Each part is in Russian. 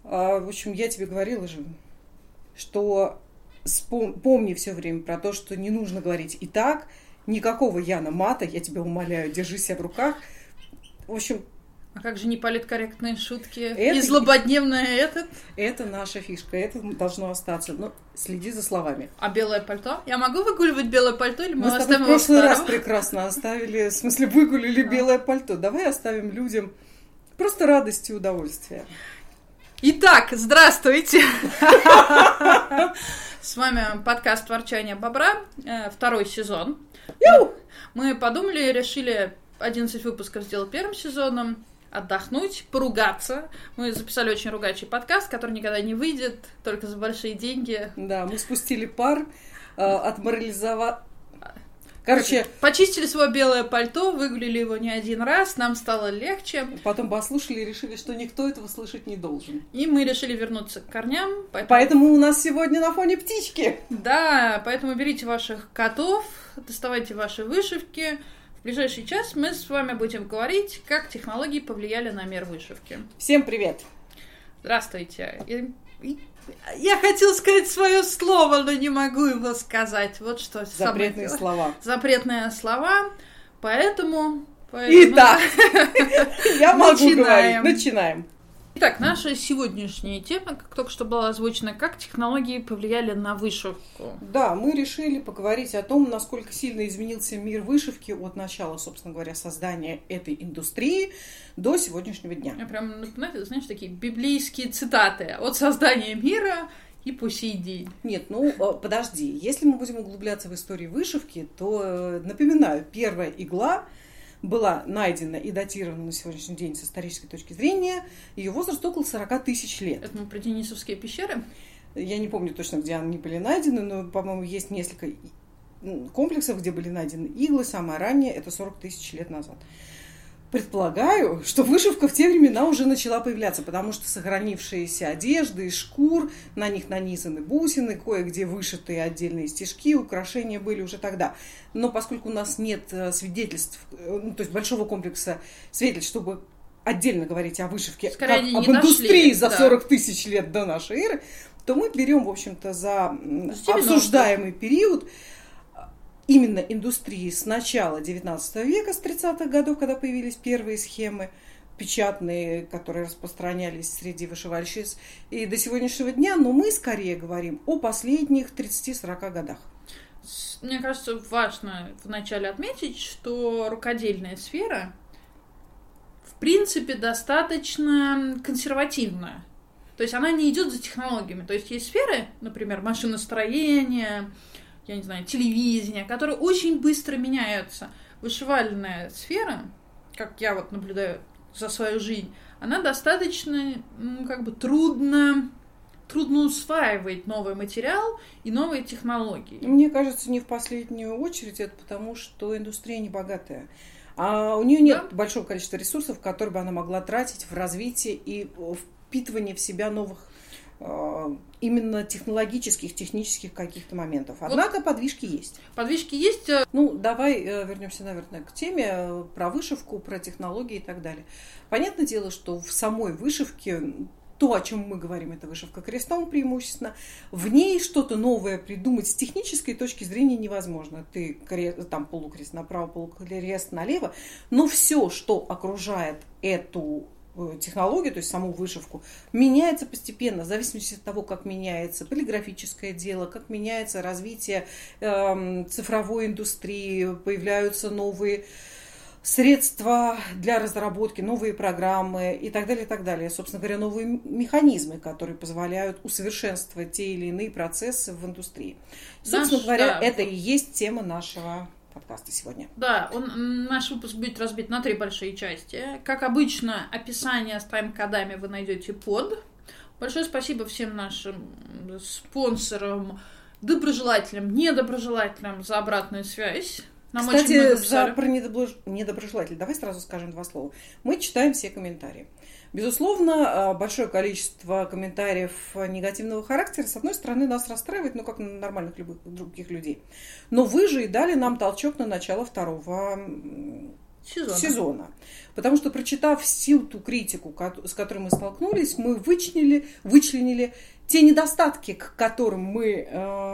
В общем, я тебе говорила же, что помни все время про то, что не нужно говорить «и так», никакого Яна мата, я тебя умоляю, держи себя в руках. В общем... А как же неполиткорректные шутки и злободневное этот? Это наша фишка, это должно остаться. Но следи за словами. А белое пальто? Я могу выгуливать белое пальто или мы оставим его в прошлый раз прекрасно оставили, в смысле выгулили белое пальто. Давай оставим людям просто радость и удовольствие. Итак, здравствуйте! С вами подкаст «Ворчание бобра», второй сезон. Мы подумали и решили 11 выпусков сделать первым сезоном, отдохнуть, поругаться. Мы записали очень ругачий подкаст, который никогда не выйдет, только за большие деньги. Да, мы спустили пар, отморализовали... Почистили свое белое пальто, выгулили его не один раз, нам стало легче. Потом послушали и решили, что никто этого слышать не должен. И мы решили вернуться к корням. Поэтому у нас сегодня на фоне птички. Да, поэтому берите ваших котов, доставайте ваши вышивки. В ближайший час мы с вами будем говорить, как технологии повлияли на мир вышивки. Всем привет! Здравствуйте! Я хотела сказать свое слово, но не могу его сказать. Вот что. Запретные слова. Запретные слова. Поэтому... Итак, я могу говорить. Начинаем. Итак, наша сегодняшняя тема, как только что была озвучена, как технологии повлияли на вышивку. Да, мы решили поговорить о том, насколько сильно изменился мир вышивки от начала, собственно говоря, создания этой индустрии до сегодняшнего дня. Я прям напоминаю, знаешь, такие библейские цитаты от создания мира и по сей день. Нет, подожди, если мы будем углубляться в историю вышивки, то, напоминаю, первая игла была найдена и датирована на сегодняшний день с исторической точки зрения. Ее возраст около 40 тысяч лет. Это мы про Денисовские пещеры? Я не помню точно, где они были найдены, но, по-моему, есть несколько комплексов, где были найдены иглы. Самое раннее – это 40 тысяч лет назад. Предполагаю, что вышивка в те времена уже начала появляться, потому что сохранившиеся одежды из шкур, на них нанизаны бусины, кое-где вышитые отдельные стежки, украшения были уже тогда. Но поскольку у нас нет свидетельств, то есть большого комплекса свидетельств, чтобы отдельно говорить о вышивке, как об индустрии за 40 тысяч лет до нашей эры, то мы берем, в общем-то, за обсуждаемый период именно индустрии с начала XIX века, с 30-х годов, когда появились первые схемы печатные, которые распространялись среди вышивальщиц, и до сегодняшнего дня, но мы скорее говорим о последних 30-40 годах. Мне кажется, важно вначале отметить, что рукодельная сфера, в принципе, достаточно консервативная. То есть она не идет за технологиями. То есть сферы, например, машиностроения, я не знаю, телевидение, которые очень быстро меняются. Вышивальная сфера, как я вот наблюдаю за свою жизнь, она достаточно, трудно усваивает новый материал и новые технологии. Мне кажется, не в последнюю очередь, это потому, что индустрия не богатая. А у нее нет большого количества ресурсов, которые бы она могла тратить в развитие и впитывание в себя новых именно технологических, технических каких-то моментов. Однако подвижки есть. Подвижки есть. Давай вернемся, наверное, к теме про вышивку, про технологии и так далее. Понятное дело, что в самой вышивке, то, о чем мы говорим, это вышивка крестом преимущественно, в ней что-то новое придумать с технической точки зрения невозможно. Ты там полукрест направо, полукрест налево, но все, что окружает эту технологию, то есть саму вышивку, меняется постепенно, в зависимости от того, как меняется полиграфическое дело, как меняется развитие цифровой индустрии, появляются новые средства для разработки, новые программы и так далее, и так далее. Собственно говоря, новые механизмы, которые позволяют усовершенствовать те или иные процессы в индустрии. Собственно говоря, это и есть тема нашего подкаста сегодня. Да, наш выпуск будет разбит на 3 большие части. Как обычно, описание с тайм-кодами вы найдете под. Большое спасибо всем нашим спонсорам, доброжелателям, недоброжелателям за обратную связь. Кстати, про недоброжелателей давай сразу скажем 2 слова. Мы читаем все комментарии. Безусловно, большое количество комментариев негативного характера, с одной стороны, нас расстраивает, как нормальных любых других людей. Но вы же и дали нам толчок на начало второго сезона. Потому что, прочитав всю ту критику, с которой мы столкнулись, мы вычленили те недостатки, к которым мы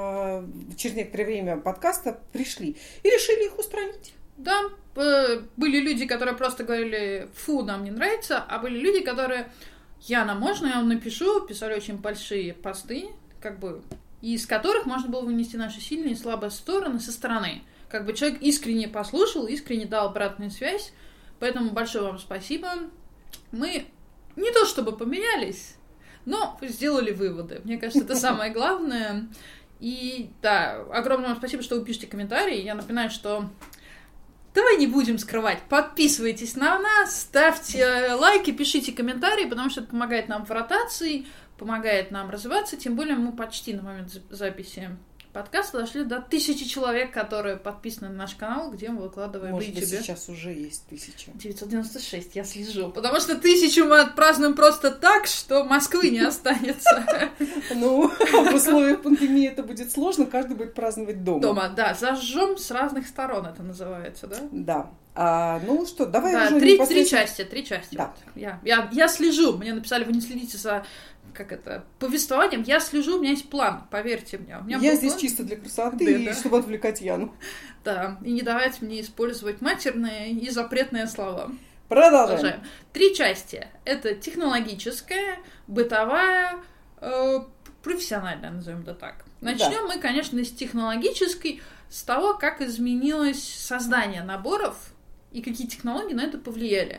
через некоторое время подкаста пришли, и решили их устранить. Да, были люди, которые просто говорили: фу, нам не нравится, а были люди, которые: Яна, можно я вам напишу? Писали очень большие посты, из которых можно было вынести наши сильные и слабые стороны со стороны. Человек искренне послушал, искренне дал обратную связь, поэтому большое вам спасибо. Мы не то чтобы поменялись, но сделали выводы. Мне кажется, это самое главное. И да, огромное вам спасибо, что вы пишете комментарии. Я напоминаю, что давай не будем скрывать. Подписывайтесь на нас, ставьте лайки, пишите комментарии, потому что это помогает нам в ротации, помогает нам развиваться. Тем более мы почти на момент записи подкаста дошли до 1000 человек, которые подписаны на наш канал, где мы выкладываем в YouTube. Может быть, сейчас уже есть 1000. 996, я слежу. Потому что 1000 мы отпразднуем просто так, что Москвы не останется. Ну, в условиях пандемии это будет сложно, каждый будет праздновать дома. Дома, да. Зажжем с разных сторон, это называется, да? Да. Ну что, давай уже три части. Да. Я слежу. Мне написали: вы не следите за повествованием. Я слежу, у меня есть план, поверьте мне. Я здесь чисто для красоты, чтобы отвлекать Яну. Да, и не давайте мне использовать матерные и запретные слова. Продолжаем. 3 части. Это технологическая, бытовая, профессиональная, назовем это так. Начнем мы, конечно, из технологической, с того, как изменилось создание наборов и какие технологии на это повлияли.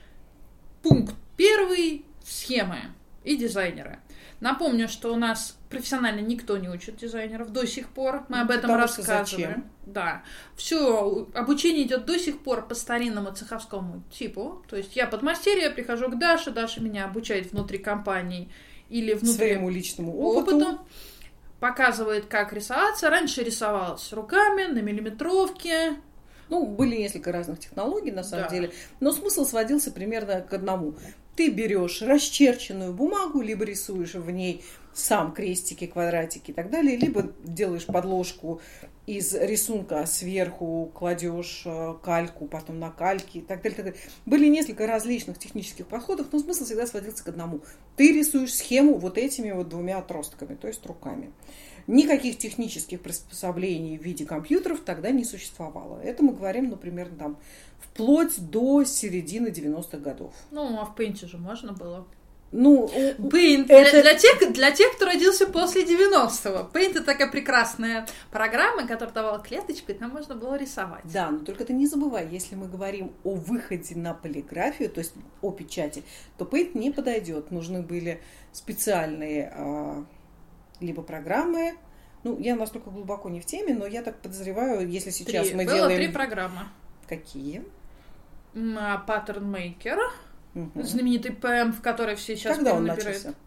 Пункт 1. Схемы и дизайнеры. Напомню, что у нас профессионально никто не учит дизайнеров до сих пор. Мы об этом рассказываем. Зачем? Да. Все, обучение идет до сих пор по старинному цеховскому типу. То есть я подмастерье, прихожу к Даше, Даша меня обучает внутри компании или внутри своему личному опыту. Показывает, как рисоваться. Раньше рисовалась руками, на миллиметровке. Были несколько разных технологий, на самом деле, но смысл сводился примерно к одному. Ты берешь расчерченную бумагу, либо рисуешь в ней сам крестики, квадратики и так далее, либо делаешь подложку из рисунка, сверху кладешь кальку, потом на кальки и так далее, так далее. Были несколько различных технических подходов, но смысл всегда сводился к одному. Ты рисуешь схему вот этими 2 отростками, то есть руками. Никаких технических приспособлений в виде компьютеров тогда не существовало. Это мы говорим, например, вплоть до середины 90-х годов. А в Paint же можно было. Paint для тех, кто родился после 90-го. Paint — это такая прекрасная программа, которая давала клеточку, и там можно было рисовать. Да, но только ты не забывай, если мы говорим о выходе на полиграфию, то есть о печати, то Paint не подойдет. Нужны были специальные либо программы. Я настолько глубоко не в теме, но я так подозреваю, если сейчас мы делаем... Было 3 программы. Какие? Pattern Maker, знаменитый ПМ, в который все сейчас Когда он набирают. начался?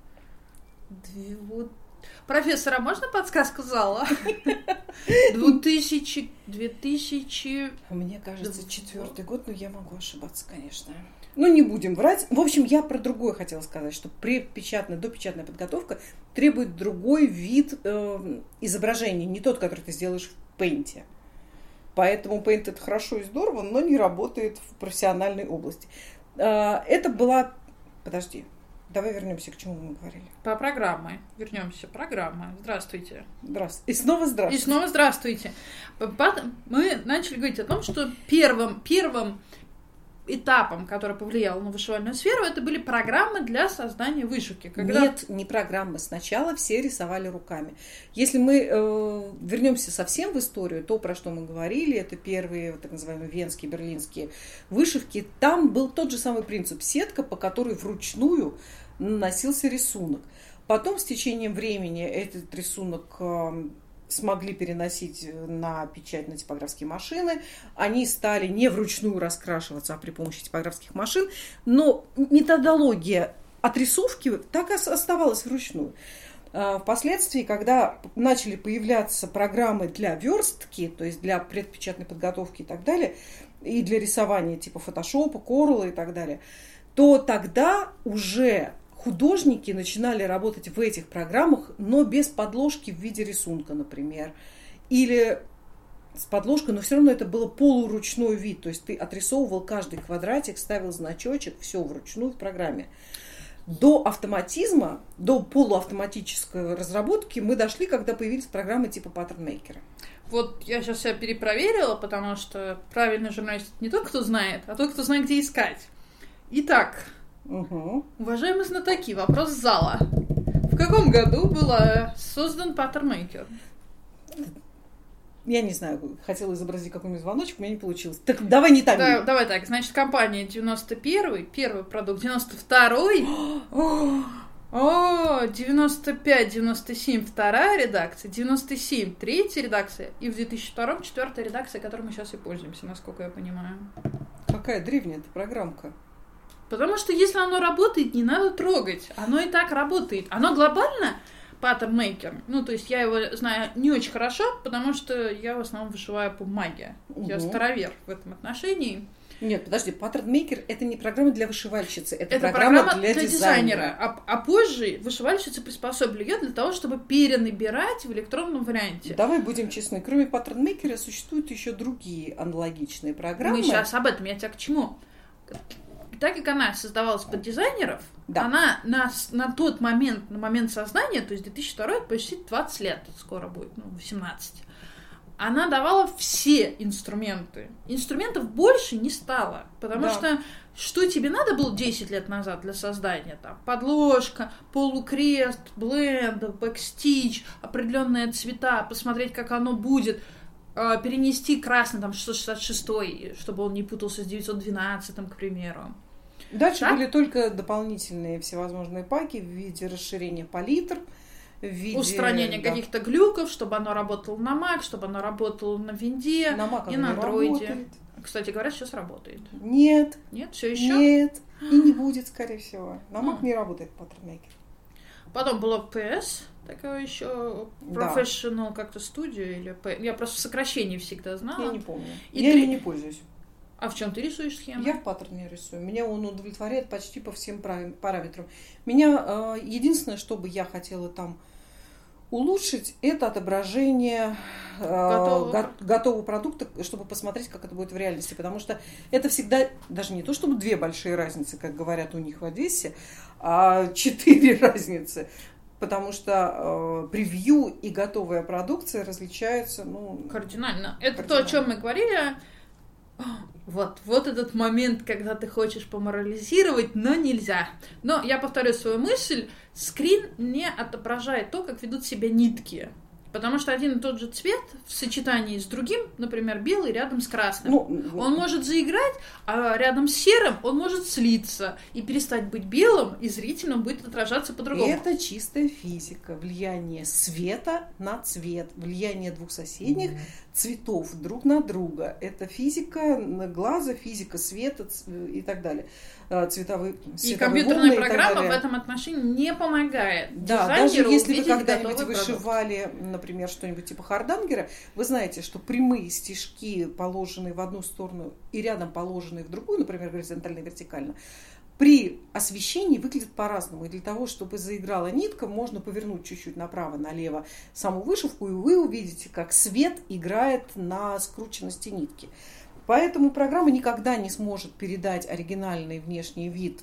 Профессора, можно подсказку зала? 2000... Мне кажется, 4-й год, но я могу ошибаться, конечно. Не будем врать. В общем, я про другое хотела сказать, что допечатная подготовка требует другой вид изображения, не тот, который ты сделаешь в Paint. Поэтому Paint — это хорошо и здорово, но не работает в профессиональной области. Это была... Подожди, давай вернемся к чему мы говорили. По программе. Вернемся. Программа. Здравствуйте. Здравствуйте. И снова здравствуйте. Мы начали говорить о том, что первым этапом, который повлиял на вышивальную сферу, это были программы для создания вышивки. Нет, не программы. Сначала все рисовали руками. Если мы вернемся совсем в историю, то, про что мы говорили, это первые так называемые венские, берлинские вышивки. Там был тот же самый принцип. Сетка, по которой вручную наносился рисунок. Потом, с течением времени, этот рисунок смогли переносить на печать на типографские машины. Они стали не вручную раскрашиваться, а при помощи типографских машин. Но методология отрисовки так и оставалась вручную. Впоследствии, когда начали появляться программы для верстки, то есть для предпечатной подготовки и так далее, и для рисования типа фотошопа, Corel и так далее, то тогда уже художники начинали работать в этих программах, но без подложки в виде рисунка, например. Или с подложкой, но все равно это было полуручной вид. То есть ты отрисовывал каждый квадратик, ставил значочек, все вручную в программе. До автоматизма, до полуавтоматической разработки мы дошли, когда появились программы типа Pattern Maker. Вот я сейчас себя перепроверила, потому что правильный журналист не тот, кто знает, а тот, кто знает, где искать. Итак, уважаемые знатоки, вопрос зала. В каком году был создан Pattern Maker? Я не знаю, хотела изобразить какой-нибудь звоночек, у меня не получилось. Так давай не так. Да, давай так, значит, компания 91-й, первый продукт, 92-й, 95-97 вторая редакция, 97 третья редакция, и в 2002-м четвертая редакция, которой мы сейчас и пользуемся, насколько я понимаю. Какая древняя эта программка? Потому что если оно работает, не надо трогать. Оно и так работает. Оно глобально Pattern Maker. Ну, то есть я его знаю не очень хорошо, потому что я в основном вышиваю по бумаге. Я старовер в этом отношении. Нет, подожди, Pattern Maker — это не программа для вышивальщицы, это программа для дизайнера. А позже вышивальщицы приспособили ее для того, чтобы перенабирать в электронном варианте. Давай будем честны, кроме Pattern Maker существуют еще другие аналогичные программы. Мы сейчас об этом, я тебя к чему? Так как она создавалась под дизайнеров, да. Она на тот момент, на момент создания, то есть 2002, почти 20 лет скоро будет, 18, она давала все инструменты. Инструментов больше не стало, потому что тебе надо было 10 лет назад для создания? Там подложка, полукрест, бленд, бэкстич, определенные цвета, посмотреть, как оно будет, перенести красный, там, 666, чтобы он не путался с 912, к примеру. Дальше были только дополнительные всевозможные паки в виде расширения палитр, в виде устранения каких-то глюков, чтобы оно работало на Mac, чтобы оно работало на винде и на Android. Кстати говоря, сейчас работает. Нет. Нет, все еще? Нет. И не будет, скорее всего. На Mac не работает Pattern Maker. Потом было PS, такое еще Professional как-то Studio или я просто в сокращении всегда знала. Я не помню. Я ими не пользуюсь. А в чем ты рисуешь схему? Я в паттерне рисую. Меня он удовлетворяет почти по всем параметрам. Меня единственное, что бы я хотела там улучшить, это отображение готового продукта, чтобы посмотреть, как это будет в реальности. Потому что это всегда, даже не то чтобы две большие разницы, как говорят у них в Одессе, а 4 разницы. Потому что превью и готовая продукция различаются кардинально. Это то, о чем мы говорили. Вот этот момент, когда ты хочешь поморализировать, но нельзя. Но я повторю свою мысль. Скрин не отображает то, как ведут себя нитки. Потому что один и тот же цвет в сочетании с другим, например, белый рядом с красным, он может заиграть, а рядом с серым он может слиться и перестать быть белым, и зрительно будет отражаться по-другому. Это чистая физика. Влияние света на цвет, влияние двух соседних цветов друг на друга. Это физика глаза, физика света и так далее. Цветовые и компьютерная программа в этом отношении не помогает. Да, даже если вы когда-нибудь вышивали, например, что-нибудь типа хардангера, вы знаете, что прямые стежки, положенные в одну сторону и рядом положенные в другую, например, горизонтально и вертикально, при освещении выглядят по-разному. И для того, чтобы заиграла нитка, можно повернуть чуть-чуть направо-налево саму вышивку, и вы увидите, как свет играет на скрученности нитки. Поэтому программа никогда не сможет передать оригинальный внешний вид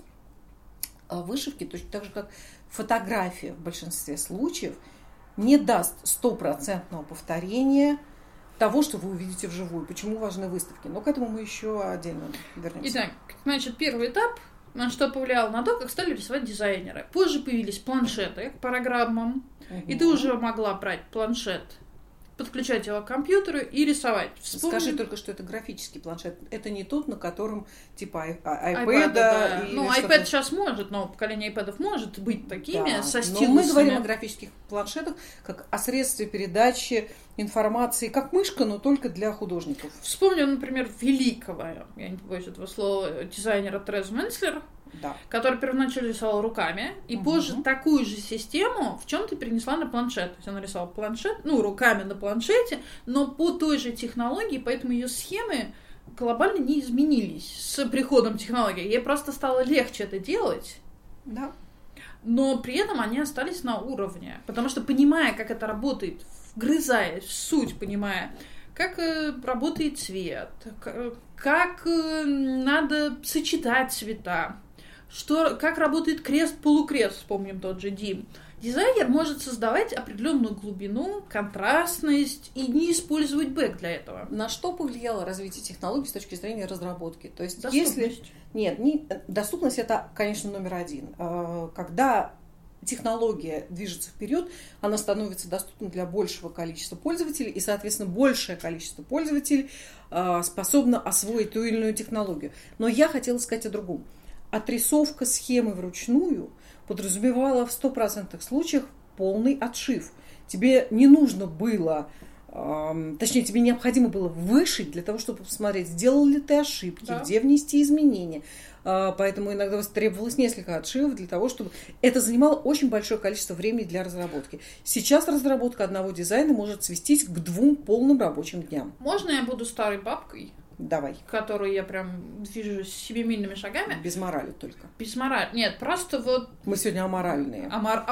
вышивки, точно так же, как фотография в большинстве случаев не даст стопроцентного повторения того, что вы увидите вживую. Почему важны выставки? Но к этому мы еще отдельно вернемся. Итак, значит, первый этап, на что повлияло на то, как стали рисовать дизайнеры. Позже появились планшеты к программам, и ты уже могла брать планшет, подключать его к компьютеру и рисовать. Скажи только, что это графический планшет. Это не тот, на котором типа iPad. Да. iPad сейчас может, но поколение iPad'ов может быть такими, со стилусами. Но мы говорим о графических планшетах как о средстве передачи информации, как мышка, но только для художников. Вспомню, например, великого, я не побоюсь этого слова, дизайнера Терезу Менцлер, который первоначально рисовал руками, и позже такую же систему в чем-то перенесла на планшет. То есть она рисовала планшет, руками на планшете, но по той же технологии, поэтому ее схемы глобально не изменились с приходом технологий. Ей просто стало легче это делать. Да. Но при этом они остались на уровне. Потому что, понимая, как это работает, вгрызаясь в суть, понимая, как работает цвет, как надо сочетать цвета, как работает крест-полукрест, вспомним тот же Дим. Дизайнер может создавать определенную глубину, контрастность и не использовать бэк для этого. На что повлияло развитие технологий с точки зрения разработки? То есть, доступность. Доступность это, конечно, номер один. Когда технология движется вперед, она становится доступна для большего количества пользователей, и, соответственно, большее количество пользователей способно освоить ту или иную технологию. Но я хотела сказать о другом. Отрисовка схемы вручную подразумевала в 100% случаях полный отшив. Тебе не нужно было, точнее, тебе необходимо было вышить для того, чтобы посмотреть, сделал ли ты ошибки, да. Где внести изменения. Поэтому иногда требовалось несколько отшивов для того, чтобы... Это занимало очень большое количество времени для разработки. Сейчас разработка одного дизайна может свестись к 2 полным рабочим дням. Можно я буду старой бабкой? Давай. Которую я прям движу семимильными шагами. Без морали только. Без морали. Нет, просто вот... Мы сегодня аморальные.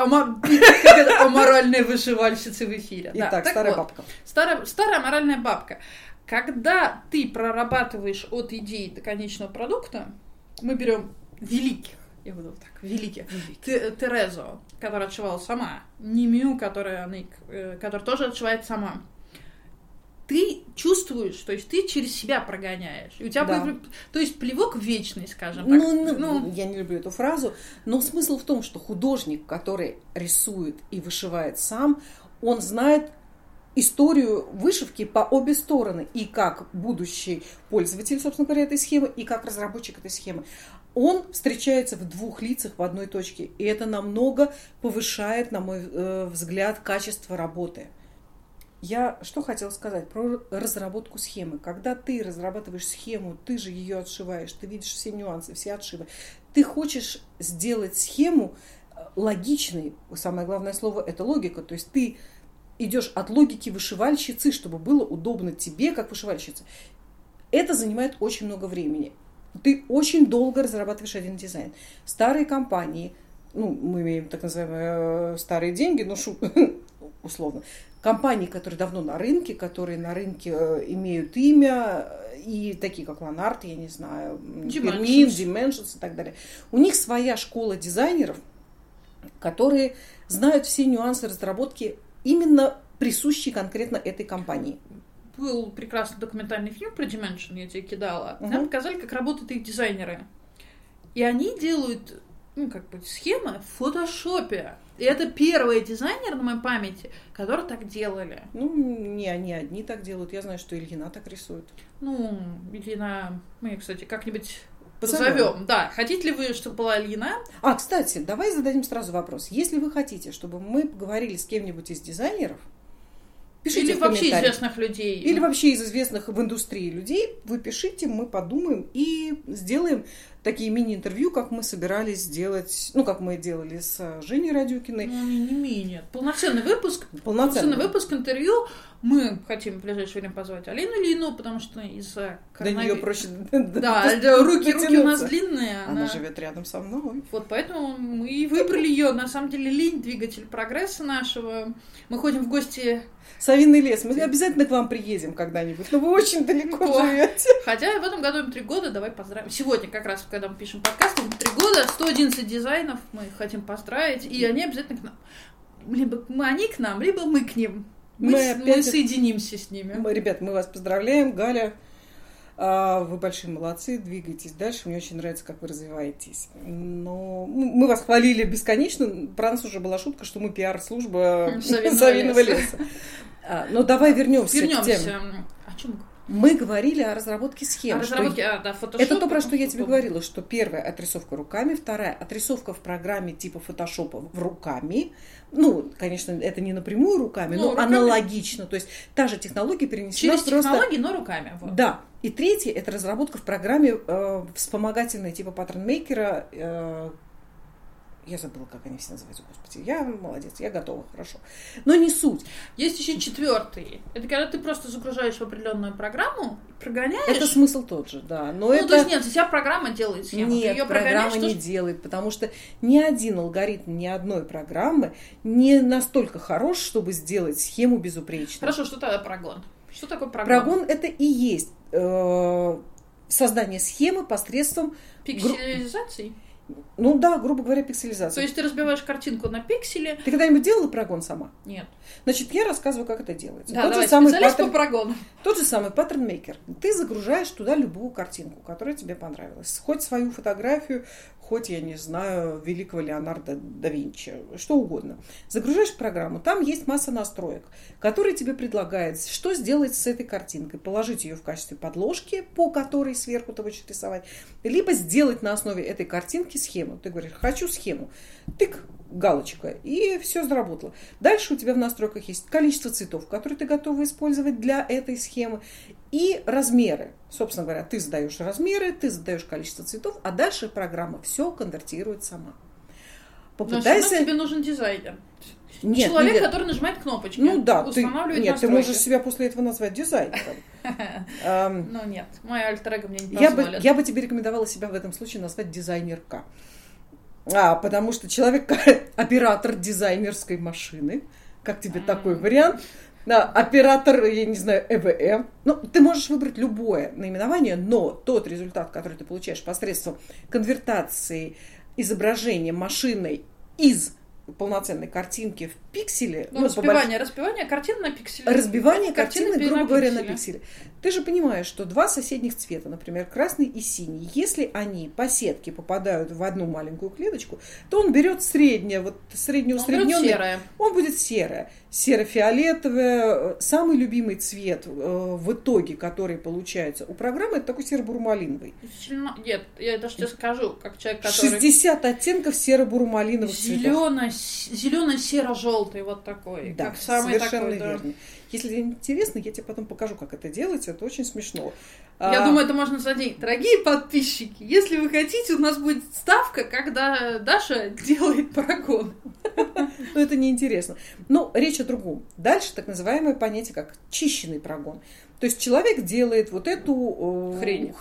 Аморальные вышивальщицы в эфире. Итак, старая бабка. Старая аморальная бабка. Когда ты прорабатываешь от идеи до конечного продукта, мы берем великих, я буду так, великих. Терезу, которая отшивала сама. Нимю, которая тоже отшивает сама. Ты чувствуешь, то есть ты через себя прогоняешь. И у тебя то есть плевок в вечность, скажем так. Я не люблю эту фразу, но смысл в том, что художник, который рисует и вышивает сам, он знает историю вышивки по обе стороны. И как будущий пользователь, собственно говоря, этой схемы, и как разработчик этой схемы. Он встречается в 2 лицах в одной точке. И это намного повышает, на мой взгляд, качество работы. Я что хотела сказать про разработку схемы. Когда ты разрабатываешь схему, ты же ее отшиваешь, ты видишь все нюансы, все отшивы. Ты хочешь сделать схему логичной. Самое главное слово – это логика. То есть ты идешь от логики вышивальщицы, чтобы было удобно тебе, как вышивальщице. Это занимает очень много времени. Ты очень долго разрабатываешь один дизайн. Старые компании, мы имеем так называемые старые деньги, условно, компании, которые давно на рынке, которые на рынке имеют имя, и такие как Ланарт, я не знаю, Пермин, Dimensions и так далее. У них своя школа дизайнеров, которые знают все нюансы разработки, именно присущие конкретно этой компании. Был прекрасный документальный фильм про Dimension, я тебе кидала. Нам показали, как работают их дизайнеры. И они делают, схемы в фотошопе. И это первые дизайнеры на моей памяти, которые так делали. Не они одни так делают. Я знаю, что Ильина так рисует. Ильина, мы, кстати, как-нибудь позовем. Да, хотите ли вы, чтобы была Ильина? Кстати, давай зададим сразу вопрос. Если вы хотите, чтобы мы поговорили с кем-нибудь из дизайнеров, пишите или вообще известных людей. Или вообще из известных в индустрии людей. Вы пишите, мы подумаем и сделаем такие мини-интервью, как мы собирались сделать, как мы делали с Женей Радюкиной. Нет. Полноценный выпуск интервью. Мы хотим в ближайшее время позвать Алину Ильину, потому что из-за коронавируса... До нее проще... руки у нас длинные. Она живет рядом со мной. Вот поэтому мы и выбрали ее. На самом деле лень — двигатель прогресса нашего. Мы ходим в гости... Совиный лес. Мы обязательно к вам приедем когда-нибудь. Но вы очень далеко живете. Хотя в этом году им 3 года. Давай поздравим. Сегодня как раз, когда мы пишем подкаст, им 3 года, 111 дизайнов. Мы их хотим поздравить. И они обязательно к нам. Либо они к нам, либо мы к ним. Мы соединимся с ними. Ребят, мы вас поздравляем. Галя, вы большие молодцы. Двигайтесь дальше. Мне очень нравится, как вы развиваетесь. Но мы вас хвалили бесконечно. Про нас уже была шутка, что мы пиар-служба Совиного леса. Но давай вернемся к теме. О чем мы говорили о разработке схем. Фотошоп. Это то, про что я тебе говорила, что первая отрисовка руками, вторая отрисовка в программе типа фотошопа руками. Конечно, это не напрямую руками, но руками. Аналогично. То есть та же технология перенесена через технологии, но руками. Вот. Да. И третье – это разработка в программе вспомогательной типа паттернмейкера. Я забыла, как они все называются, господи. Я молодец, я готова, хорошо. Но не суть. Есть еще 4. Это когда ты просто загружаешь в определенную программу, прогоняешь. Это смысл тот же, да. То есть нет, вся программа делает схему. Нет, ее программа не делает, потому что ни один алгоритм, ни одной программы не настолько хорош, чтобы сделать схему безупречной. Хорошо, что тогда прогон? Что такое прогон? Прогон это и есть создание схемы посредством... Пикселизации? Ну да, грубо говоря, пикселизация. То есть ты разбиваешь картинку на пиксели. Ты когда-нибудь делала прогон сама? Нет. Значит, я рассказываю, как это делается. Да, давай, специалист по прогону. Тот же самый паттерн-мейкер. Ты загружаешь туда любую картинку, которая тебе понравилась. Хоть свою фотографию, хоть, я не знаю, великого Леонардо да Винчи, что угодно. Загружаешь в программу, там есть масса настроек, которые тебе предлагают, что сделать с этой картинкой. Положить ее в качестве подложки, по которой сверху ты будешь рисовать, либо сделать на основе этой картинки схему. Ты говоришь, хочу схему. Тык, галочка, и все заработало. Дальше у тебя в настройках есть количество цветов, которые ты готова использовать для этой схемы, и размеры. Собственно говоря, ты задаешь размеры, ты задаешь количество цветов, а дальше программа все конвертирует сама. Попытайся... Но тебе нужен дизайнер. Нет, человек, который нажимает кнопочки, ну да, устанавливает ты настройки. можешь себя после этого назвать дизайнером. Ну нет, мой альтер-эго мне не позволит. Я бы тебе рекомендовала себя в этом случае назвать дизайнерка. Потому что человек, оператор дизайнерской машины, как тебе такой вариант? Оператор, я не знаю, ЭВМ. Ну, ты можешь выбрать любое наименование, но тот результат, который ты получаешь посредством конвертации изображения машиной из полноценной картинки в пикселе. Разбивание картин на пикселе. Разбивание картины, грубо говоря, на пикселе. Ты же понимаешь, что два соседних цвета, например, красный и синий, если они по сетке попадают в одну маленькую клеточку, то он берет среднее, вот среднее усредненное. Он будет серое. Серо-фиолетовое. Самый любимый цвет в итоге, который получается у программы, это такой серо-бурмалиновый. Нет, я даже тебе скажу, как человек, который... 60 оттенков серо-бурмалиновых цветов. Зелено-серо-желтый вот такой. Да, как самый совершенно такой, верно. Если тебе интересно, я тебе потом покажу, как это делается. Это очень смешно. Я думаю, это можно за деньги. Дорогие подписчики, если вы хотите, у нас будет ставка, когда Даша делает прогон. Но это неинтересно. Но речь о другом. Дальше так называемое понятие, как чищенный прогон. То есть человек делает вот эту... Хрень.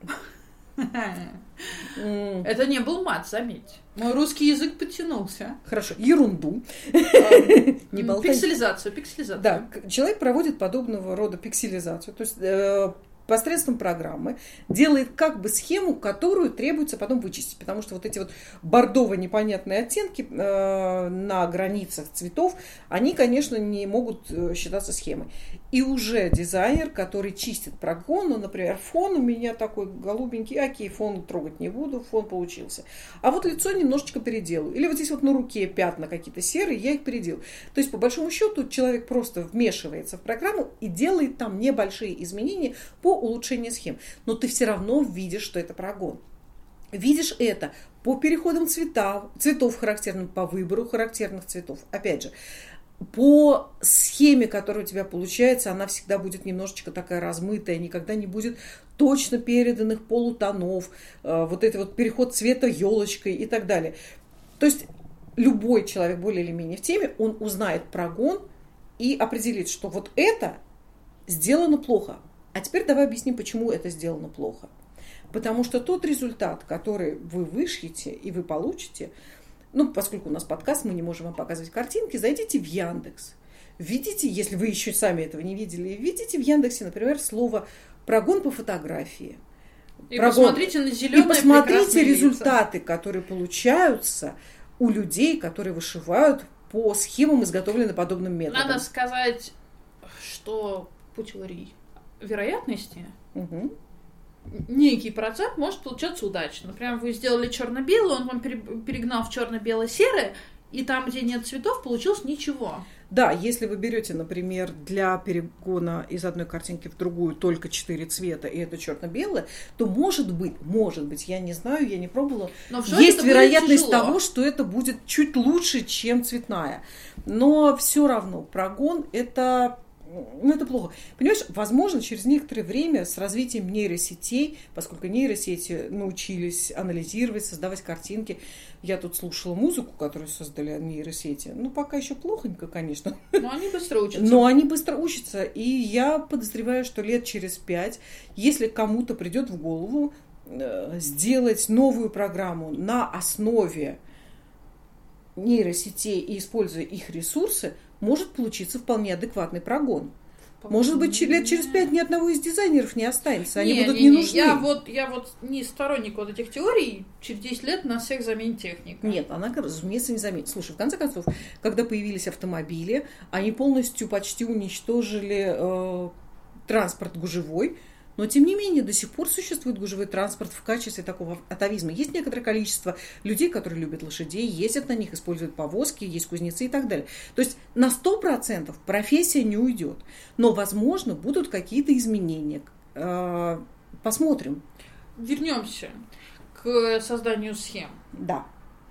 Это не был мат, заметь. Мой русский язык подтянулся. Хорошо, ерунду. Пикселизацию. Да, человек проводит подобного рода пикселизацию. То есть посредством программы делает как бы схему, которую требуется потом вычистить. Потому что вот эти вот бордово-непонятные оттенки на границах цветов, они, конечно, не могут считаться схемой. И уже дизайнер, который чистит прогон, ну, например, фон у меня такой голубенький, окей, фон трогать не буду, фон получился. А вот лицо немножечко переделаю. Или вот здесь вот на руке пятна какие-то серые, я их переделаю. То есть, по большому счету, человек просто вмешивается в программу и делает там небольшие изменения по улучшению схем. Но ты все равно видишь, что это прогон. Видишь это по переходам цветов характерным, по выбору характерных цветов. Опять же, по схеме, которая у тебя получается, она всегда будет немножечко такая размытая, никогда не будет точно переданных полутонов, вот это вот переход цвета елочкой и так далее. То есть любой человек более или менее в теме, он узнает прогон и определит, что вот это сделано плохо. А теперь давай объясним, почему это сделано плохо. Потому что тот результат, который вы вышьете и вы получите, ну, поскольку у нас подкаст, мы не можем вам показывать картинки, зайдите в Яндекс. Введите, если вы еще сами этого не видели, введите в Яндексе, например, слово «прогон по фотографии». И посмотрите на зеленые и посмотрите результаты, которые получаются у людей, которые вышивают по схемам, изготовленным подобным методом. Надо сказать, что по теории вероятности некий процент может получаться удачно. Например, вы сделали черно-белый, он вам перегнал в черно-бело-серое, и там, где нет цветов, получилось ничего. Да, если вы берете, например, для перегона из одной картинки в другую только 4 цвета, и это черно-белое, то может быть, я не знаю, я не пробовала, но есть вероятность того, что это будет чуть лучше, чем цветная. Но все равно прогон это плохо. Понимаешь, возможно, через некоторое время с развитием нейросетей, поскольку нейросети научились анализировать, создавать картинки. Я тут слушала музыку, которую создали нейросети. Ну, пока еще плохонько, конечно. Но они быстро учатся. И я подозреваю, что лет через 5, если кому-то придет в голову сделать новую программу на основе нейросетей и используя их ресурсы, может получиться вполне адекватный прогон. Может быть, лет через 5 ни одного из дизайнеров не останется, они будут не нужны. Я вот не сторонник вот этих теорий, через 10 лет нас всех заменит техника. Нет, она, разумеется, не заменит. Слушай, в конце концов, когда появились автомобили, они полностью почти уничтожили транспорт гужевой, но, тем не менее, до сих пор существует гужевой транспорт в качестве такого атовизма. Есть некоторое количество людей, которые любят лошадей, ездят на них, используют повозки, есть кузнецы и так далее. То есть на 100% профессия не уйдет. Но, возможно, будут какие-то изменения. Посмотрим. Вернемся к созданию схем. Да.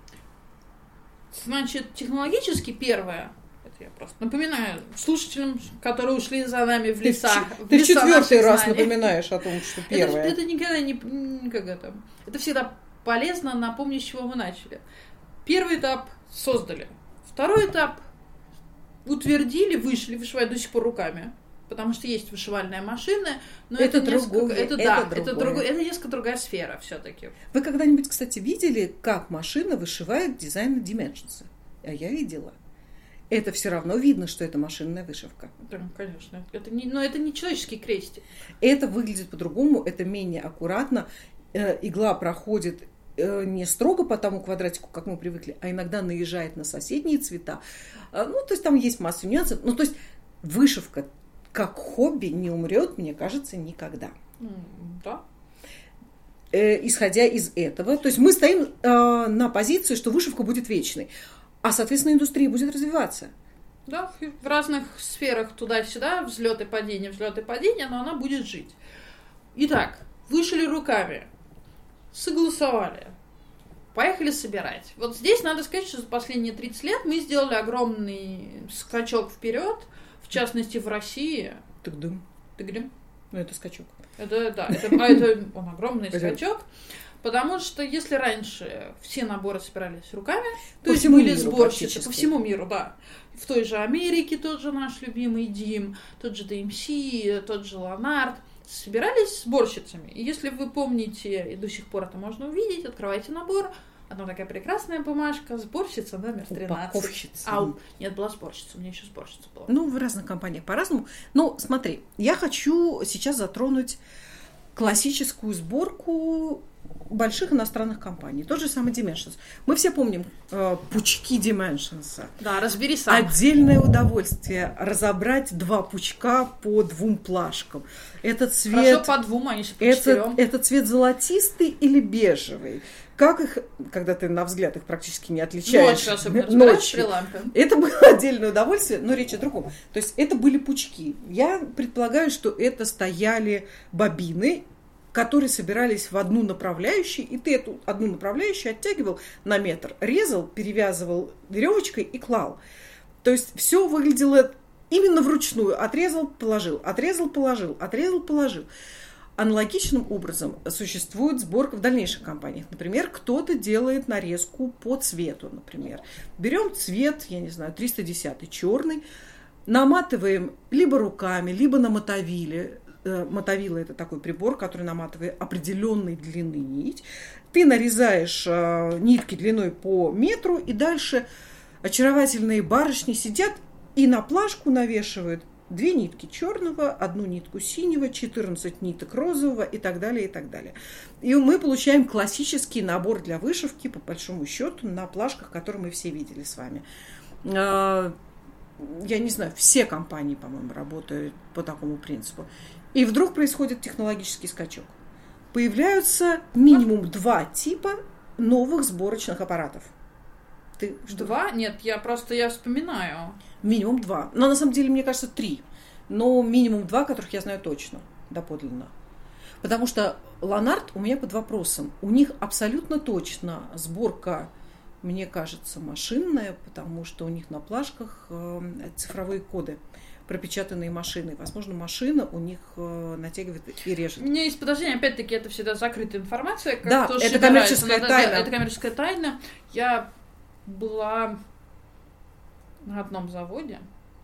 Значит, технологически первое, это я просто напоминаю слушателям, которые ушли за нами в леса. Ты в четвертый раз напоминаешь о том, что первое. Это никогда не как это. Это всегда полезно напомнить, с чего мы начали. Первый этап создали. Второй этап утвердили, вышивают до сих пор руками. Потому что есть вышивальная машина, но это другое. Это несколько другая сфера все-таки. Вы когда-нибудь, кстати, видели, как машина вышивает дизайн Dimensions? А я видела. Это все равно видно, что это машинная вышивка. Да, конечно. Но это не человеческий крестик. Это выглядит по-другому, это менее аккуратно. Игла проходит не строго по тому квадратику, как мы привыкли, а иногда наезжает на соседние цвета. То есть там есть масса нюансов. То есть вышивка как хобби не умрет, мне кажется, никогда. Да. Исходя из этого, то есть мы стоим на позиции, что вышивка будет вечной, а, соответственно, индустрия будет развиваться. Да, в разных сферах туда-сюда, взлеты, падения, но она будет жить. Итак, вышили руками, согласовали, поехали собирать. Вот здесь надо сказать, что за последние 30 лет мы сделали огромный скачок вперед, в частности, в России. Тык-дым. Тык-дым. Ну, это скачок. Это он огромный скачок. Потому что если раньше все наборы собирались руками, то есть были сборщицы по всему миру, да. В той же Америке тот же наш любимый Дим, тот же DMC, тот же Ланард собирались сборщицами. И если вы помните, и до сих пор это можно увидеть, открывайте набор. Одна такая прекрасная бумажка, сборщица номер 13. Упаковщица. Нет, была сборщица, у меня еще сборщица была. В разных компаниях по-разному. Но смотри, я хочу сейчас затронуть классическую сборку больших иностранных компаний. Тот же самый Dimensions. Мы все помним пучки Dimensions. Да, разбери сам. Отдельное удовольствие разобрать 2 пучка по 2 плашкам. Этот цвет... Хорошо по 2, а не по 4. Это цвет золотистый или бежевый? Как их, когда ты на взгляд их практически не отличаешь. Ночью особенно ночью. При лампе. Это было отдельное удовольствие, но речь о другом. То есть это были пучки. Я предполагаю, что это стояли бобины, которые собирались в одну направляющую, и ты эту одну направляющую оттягивал на метр, резал, перевязывал веревочкой и клал. То есть все выглядело именно вручную. Отрезал, положил, отрезал, положил, отрезал, положил. Аналогичным образом существует сборка в дальнейших компаниях. Например, кто-то делает нарезку по цвету, например. Берем цвет, я не знаю, 310 черный, наматываем либо руками, либо на мотовиле. Мотовила – это такой прибор, который наматывает определенной длины нить. Ты нарезаешь нитки длиной по метру, и дальше очаровательные барышни сидят и на плашку навешивают 2 нитки черного, 1 нитку синего, 14 ниток розового и так далее, и так далее. И мы получаем классический набор для вышивки, по большому счету, на плашках, которые мы все видели с вами. Я не знаю, все компании, по-моему, работают по такому принципу. И вдруг происходит технологический скачок. Появляются минимум 2 типа новых сборочных аппаратов. Ты что? 2? Нет, я вспоминаю. Минимум 2. Но на самом деле, мне кажется, 3. Но минимум 2, которых я знаю точно, доподлинно. Потому что Ланард у меня под вопросом. У них абсолютно точно сборка, мне кажется, машинная, потому что у них на плашках цифровые коды, пропечатанные машиной. Возможно, машина у них натягивает и режет. У меня есть подозрение, опять-таки, это всегда закрытая информация. Как да, это коммерческая тайна. Это коммерческая тайна. Я была на одном заводе.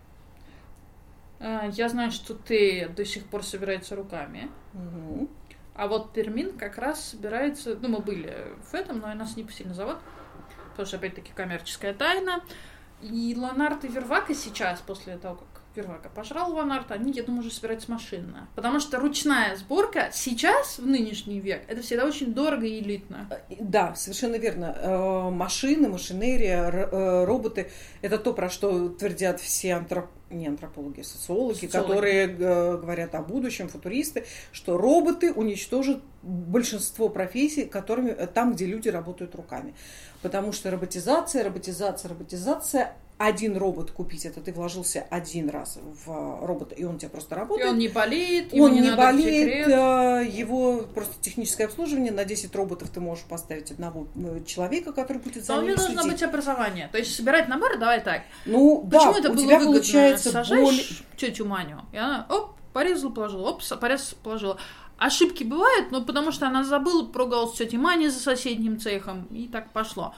Я знаю, что ты до сих пор собирается руками. Угу. А вот Пермин как раз собирается... мы были в этом, но нас не пустили на завод. Потому что, опять-таки, коммерческая тайна. И Ланард и Вервака сейчас, после того, как Первака пожрал Ван-Арт, они, я думаю, уже собираются машинно. Потому что ручная сборка сейчас, в нынешний век, это всегда очень дорого и элитно. Да, совершенно верно. Машины, машинерия, роботы – это то, про что твердят все не антропологи, а социологи, которые говорят о будущем, футуристы, что роботы уничтожат большинство профессий, там, где люди работают руками. Потому что роботизация. Один робот купить, это ты вложился один раз в робота, и он у тебя просто работает. И он не болеет, он не болеет, его просто техническое обслуживание. На 10 роботов ты можешь поставить одного человека, который будет за ним следить. Но у него должно быть образование. То есть собирать наборы, давай так. Ну, почему да, это у было тебя выгодно? Получается Сажаешь тетю Маню, и она, порезала, положила, порез, положила. Ошибки бывают, но потому что она забыла, поругалась с тетей Маней за соседним цехом, и так пошло.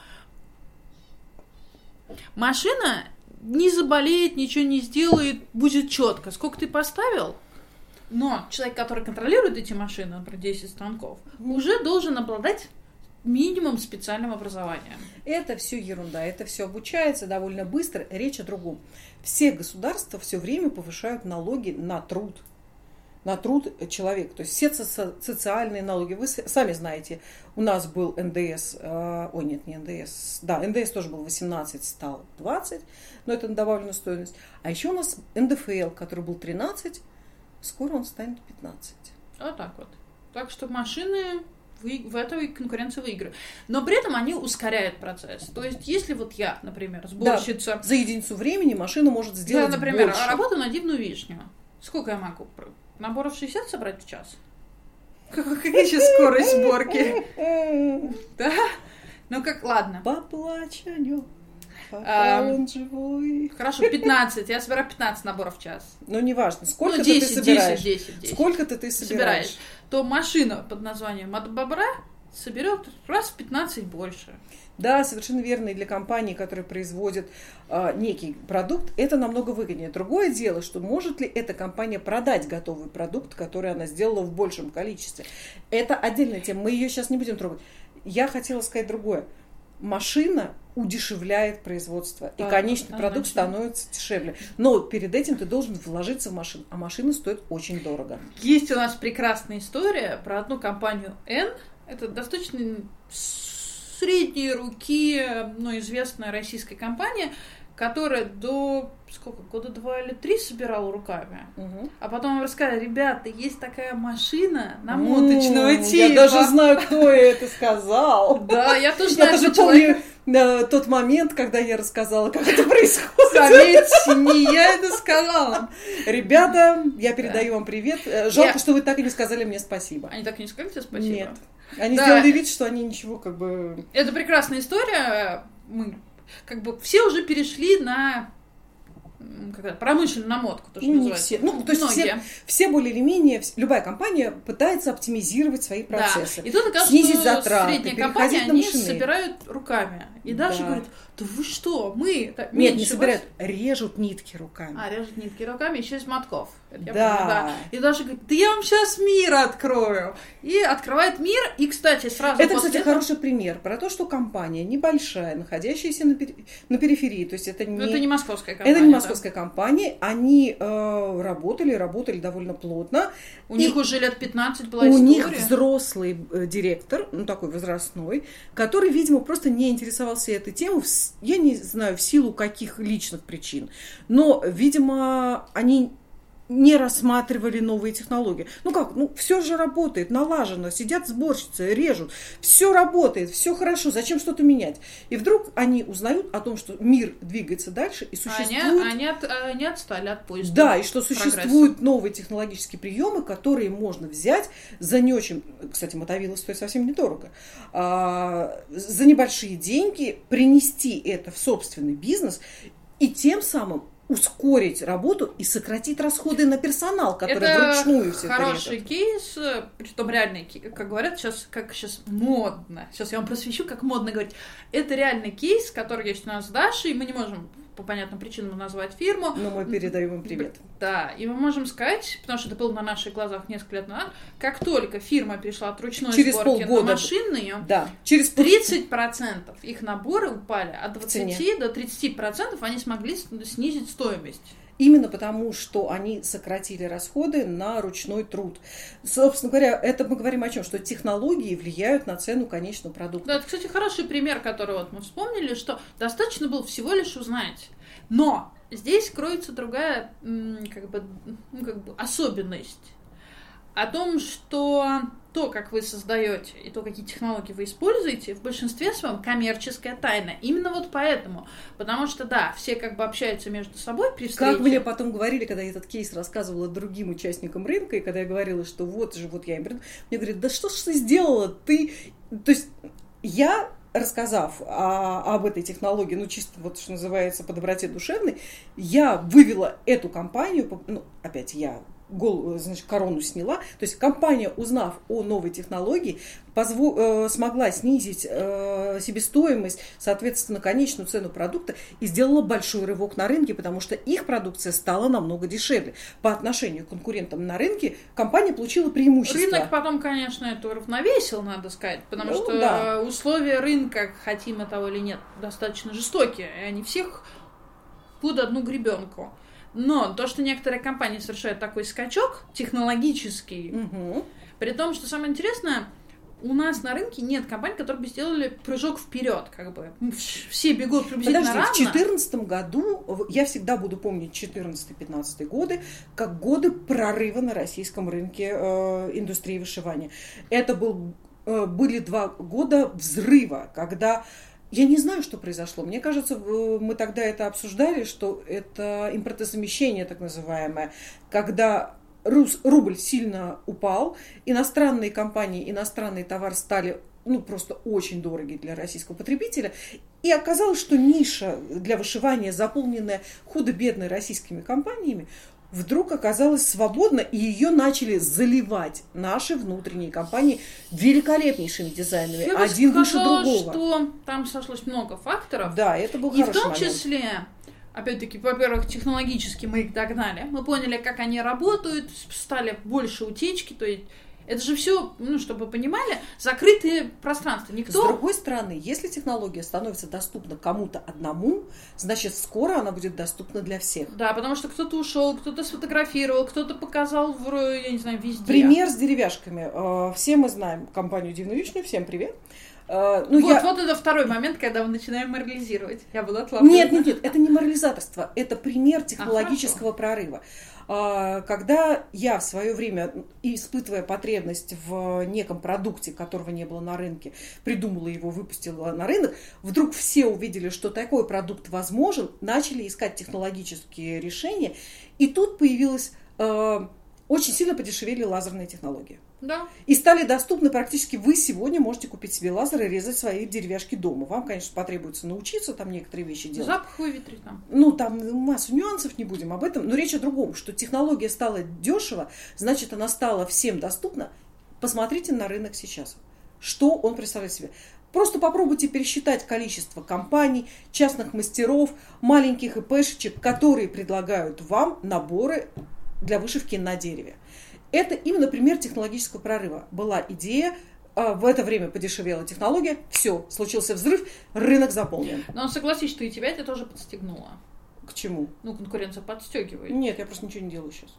Машина не заболеет, ничего не сделает, будет четко. Сколько ты поставил? Но человек, который контролирует эти машины, например, 10 станков, уже должен обладать минимум специальным образованием. Это все ерунда, это все обучается довольно быстро. Речь о другом. Все государства все время повышают налоги на труд человека. То есть все социальные налоги. Вы сами знаете, у нас был НДС, не НДС, да, НДС тоже был 18, стал 20, но это на добавленную стоимость. А еще у нас НДФЛ, который был 13, скоро он станет 15. Вот так вот. Так что машины в этой конкуренции выигрывают. Но при этом они ускоряют процесс. То есть, если вот я, например, сборщица... Да, за единицу времени машина может сделать больше. Я, например, больше. Работаю на дивную вишню. Сколько я могу? Наборов 60 собрать в час? Какая сейчас скорость сборки? Да? Ну как, ладно. Поплачь о нем, пока он живой. Хорошо, 15. Я собираю 15 наборов в час. Ну, неважно. Сколько ты собираешь? 10. Сколько-то ты собираешь. То машина под названием от бобра соберет раз в 15 больше. Да, совершенно верно. И для компании, которые производят некий продукт, это намного выгоднее. Другое дело, что может ли эта компания продать готовый продукт, который она сделала в большем количестве. Это отдельная тема. Мы ее сейчас не будем трогать. Я хотела сказать другое. Машина удешевляет производство, и конечный продукт становится дешевле. Но перед этим ты должен вложиться в машину, а машина стоит очень дорого. Есть у нас прекрасная история про одну компанию N. Это достаточно средней руки, но известная российская компания, которая до года 2 или 3 собирала руками. А потом рассказали: ребята, есть такая машина намоточного типа. Я даже знаю, кто это сказал. Да, я тоже знаю, что помню тот момент, когда я рассказала, как это происходит. Заметьте, не я это сказала. Ребята, я передаю вам привет. Жалко, что вы так и не сказали мне спасибо. Они так и не сказали тебе спасибо? Нет. Они сделали вид, что они ничего Это прекрасная история. Мы все уже перешли на промышленную намотку, то, что называется. Все. То есть все более или менее, любая компания пытается оптимизировать свои процессы. Да. И тут оказывается, снизить затраты, средняя компания, они собирают руками. И даже говорят: да вы что, мы... Нет, не собирают, режут нитки руками. Режут нитки руками, еще из мотков. Да. И даже говорит: да я вам сейчас мир открою. И открывает мир, и, кстати, сразу это, кстати, хороший пример про то, что компания небольшая, находящаяся на периферии, то есть это не московская компания. Это не московская компания, они работали довольно плотно. У них уже лет 15 была история. У них взрослый директор, такой возрастной, который, видимо, просто не интересовался этой темой, я не знаю, в силу каких личных причин, но, видимо, они не рассматривали новые технологии. Все же работает, налажено, сидят сборщицы, режут, все работает, все хорошо, зачем что-то менять? И вдруг они узнают о том, что мир двигается дальше и существует... Они отстали от поезда. Да, и что существуют новые технологические приемы, которые можно взять за не очень... Кстати, мотовилы стоят совсем недорого. За небольшие деньги принести это в собственный бизнес и тем самым ускорить работу и сократить расходы на персонал, который вручную все это режет. Хороший кейс, притом реальный кейс, как говорят сейчас, как сейчас модно. Сейчас я вам просвещу, как модно говорить. Это реальный кейс, который есть у нас с Дашей, мы не можем по понятным причинам назвать фирму. Но мы передаем им привет. Да, и мы можем сказать, потому что это было на наших глазах несколько лет назад, как только фирма перешла от ручной сборки на машинную, через 30% их наборы упали, от 20 до 30% они смогли снизить стоимость. Именно потому, что они сократили расходы на ручной труд. Собственно говоря, это мы говорим о чем? Что технологии влияют на цену конечного продукта. Да, это, кстати, хороший пример, который вот мы вспомнили, что достаточно было всего лишь узнать. Но здесь кроется другая особенность. О том, что то, как вы создаете, и то, какие технологии вы используете, в большинстве своем коммерческая тайна. Именно вот поэтому. Потому что, да, все как бы общаются между собой при встрече. Как мне потом говорили, когда я этот кейс рассказывала другим участникам рынка, и когда я говорила, что вот я им приду, мне говорят, да что ж ты сделала? То есть я, рассказав об этой технологии, чисто вот, что называется, по доброте душевной, я вывела эту компанию, опять я корону сняла. То есть компания, узнав о новой технологии, смогла снизить себестоимость, соответственно, конечную цену продукта и сделала большой рывок на рынке, потому что их продукция стала намного дешевле. По отношению к конкурентам на рынке компания получила преимущество. Рынок потом, конечно, это уравновесил, надо сказать, потому что условия рынка, хотим мы того или нет, достаточно жестокие, и они всех под одну гребенку. Но то, что некоторые компании совершают такой скачок технологический, при том, что самое интересное, у нас на рынке нет компаний, которые бы сделали прыжок вперед, как бы. Все бегут приблизительно равно. В 2014 году, я всегда буду помнить 2014-2015 годы, как годы прорыва на российском рынке индустрии вышивания. Это были 2 года взрыва, когда... Я не знаю, что произошло. Мне кажется, мы тогда это обсуждали, что это импортозамещение так называемое, когда рубль сильно упал, иностранные компании, иностранные товары стали просто очень дороги для российского потребителя. И оказалось, что ниша для вышивания, заполненная худо-бедно российскими компаниями, вдруг оказалась свободна, и ее начали заливать наши внутренние компании великолепнейшими дизайнами, один выше другого. Что там сошлось много факторов. Да, это был хороший момент. И в том числе, опять-таки, во-первых, технологически мы их догнали, мы поняли, как они работают, стали больше утечки, то есть это же все, чтобы вы понимали, закрытые пространства. Никто... С другой стороны, если технология становится доступна кому-то одному, значит, скоро она будет доступна для всех. Да, потому что кто-то ушел, кто-то сфотографировал, кто-то показал, я не знаю, везде. Пример с деревяшками. Все мы знаем компанию Дивную Вишню, всем привет. Вот это второй момент, когда мы начинаем морализировать. Я буду отлавливать. Нет, это не морализаторство, это пример технологического прорыва. Когда я в свое время, испытывая потребность в неком продукте, которого не было на рынке, придумала его, выпустила на рынок, вдруг все увидели, что такой продукт возможен, начали искать технологические решения, и тут появилась, очень сильно подешевели лазерные технологии. Да. И стали доступны практически. Вы сегодня можете купить себе лазер и резать свои деревяшки дома. Вам, конечно, потребуется научиться там некоторые вещи делать. Запах выветрить там. Там массу нюансов, не будем об этом. Но речь о другом, что технология стала дешево, значит, она стала всем доступна. Посмотрите на рынок сейчас. Что он представляет себе? Просто попробуйте пересчитать количество компаний, частных мастеров, маленьких ИПшечек, которые предлагают вам наборы для вышивки на дереве. Это именно пример технологического прорыва. Была идея, в это время подешевела технология, все, случился взрыв, рынок заполнен. Но согласись, что и тебя это тоже подстегнуло. К чему? Конкуренция подстегивает. Нет, я просто ничего не делаю сейчас.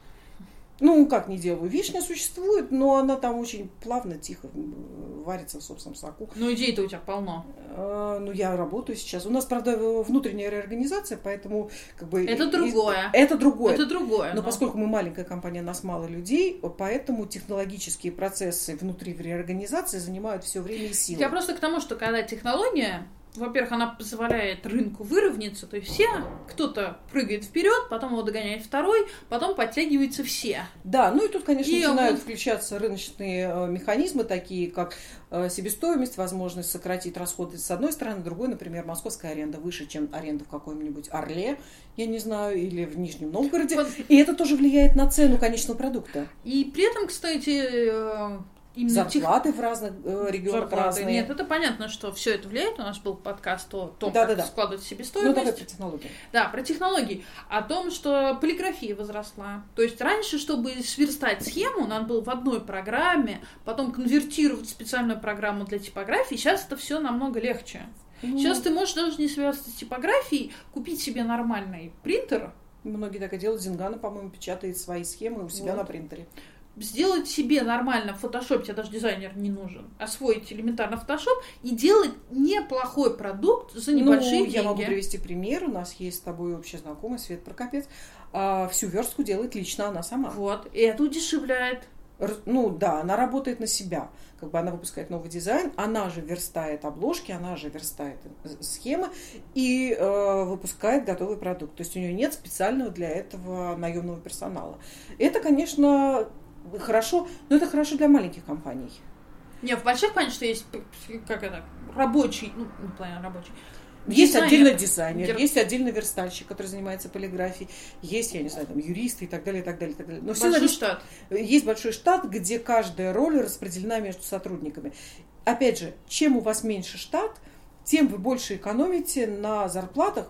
Как не делаю? Вишня существует, но она там очень плавно, тихо варится в собственном соку. Идей-то у тебя полно. Я работаю сейчас. У нас, правда, внутренняя реорганизация, поэтому Это другое. Это другое. Это другое. Но поскольку мы маленькая компания, нас мало людей, поэтому технологические процессы внутри реорганизации занимают все время и силы. Я просто к тому, что когда технология... Во-первых, она позволяет рынку выровняться, то есть все, кто-то прыгает вперед, потом его догоняет второй, потом подтягиваются все. Да, и тут, конечно, начинают включаться рыночные механизмы, такие как себестоимость, возможность сократить расходы с одной стороны, с другой, например, московская аренда выше, чем аренда в каком-нибудь Орле, я не знаю, или в Нижнем Новгороде, и это тоже влияет на цену конечного продукта. И при этом, кстати... Зарплаты в разных регионах разные. Нет, это понятно, что все это влияет. У нас был подкаст о том, как складывать себестоимость. Давай про технологии. Да, про технологии. О том, что полиграфия возросла. То есть раньше, чтобы сверстать схему, надо было в одной программе, потом конвертировать в специальную программу для типографии. Сейчас это все намного легче. Сейчас ты можешь даже не связаться с типографией, купить себе нормальный принтер, Многие так и делают. Зингана, по-моему, печатает свои схемы у себя на принтере. Сделать себе нормально в Photoshop, тебе даже дизайнер не нужен, освоить элементарно Photoshop и делать неплохой продукт за небольшие деньги. Я могу привести пример. У нас есть с тобой общий знакомый, Свет Прокопец. Всю верстку делает лично она сама. Вот, и это удешевляет. Она работает на себя. Как бы она выпускает новый дизайн, она же верстает обложки, она же верстает схемы и выпускает готовый продукт. То есть у нее нет специального для этого наемного персонала. Это, конечно, хорошо, но это хорошо для маленьких компаний. Не, в больших компаниях, что есть, рабочий, рабочий. Есть отдельно дизайнер, есть отдельно верстальщик, который занимается полиграфией, есть, я не знаю, там, юристы и так далее, и так далее, и так далее. Но большой штат. Есть большой штат, где каждая роль распределена между сотрудниками. Опять же, чем у вас меньше штат, тем вы больше экономите на зарплатах,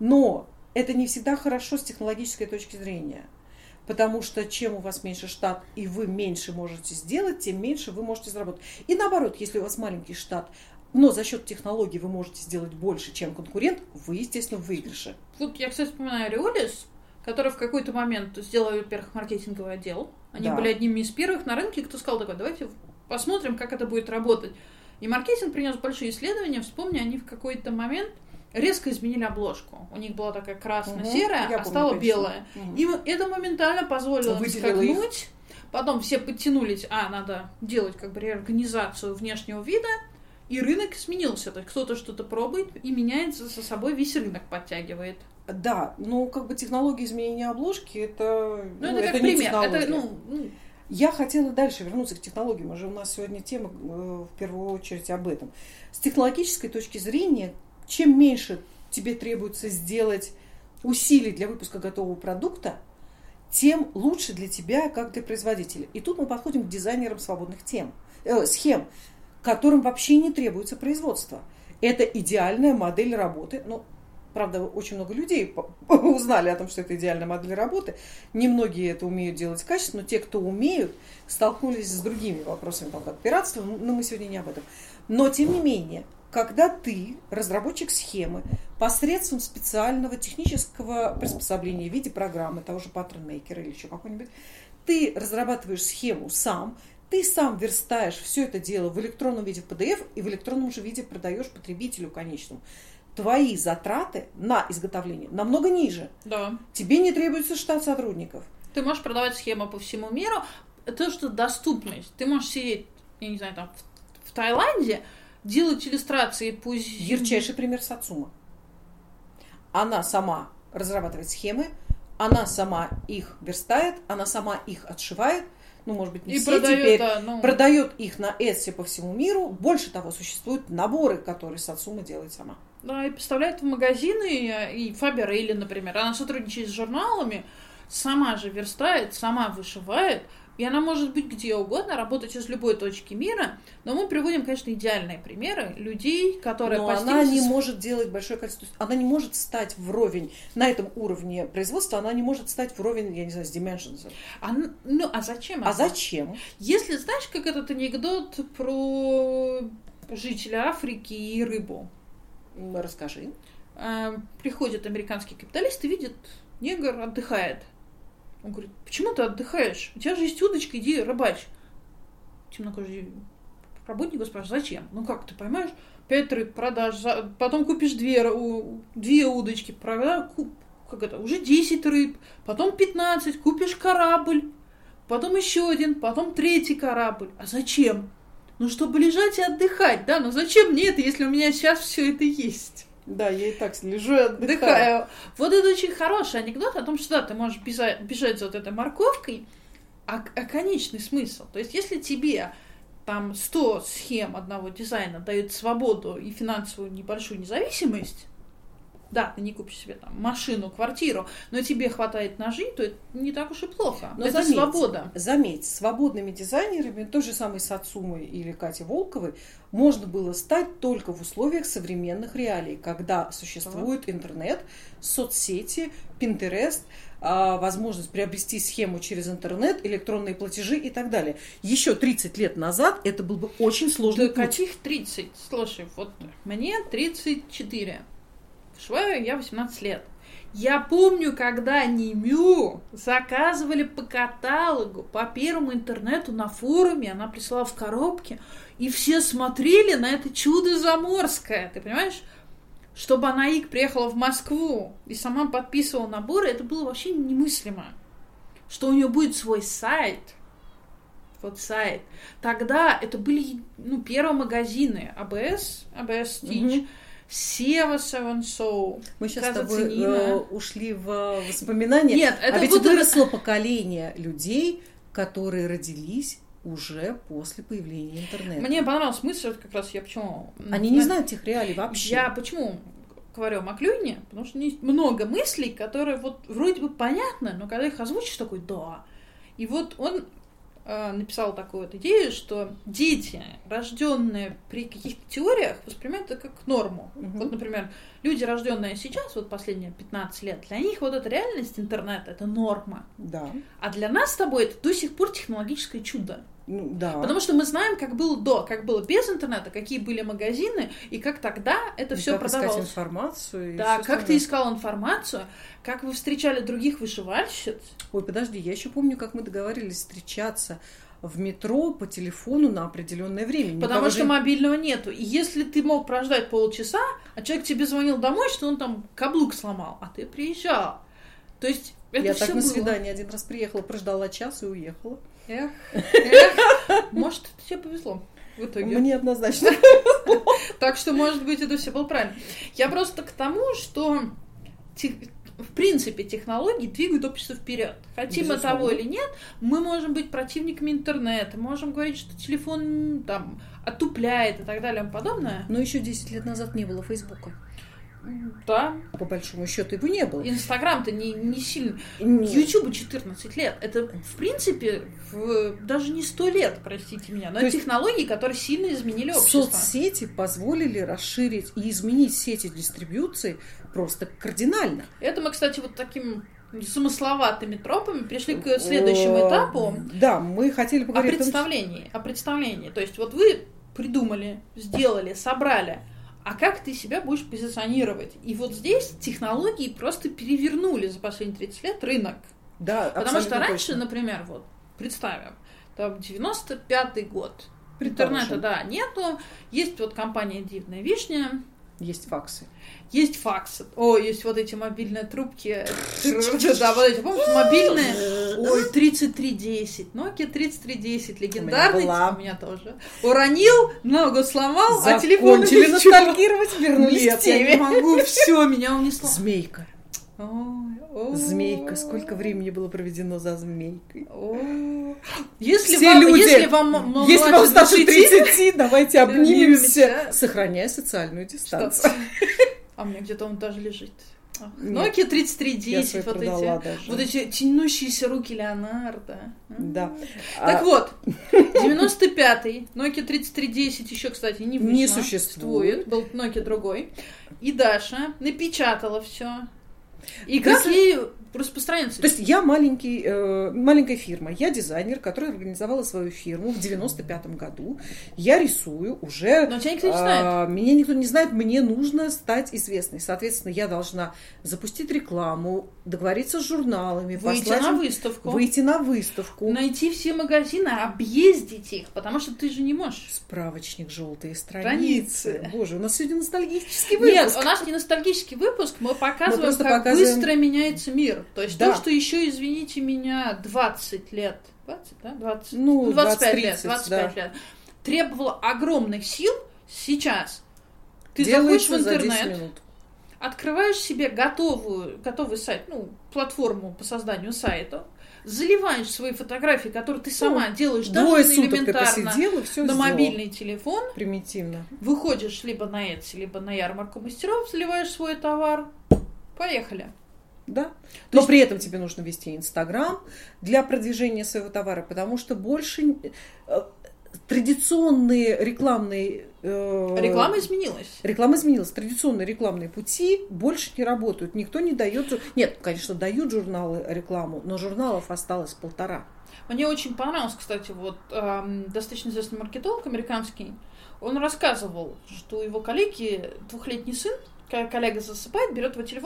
но это не всегда хорошо с технологической точки зрения. Потому что чем у вас меньше штат, и вы меньше можете сделать, тем меньше вы можете заработать. И наоборот, если у вас маленький штат, но за счет технологий вы можете сделать больше, чем конкурент, вы, естественно, в выигрыше. Вот я, кстати, вспоминаю Риолис, который в какой-то момент сделали, во-первых, маркетинговый отдел. Они были одними из первых на рынке, кто сказал такой, давайте посмотрим, как это будет работать. И маркетинг принес большие исследования. Вспомни, они в какой-то момент резко изменили обложку. У них была такая красно-серая, стала белая. Им это моментально позволило скакнуть. Потом все подтянулись, надо делать как бы реорганизацию внешнего вида. И рынок сменился. То есть кто-то что-то пробует и меняется за собой, весь рынок подтягивает. Да, как бы технология изменения обложки, это как не пример. технология. Я хотела дальше вернуться к технологиям. У нас сегодня тема в первую очередь об этом. С технологической точки зрения, чем меньше тебе требуется сделать усилий для выпуска готового продукта, тем лучше для тебя, как для производителя. И тут мы подходим к дизайнерам свободных схем, которым вообще не требуется производство. Это идеальная модель работы. Правда, очень много людей узнали о том, что это идеальная модель работы. Немногие это умеют делать качественно, но те, кто умеют, столкнулись с другими вопросами, как пиратство, но мы сегодня не об этом. Но, тем не менее, когда ты, разработчик схемы, посредством специального технического приспособления в виде программы, того же Pattern Maker или еще какой-нибудь, ты разрабатываешь схему сам, ты сам верстаешь все это дело в электронном виде в PDF и в электронном же виде продаешь потребителю конечному. Твои затраты на изготовление намного ниже. Да. Тебе не требуется штат сотрудников. Ты можешь продавать схемы по всему миру. Это что доступность. Ты можешь сидеть, я не знаю, там в Таиланде, делать иллюстрации по... Ярчайший пример Сацума. Она сама разрабатывает схемы, она сама их верстает, она сама их отшивает. Может быть, не и все продает, теперь. Продает их на Etsy по всему миру. Больше того, существуют наборы, которые Сацума делает сама. Да, и поставляет в магазины, и Фабер Эйли, например. Она сотрудничает с журналами, сама же верстает, сама вышивает. И она может быть где угодно, работать из любой точки мира. Но мы приводим, конечно, идеальные примеры людей, которые... Но она не может делать большое количество... Она не может стать вровень, на этом уровне производства, она не может стать вровень, я не знаю, с Dimensions. А зачем? Зачем? Если, знаешь, как этот анекдот про жителя Африки и рыбу. Расскажи. Приходит американский капиталист и видит, негр отдыхает. Он говорит, почему ты отдыхаешь? У тебя же есть удочка, иди рыбачь. Темнокожий работник спрашивает, зачем? Как ты поймаешь? 5 рыб продашь, потом купишь 2 удочки, уже 10 рыб, потом 15, купишь корабль, потом еще 1, потом 3 корабль. А зачем? Чтобы лежать и отдыхать, да? Но зачем мне это, если у меня сейчас все это есть? Да, я и так лежу и отдыхаю. Вот это очень хороший анекдот о том, что да, ты можешь бежать за вот этой морковкой, а конечный смысл. То есть, если тебе там 100 схем одного дизайна дают свободу и финансовую небольшую независимость, да, ты не купишь себе там машину, квартиру, но тебе хватает ножей, то это не так уж и плохо. Но это свобода. Заметь, свободными дизайнерами, той же самой Сацумой или Кати Волковой, можно было стать только в условиях современных реалий, когда существует интернет, соцсети, Pinterest, возможность приобрести схему через интернет, электронные платежи и так далее. Еще 30 лет назад это был бы очень сложный путь. Каких 30? Слушай, вот мне 34. Шваю я 18 лет. Я помню, когда Нимю заказывали по каталогу, по первому интернету на форуме, она присылала в коробке, и все смотрели на это чудо заморское, ты понимаешь? Чтобы она приехала в Москву и сама подписывала наборы, это было вообще немыслимо. Что у нее будет свой сайт. Вот сайт. Тогда это были, первые магазины. ABS Stitch, Сева Seven Soul. Мы сейчас с тобой ушли в воспоминания. Нет, это ведь выросло поколение людей, которые родились уже после появления интернета. Мне понравилась мысль, как раз я почему... Они не знают тех реалий вообще. Я почему говорю о Маклюине? Потому что есть много мыслей, которые вот вроде бы понятны, но когда их озвучишь, такой, да. И вот он написал такую вот идею, что дети, рожденные при каких-то теориях, воспринимают это как норму. Вот, например, люди, рожденные сейчас, вот последние 15 лет, для них вот эта реальность интернета — это норма. Да. А для нас с тобой это до сих пор технологическое чудо. Да. Потому что мы знаем, как было до, как было без интернета, какие были магазины, и как тогда это все продавалось. Как искать информацию. Да, как ты искал информацию, как вы встречали других вышивальщиц. Ой, подожди, я еще помню, как мы договаривались встречаться в метро по телефону на определенное время. Потому что мобильного нету. И если ты мог прождать полчаса, а человек тебе звонил домой, что он там каблук сломал, а ты приезжал. То есть это я все так на было. свидание один раз приехала, прождала час и уехала. Эх. Может, это тебе повезло в итоге. Мне однозначно. Так что, может быть, это все было правильно. Я просто к тому, что в принципе технологии двигают общество вперед. Хотим мы того или нет, мы можем быть противниками интернета, можем говорить, что телефон там отупляет и так далее и подобное. Но еще 10 лет назад не было Фейсбука. Да. По большому счету его не было. Инстаграм-то не сильно. Ютубу 14 лет. Это, в принципе, даже не 100 лет, простите меня. Но это технологии, которые сильно изменили общество. Соцсети позволили расширить и изменить сети дистрибьюции просто кардинально. Это мы, кстати, вот таким замысловатыми тропами пришли к следующему этапу. Да, мы хотели поговорить о представлении. То есть вот вы придумали, сделали, собрали. А как ты себя будешь позиционировать? И вот здесь технологии просто перевернули за последние 30 лет рынок. Да, потому что раньше, точно. Например, вот, представим, там 95-й год. Интернета, да, нету. Есть вот компания «Дивная вишня». Есть факсы. Есть факсы. О, есть вот эти мобильные трубки. Да, вот эти, помните, мобильные? Ой, 3310. Nokia 3310. Легендарный. У меня тоже. Уронил, ногу сломал, а телефон... Закончили ностальгировать, вернулись Нет, я не могу. Все, меня унесло. Змейка. Змейка. Сколько времени было проведено за змейкой? Если вам старше 30, давайте обнимемся, сохраняя социальную дистанцию. А у меня где-то он даже лежит. Nokia 3310, вот эти тянущиеся руки Леонардо. Да. Так вот, 95-й, Nokia 3310 еще, кстати, не существует. Был Nokia другой. И Даша напечатала все. И как ей распространяться? То есть я маленькая фирма, я дизайнер, который организовала свою фирму в 95-м году. Я рисую уже... Но тебя никто не знает. Меня никто не знает, мне нужно стать известной. Соответственно, я должна запустить рекламу, договориться с журналами, выйти на выставку. Найти все магазины, объездить их, потому что ты же не можешь. Справочник, желтые страницы. Боже, у нас сегодня ностальгический выпуск. Нет, у нас не ностальгический выпуск, мы показываем, как быстро меняется мир. То есть то, что еще, извините меня, 20 лет, 20, да? 20, 25 лет, 25 лет, требовало огромных сил, сейчас ты заходишь в интернет, открываешь себе готовый сайт, платформу по созданию сайта, заливаешь свои фотографии, которые ты сама делаешь даже элементарно на мобильный телефон. Примитивно. Выходишь либо на Etsy, либо на ярмарку мастеров, заливаешь свой товар. Поехали. Да. Но при этом тебе нужно вести Инстаграм для продвижения своего товара, потому что больше традиционные рекламные... Реклама изменилась. Реклама изменилась. Традиционные рекламные пути больше не работают. Никто не дает... Нет, конечно, дают журналы рекламу, но журналов осталось 1,5. Мне очень понравился, кстати, достаточно известный маркетолог американский. Он рассказывал, что у его коллеги 2-летний сын, коллега засыпает, берет его телефон,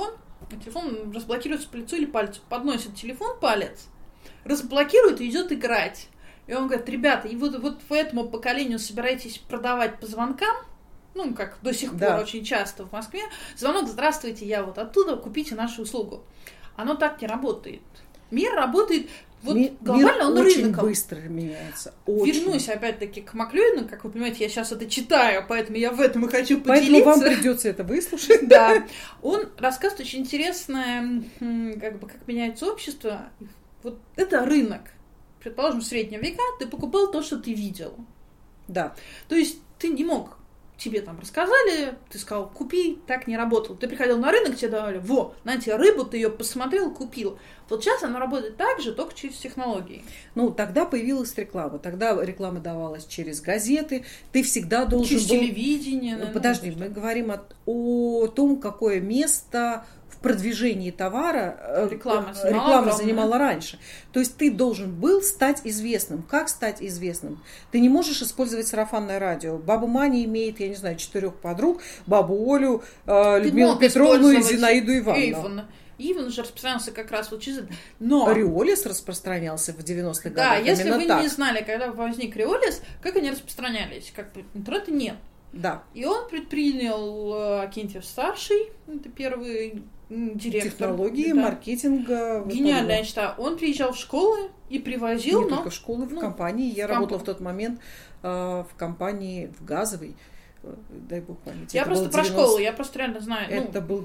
телефон разблокируется по лицу или пальцу. Подносит телефон, палец, разблокирует и идет играть. И он говорит: ребята, и вот вы этому поколению собираетесь продавать по звонкам, ну, как до сих пор очень часто в Москве, звонок: здравствуйте, я вот оттуда, купите нашу услугу. Оно так не работает. Мир работает, вот глобально он очень рынком. Быстро меняется. Очень. Вернусь опять-таки к Маклюину, как вы понимаете, я сейчас это читаю, поэтому я в этом и хочу поделиться. Поэтому вам придется это выслушать. Да. Он рассказывает очень интересное, как меняется общество. Вот это рынок. Предположим, в средние века ты покупал то, что ты видел. Да. То есть ты не мог, тебе там рассказали, ты сказал: купи, так не работало. Ты приходил на рынок, тебе давали: на тебе рыбу, ты ее посмотрел, купил. Вот сейчас она работает так же, только через технологии. Ну, тогда появилась реклама. Тогда реклама давалась через газеты. Ты всегда должен через телевидение. Подожди, мы говорим о том, какое место в продвижении товара реклама занимала раньше. То есть ты должен был стать известным. Как стать известным? Ты не можешь использовать сарафанное радио. Баба Маня имеет, я не знаю, 4 подруг: бабу Олю, Людмилу Петровну и Зинаиду Ивановну. Иван же распространялся как раз вот через... Но... Риолис распространялся в 90-х годах. Да, если вы так. не знали, когда возник Риолис, как они распространялись? Как бы интернета нет. Да. И он предпринял Акинфьев-старший, это первый директор. Технологии, маркетинга. Гениально, я считаю. Он приезжал в школы и привозил... Не только в школы, в компании. Я работала в тот момент в компании, в газовой. Дай бог памяти. Я просто про школу, я просто реально знаю. Это был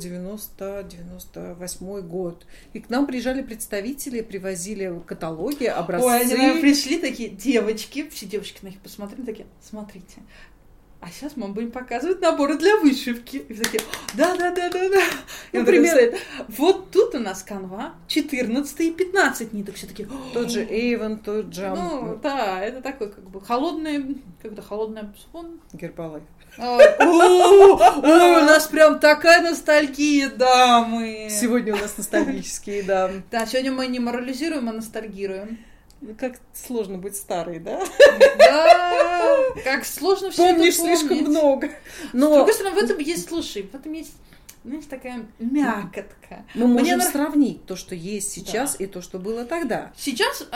98-й год. И к нам приезжали представители, привозили каталоги, образцы. Ой, они, наверное, пришли такие девочки, все девочки на них посмотрели, такие: смотрите, а сейчас мы будем показывать наборы для вышивки. И такие: да. Например, вот тут у нас канва, 14 и 15 ниток. Все такие: тот же Avon, тот же... Ну, да, это такой как бы холодный обзвон. Гербалайф. Ой, у нас прям такая ностальгия, дамы. Сегодня у нас ностальгические, да. Да, сегодня мы не морализируем, а ностальгируем. Как сложно быть старой, да? Да, как сложно все это помнить. Помнишь слишком много. Но... С другой стороны, в этом есть, в этом есть, знаешь, такая мякотка. Мы можем сравнить то, что есть сейчас, и то, что было тогда. Сейчас,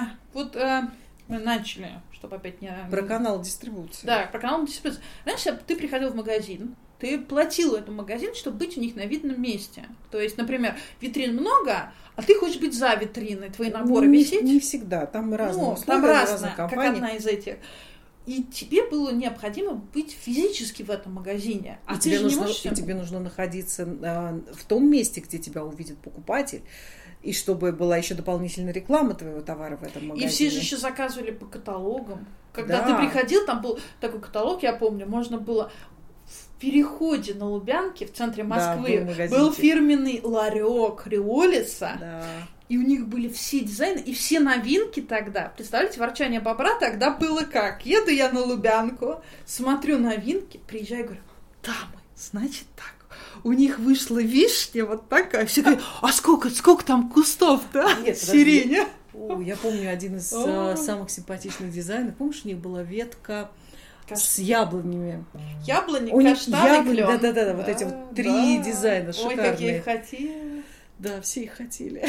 мы начали, чтобы опять не... Про канал дистрибуции. Да, про канал дистрибуции. Раньше ты приходил в магазин, ты платил этому магазину, чтобы быть у них на видном месте. То есть, например, витрин много, а ты хочешь быть за витриной, твои наборы висеть. Не всегда, там разные условия, там разные компании. Как одна из этих. И тебе было необходимо быть физически в этом магазине. А тебе нужно находиться в том месте, где тебя увидит покупатель. И чтобы была еще дополнительная реклама твоего товара в этом магазине. И все же еще заказывали по каталогам. Когда ты приходил, там был такой каталог, я помню, можно было в переходе на Лубянке в центре Москвы был фирменный ларек Риолиса. Да. И у них были все дизайны и все новинки тогда. Представляете, ворчание бобра тогда было как? Еду я на Лубянку, смотрю новинки, приезжаю и говорю: дамы, значит так. У них вышла вишня вот такая. Все говорят: а сколько там кустов-то? Сирени. Я помню один из самых симпатичных дизайнов. Помнишь, у них была ветка с яблонями. Яблони, каштан и клен. Да, вот эти вот 3 дизайна шикарные. Ой, как я их хотела. Да, все их хотели.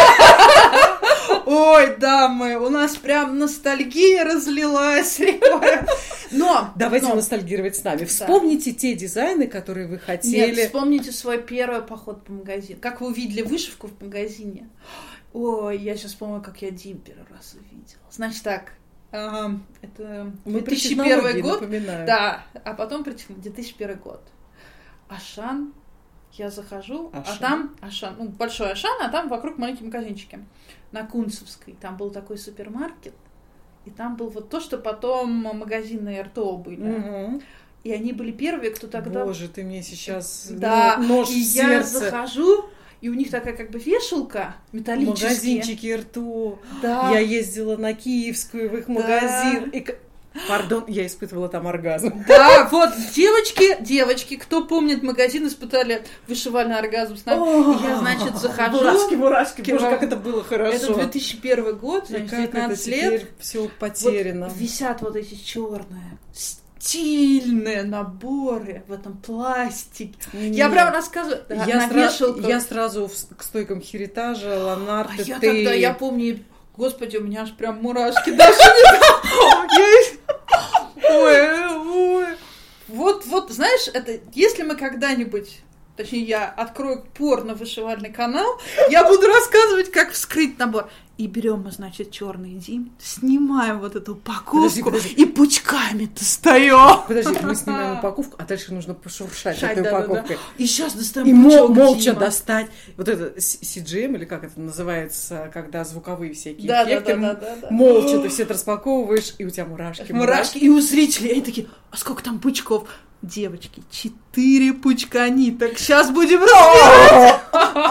Ой, дамы, у нас прям ностальгия разлилась рекой. Но давайте ностальгировать с нами. Вспомните те дизайны, которые вы хотели. Нет, вспомните свой первый поход по магазину. Как вы увидели вышивку в магазине. Ой, я сейчас помню, как я Дим первый раз увидела. Значит так, это 2001 год. Напоминаю. Да, а потом 2001 год. Ашан. Я захожу, а там Ашан, большой Ашан, а там вокруг маленькие магазинчики. На Кунцевской. Там был такой супермаркет. И там был вот то, что потом магазины РТО были. Угу. И они были первые, кто тогда... Боже, ты мне сейчас нож в сердце. Я захожу, и у них такая как бы вешалка металлическая. Магазинчики РТО. Да. Я ездила на Киевскую в их магазин. И... Пардон, я испытывала там оргазм. Да, вот, девочки, кто помнит, магазин испытали вышивальный оргазм с нами. Я, значит, захожу. Мурашки, боже, как это было хорошо. Это 2001 год, значит, 19 лет. Все потеряно. Вот висят вот эти черные тактильные наборы в этом пластике. Я прям рассказываю на вешалках. Я сразу к стойкам Херитажа, Ланарте, я тогда, я помню, господи, у меня аж прям мурашки дошли. Ой. Вот, знаешь, это если мы когда-нибудь, точнее, я открою порно-вышивальный канал, я буду рассказывать, как вскрыть набор. И берем мы, значит, черный Дим, снимаем вот эту упаковку и пучками достаем. Подожди, мы снимаем упаковку, а дальше нужно пошуршать этой упаковкой. Да. И сейчас достаем и молча достать. Вот это CGM, или как это называется, когда звуковые всякие эффекты. Да. Молча ты все это распаковываешь, и у тебя мурашки. И у зрителей, они такие, а сколько там пучков? Девочки, 4 пучка ниток. Сейчас будем разбирать.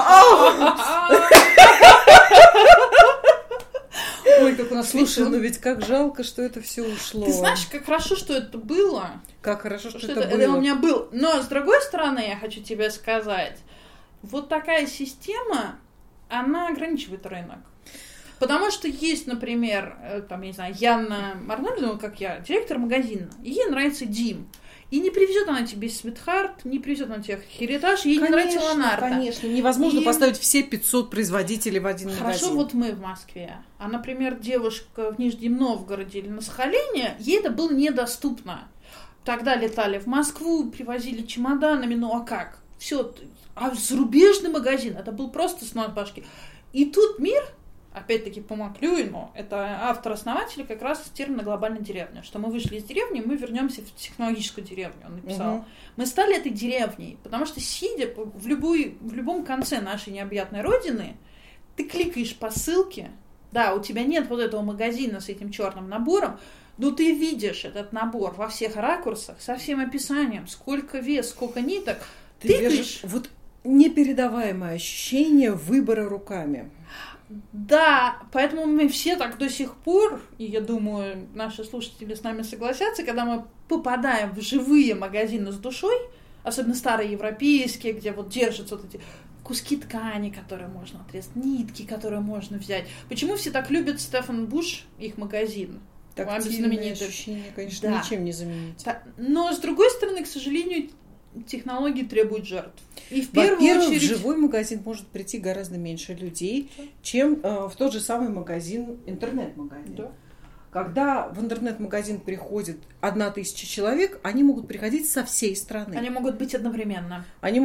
Ой, как у нас слушай, ну ведь как жалко, что это все ушло. Ты знаешь, как хорошо, что это было. Как хорошо, что это было. Это у меня было. Но, с другой стороны, я хочу тебе сказать, вот такая система, она ограничивает рынок. Потому что есть, например, там, я не знаю, Яна Арнольдовна, как я, директор магазина, и ей нравится Дим. И не привезет она тебе Sweetheart, не привезет она тебе Heritage, ей не нравится Ланарте. Конечно, невозможно поставить все 500 производителей в один магазин. Хорошо, вот мы в Москве. А, например, девушка в Нижнем Новгороде или на Сахалине, ей это было недоступно. Тогда летали в Москву, привозили чемоданами, ну а как? Все. А зарубежный магазин, это был просто снос башки. И тут мир... Опять-таки по Маклюину, это автор-основатель как раз термина «глобальная деревня», что мы вышли из деревни, мы вернемся в технологическую деревню, он написал. Мы стали этой деревней, потому что, сидя в любом конце нашей необъятной родины, ты кликаешь по ссылке, да, у тебя нет вот этого магазина с этим черным набором, но ты видишь этот набор во всех ракурсах, со всем описанием, сколько вес, сколько ниток. Ты видишь, вот непередаваемое ощущение выбора руками. Да, поэтому мы все так до сих пор, и я думаю, наши слушатели с нами согласятся, когда мы попадаем в живые магазины с душой, особенно старые европейские, где вот держатся вот эти куски ткани, которые можно отрезать, нитки, которые можно взять. Почему все так любят Стефан Буш, их магазин? Тактильное ощущение, конечно, да. Ничем не заменить. Но, с другой стороны, к сожалению, технологии требуют жертв. И в первую очередь... в живой магазин может прийти гораздо меньше людей, чем в тот же самый магазин, интернет-магазин. Да. Когда в интернет-магазин приходит 1000 человек, они могут приходить со всей страны. Они могут быть одновременно.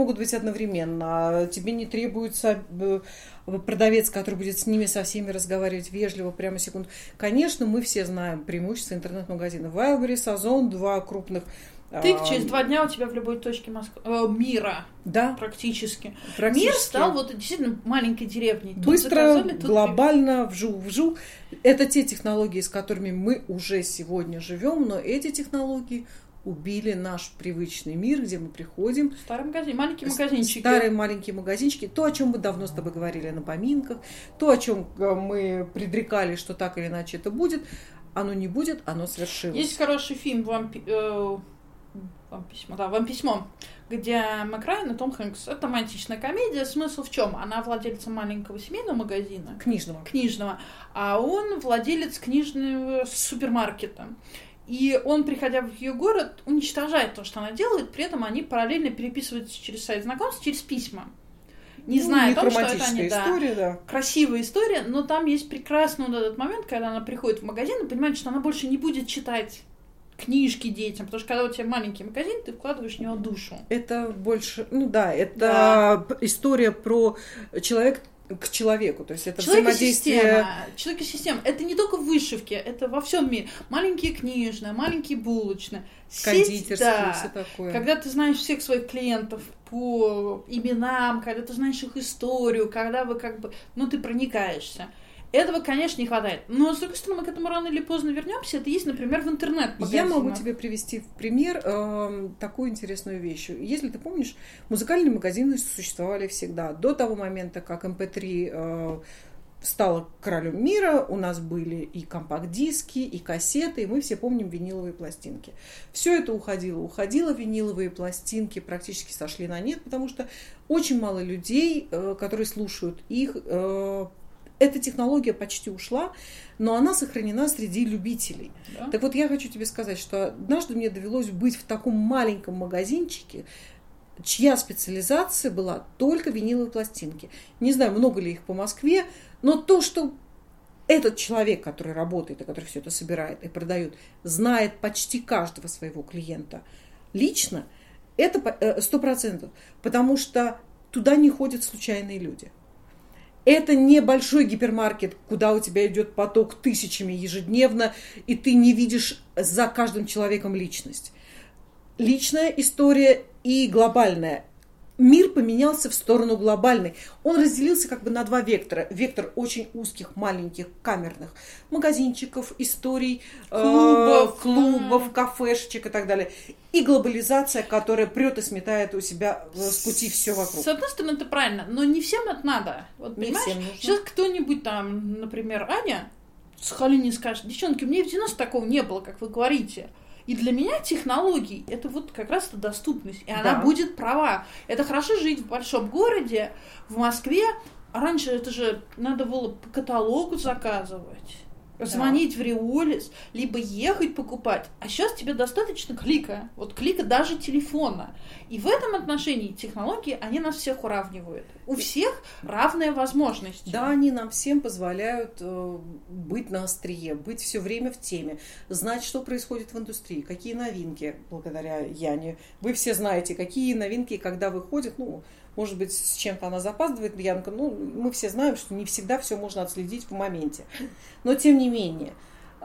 Тебе не требуется продавец, который будет с ними со всеми разговаривать вежливо, прямо секунду. Конечно, мы все знаем преимущества интернет-магазина. Wildberries, Озон, 2 крупных. Ты через 2 дня у тебя в любой точке мира. Да. Практически. Мир стал вот действительно маленькой деревней. Быстро, глобально, вжу. Это те технологии, с которыми мы уже сегодня живем, но эти технологии убили наш привычный мир, где мы приходим. Старые магазины, маленькие магазинчики. Старые маленькие магазинчики. То, о чем мы давно с тобой говорили на поминках, то, о чем мы предрекали, что так или иначе это будет, оно не будет, оно свершилось. Есть хороший фильм «Вам письмо», где Мэг Райан и Том Хэнкс. Это романтичная комедия. Смысл в чем? Она владельца маленького семейного магазина. Книжного. А он владелец книжного супермаркета. И он, приходя в ее город, уничтожает то, что она делает. При этом они параллельно переписываются через сайт знакомств, через письма. Не зная о том, что это они, история, красивая история, но там есть прекрасный вот этот момент, когда она приходит в магазин и понимает, что она больше не будет читать книжки детям, потому что когда у тебя маленький магазин, ты вкладываешь в него душу. Это больше, история про человека к человеку, то есть это взаимодействие. Человек-система. Это не только в вышивке, это во всем мире. Маленькие книжные, маленькие булочные, кондитерские, все такое. Когда ты знаешь всех своих клиентов по именам, когда ты знаешь их историю, когда вы ты проникаешься. Этого, конечно, не хватает. Но, с другой стороны, мы к этому рано или поздно вернемся. Это есть, например, в интернет-магазинах. Я могу тебе привести в пример такую интересную вещь. Если ты помнишь, музыкальные магазины существовали всегда. До того момента, как MP3 стала королем мира, у нас были и компакт-диски, и кассеты, и мы все помним виниловые пластинки. Все это уходило, виниловые пластинки практически сошли на нет, потому что очень мало людей, которые слушают их, эта технология почти ушла, но она сохранена среди любителей. Да. Так вот, я хочу тебе сказать, что однажды мне довелось быть в таком маленьком магазинчике, чья специализация была только виниловые пластинки. Не знаю, много ли их по Москве, но то, что этот человек, который работает и который все это собирает и продает, знает почти каждого своего клиента лично, это 100%, потому что туда не ходят случайные люди. Это не большой гипермаркет, куда у тебя идет поток тысячами ежедневно, и ты не видишь за каждым человеком личность. Личная история и глобальная. Мир поменялся в сторону глобальной. Он разделился как бы на два вектора. Вектор очень узких, маленьких, камерных магазинчиков, историй, клубов, кафешечек и так далее. И глобализация, которая прет и сметает у себя с пути все вокруг. С одной стороны, это правильно, но не всем это надо. Вот, не понимаешь, всем нужно. Сейчас кто-нибудь там, например, Аня, с Халини скажет: девчонки, у меня в 90 такого не было, как вы говорите. И для меня технологии – это вот как раз эта доступность. И она будет права. Это хорошо жить в большом городе, в Москве. А раньше это же надо было по каталогу заказывать, звонить в Риолис, либо ехать покупать. А сейчас тебе достаточно клика. Вот клика даже телефона. И в этом отношении технологии, они нас всех уравнивают. У всех равные возможности. Да, они нам всем позволяют быть на острие, быть все время в теме, знать, что происходит в индустрии, какие новинки, благодаря Яне. Вы все знаете, какие новинки, когда выходят, может быть, с чем-то она запаздывает, Янка, мы все знаем, что не всегда все можно отследить в моменте. Но, тем не менее,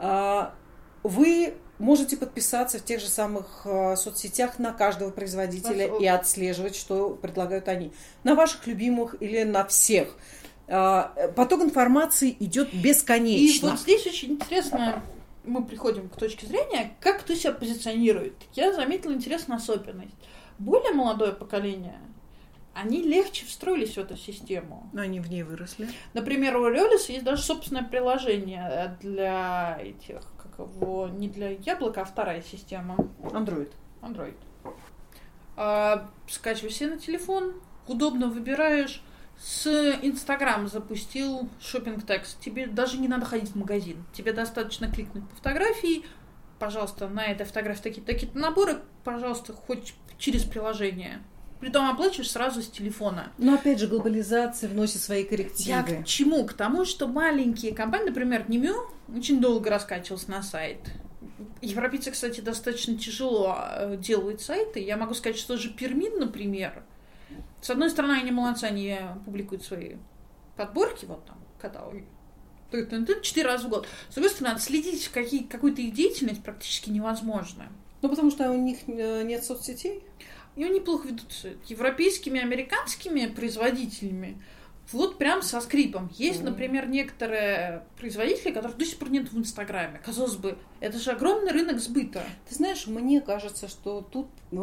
вы можете подписаться в тех же самых соцсетях на каждого производителя и отслеживать, что предлагают они. На ваших любимых или на всех. Поток информации идет бесконечно. И вот здесь очень интересно, мы приходим к точке зрения, как кто себя позиционирует. Я заметила интересную особенность. Более молодое поколение, они легче встроились в эту систему. Но они в ней выросли. Например, у Риолиса есть даже собственное приложение для этих, не для яблока, а вторая система. Android. Скачиваешь себе на телефон, удобно выбираешь. С Инстаграм запустил шопинг-текст. Тебе даже не надо ходить в магазин. Тебе достаточно кликнуть по фотографии. Пожалуйста, на этой фотографии такие-то наборы. Пожалуйста, хоть через приложение. Притом оплачиваешь сразу с телефона. Но опять же, глобализация вносит свои коррективы. Я к чему? К тому, что маленькие компании, например, Немю, очень долго раскачивался на сайт. Европейцы, кстати, достаточно тяжело делают сайты. Я могу сказать, что же Пермин, например, с одной стороны, они молодцы, они публикуют свои подборки, вот там, каталоги, 4 раза в год. С другой стороны, отследить какую-то их деятельность практически невозможно. Потому что у них нет соцсетей. И они плохо ведутся европейскими, американскими производителями. Вот прям со скрипом. Есть, например, некоторые производители, которых до сих пор нет в Инстаграме. Казалось бы, это же огромный рынок сбыта. Ты знаешь, мне кажется, что тут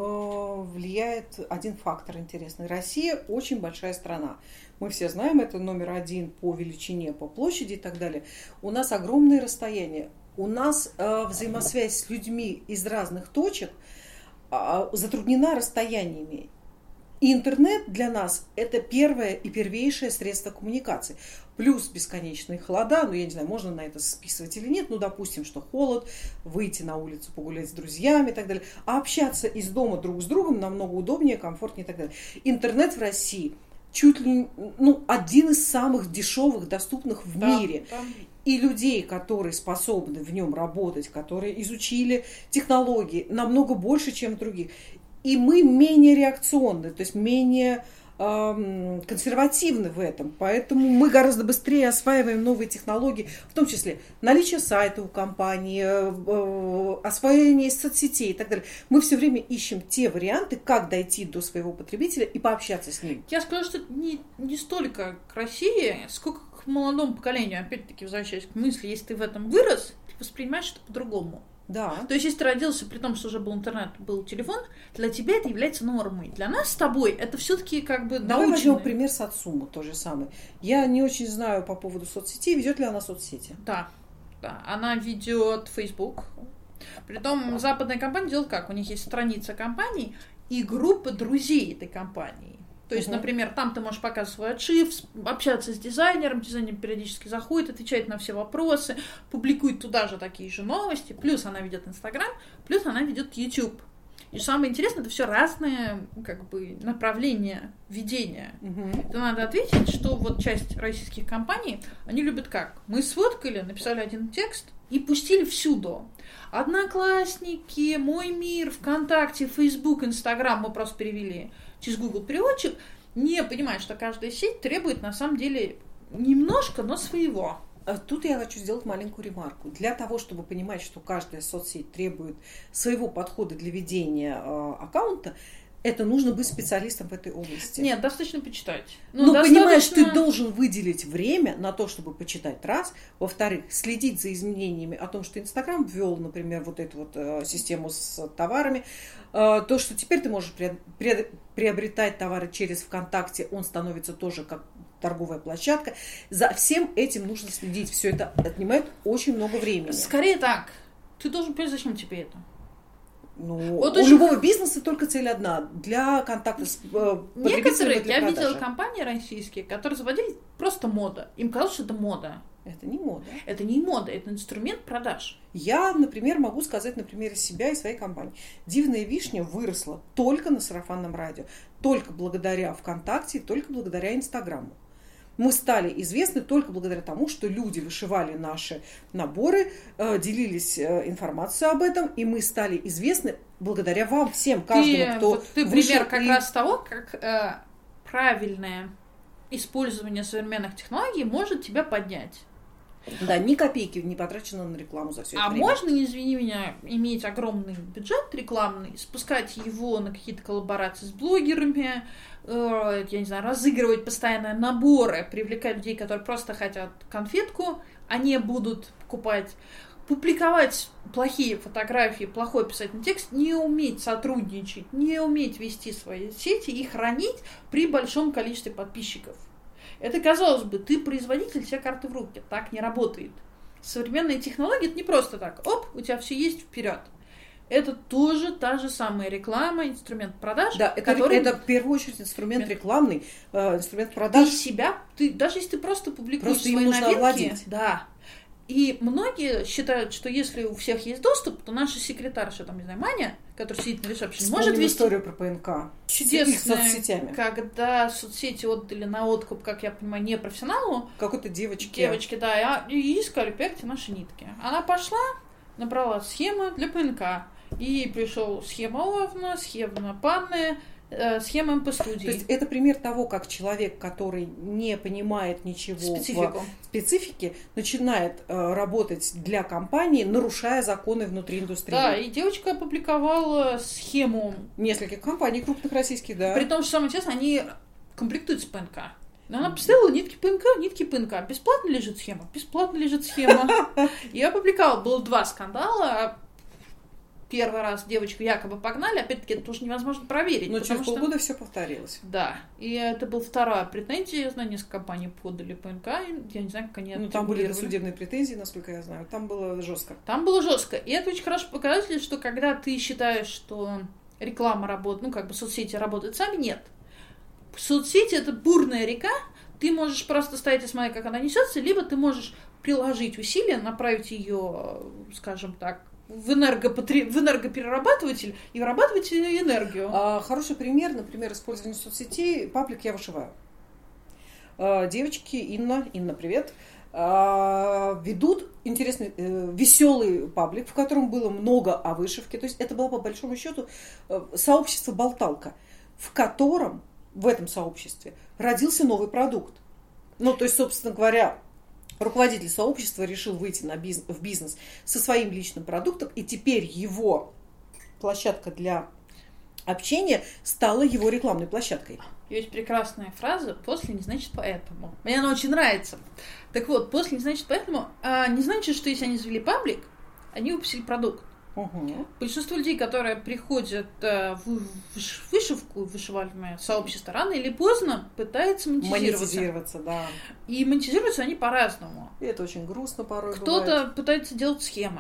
влияет один фактор интересный. Россия очень большая страна. Мы все знаем, это номер один по величине, по площади и так далее. У нас огромные расстояния. У нас взаимосвязь с людьми из разных точек затруднена расстояниями. И интернет для нас – это первое и первейшее средство коммуникации. Плюс бесконечные холода, я не знаю, можно на это списывать или нет, допустим, что холод, выйти на улицу, погулять с друзьями и так далее. А общаться из дома друг с другом намного удобнее, комфортнее и так далее. Интернет в России чуть ли один из самых дешевых, доступных в мире. Да. И людей, которые способны в нем работать, которые изучили технологии, намного больше, чем других. И мы менее реакционны, то есть менее консервативны в этом. Поэтому мы гораздо быстрее осваиваем новые технологии, в том числе наличие сайта у компании, освоение соцсетей и так далее. Мы все время ищем те варианты, как дойти до своего потребителя и пообщаться с ним. Я скажу, что это не столько к России, сколько к молодому поколению. Опять-таки, возвращаясь к мысли, если ты в этом вырос, ты воспринимаешь это по-другому. Да. То есть, если ты родился, при том, что уже был интернет, был телефон, для тебя это является нормой. Для нас с тобой это все-таки как бы Давай возьмем пример с Ацумо, то же самое. Я не очень знаю по поводу соцсетей, ведет ли она соцсети. Да. Она ведет Facebook. Притом западная компания делает как? У них есть страница компании и группа друзей этой компании. То есть, например, там ты можешь показывать свой отшив, общаться с дизайнером, дизайнер периодически заходит, отвечает на все вопросы, публикует туда же такие же новости, плюс она ведет Инстаграм, плюс она ведет YouTube. И самое интересное, это все разные направления ведения. То надо ответить, что вот часть российских компаний, они любят как? Мы сфоткали, написали один текст и пустили всюду. Одноклассники, Мой мир, ВКонтакте, Фейсбук, Инстаграм мы просто перевели через Google переводчик, не понимая, что каждая сеть требует на самом деле немножко, но своего. Тут я хочу сделать маленькую ремарку. Для того, чтобы понимать, что каждая соцсеть требует своего подхода для ведения аккаунта, это нужно быть специалистом в этой области. Нет, достаточно почитать. Но понимаешь, ты должен выделить время на то, чтобы почитать, раз. Во-вторых, следить за изменениями о том, что Инстаграм ввел, например, вот эту вот систему с товарами. То, что теперь ты можешь приобретать товары через ВКонтакте, он становится тоже как торговая площадка. За всем этим нужно следить. Все это отнимает очень много времени. Скорее так. Ты должен понять, зачем тебе это. Вот у любого бизнеса только цель одна. Для контакта с потребителем. Некоторые, я видела компании российские, которые заводили просто мода. Им казалось, что это мода. Это не мода. Это не мода, это инструмент продаж. Я, например, могу сказать на примере себя и своей компании. Дивная вишня выросла только на сарафанном радио. Только благодаря ВКонтакте, только благодаря Инстаграму. Мы стали известны только благодаря тому, что люди вышивали наши наборы, делились информацией об этом, и мы стали известны благодаря вам всем, каждому, кто Ты пример как раз того, как правильное использование современных технологий может тебя поднять. Да, ни копейки не потрачено на рекламу за все это время. А можно, извини меня, иметь огромный бюджет рекламный, спускать его на какие-то коллаборации с блогерами, я не знаю, разыгрывать постоянно наборы, привлекать людей, которые просто хотят конфетку, они будут покупать, публиковать плохие фотографии, плохой писательный текст, не уметь сотрудничать, не уметь вести свои сети и хранить при большом количестве подписчиков. Это, казалось бы, ты производитель, все карты в руки. Так не работает. Современные технологии — это не просто так. Оп, у тебя все есть, вперед. Это тоже та же самая реклама, инструмент продаж. Да, это в первую очередь инструмент рекламный, инструмент продаж. Даже если ты просто публикуешь просто свои новинки, овладеть. Да. И многие считают, что если у всех есть доступ, то наша секретарша, там, не знаю, Маня, которая сидит на ресепшене, может вести историю про ПНК. Чудесная, соцсетями. Когда соцсети отдали на откуп, как я понимаю, не профессионалу. Какой-то девочке. Девочке, да, и искали, пять наши нитки. Она пошла, набрала схему для ПНК. И пришел схема Овна, схема Панны, схема МП-студии. То есть это пример того, как человек, который не понимает ничего в специфике, начинает работать для компании, нарушая законы внутри индустрии. Да, и девочка опубликовала схему нескольких компаний крупных российских, да. При том, что самое интересное, они комплектуют с ПНК. Но она поставила нитки ПНК. Бесплатно лежит схема? Бесплатно лежит схема. И опубликовала. Было 2 скандала. Первый раз девочку якобы погнали, опять-таки это тоже невозможно проверить. Но через полгода все повторилось. Да, и это была вторая претензия, я знаю, несколько компаний подали ПНК, я не знаю, как они это там были судебные претензии, насколько я знаю, там было жестко. И это очень хороший показатель, что когда ты считаешь, что реклама работает, соцсети работают сами, нет. Соцсети — это бурная река, ты можешь просто стоять и смотреть, как она несется, либо ты можешь приложить усилия, направить ее, скажем так, в энергоперерабатыватель и вырабатывать энергию. Хороший пример, например, использования соцсетей. Паблик я вышиваю. Девочки, Инна, привет, ведут интересный, веселый паблик, в котором было много о вышивке. То есть это было, по большому счету, сообщество «Болталка», в котором, в этом сообществе, родился новый продукт. То есть, собственно говоря, руководитель сообщества решил выйти в бизнес со своим личным продуктом, и теперь его площадка для общения стала его рекламной площадкой. Есть прекрасная фраза «после не значит поэтому». Мне она очень нравится. Так вот, «после не значит поэтому» не значит, что если они завели паблик, они выпустили продукт. Угу. Большинство людей, которые приходят в вышивку, вышивальное сообщество, рано или поздно пытаются монетизироваться. Да. И монетизируются они по-разному. И это очень грустно порой Кто-то бывает. пытается делать схемы.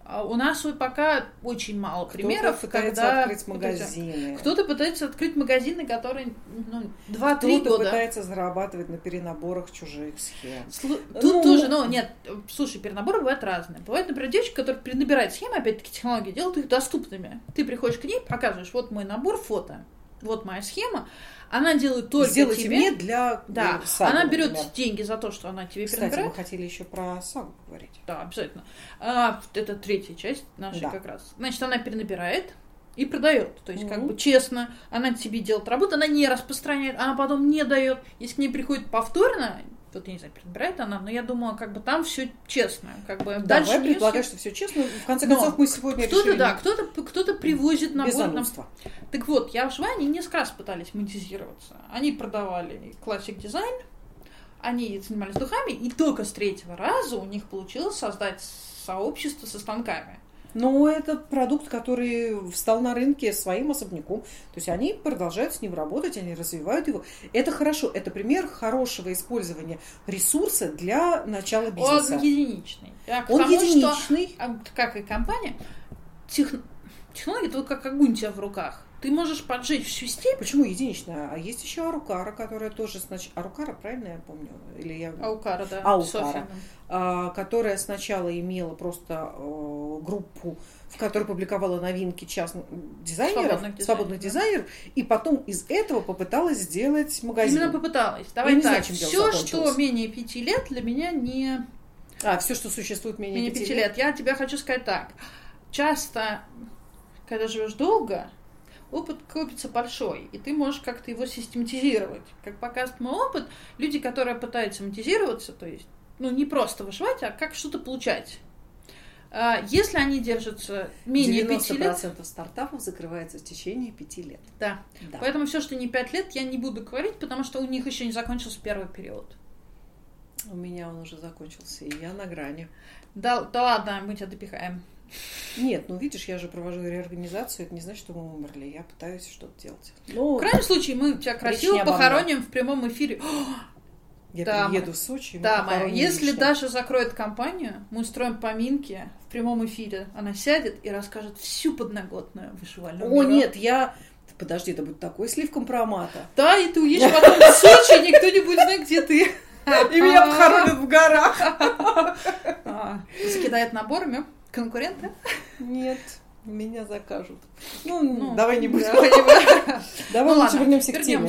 У нас вот пока очень мало примеров, кто-то пытается когда открыть магазины. Кто-то пытается открыть магазины, которые 2-3 Кто-то года. пытается зарабатывать на перенаборах чужих схем. Тут тоже, нет, слушай, перенаборы бывают разные. Бывает, например, девочка, которая перенабирает схемы, опять-таки технологии, делает их доступными. Ты приходишь к ней, показываешь, вот мой набор фото, вот моя схема. Она делает только Сделайте тебе. мне для сага, она берет например. деньги за то, что она тебе Кстати, перенабирает. мы хотели еще про сагу поговорить. Да, обязательно. Это третья часть нашей как раз. Значит, она перенабирает и продает. То есть, как бы честно, она тебе делает работу, она не распространяет, она потом не дает. Если к ней приходит повторно, вот я не знаю, перенабирает она, но я думаю, как бы там все честно. Как бы дальше Давай предполагать, что все честно. В конце концов, мы сегодня кто-то, решили... да, кто-то привозит набор. Без занудства. Так вот, я в Шване несколько раз пытались монетизироваться. Они продавали Classic Design, они занимались духами, и только с третьего раза у них получилось создать сообщество со станками. Но это продукт, который встал на рынке своим особняком. То есть они продолжают с ним работать, они развивают его. Это хорошо. Это пример хорошего использования ресурса для начала бизнеса. Он единичный. Он единичный. Что, как и компания, технология это как огонь у тебя в руках. Ты можешь поджечь всю степь. Почему единичная? А есть еще Арукара, которая тоже... Арукара, правильно я помню? Или я... Аукара, да. Аукара, которая сначала имела просто группу, в которой публиковала новинки частных дизайнеров, свободных дизайнеров, и потом из этого попыталась сделать магазин. Именно попыталась. Давай так, все, что менее 5 лет, для меня не... все, что существует менее 5 лет. Я тебе хочу сказать так. Часто, когда живешь долго, опыт копится большой, и ты можешь как-то его систематизировать. Как показывает мой опыт, люди, которые пытаются монетизироваться, то есть, не просто вышивать, а как что-то получать. Если они держатся менее 5 лет... 90% стартапов закрывается в течение 5 лет. Да. Поэтому все, что не 5 лет, я не буду говорить, потому что у них еще не закончился первый период. У меня он уже закончился, и я на грани. Да ладно, мы тебя допихаем. Нет, видишь, я же провожу реорганизацию, это не значит, что мы умерли. Я пытаюсь что-то делать. В крайнем случае, мы тебя красиво похороним в прямом эфире. Я приеду в Сочи. Да, если Даша закроет компанию, мы устроим поминки в прямом эфире. Она сядет и расскажет всю подноготную вышивальную миру. Нет, Подожди, это будет такой слив компромата. Да, и ты уедешь потом в Сочи, никто не будет знать, где ты. И меня похоронят в горах. Закидает наборами. Конкуренты? Нет, меня закажут. Давай не будем. Давай лучше вернемся к теме.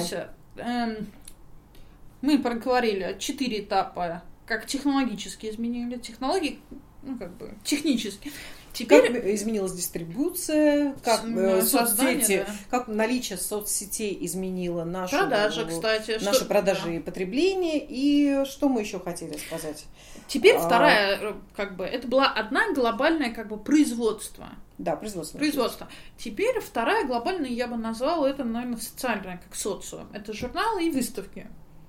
Мы проговорили 4 этапа, как технологически изменили технологии, технически. Теперь как изменилась дистрибуция, как соцсети, да. Как наличие соцсетей изменило наши продажи и потребление, и что мы еще хотели сказать? Теперь вторая, это была одна глобальная производство. Да, производство. Теперь вторая глобальная, я бы назвала это, наверное, социальная, как социум. Это журналы и выставки.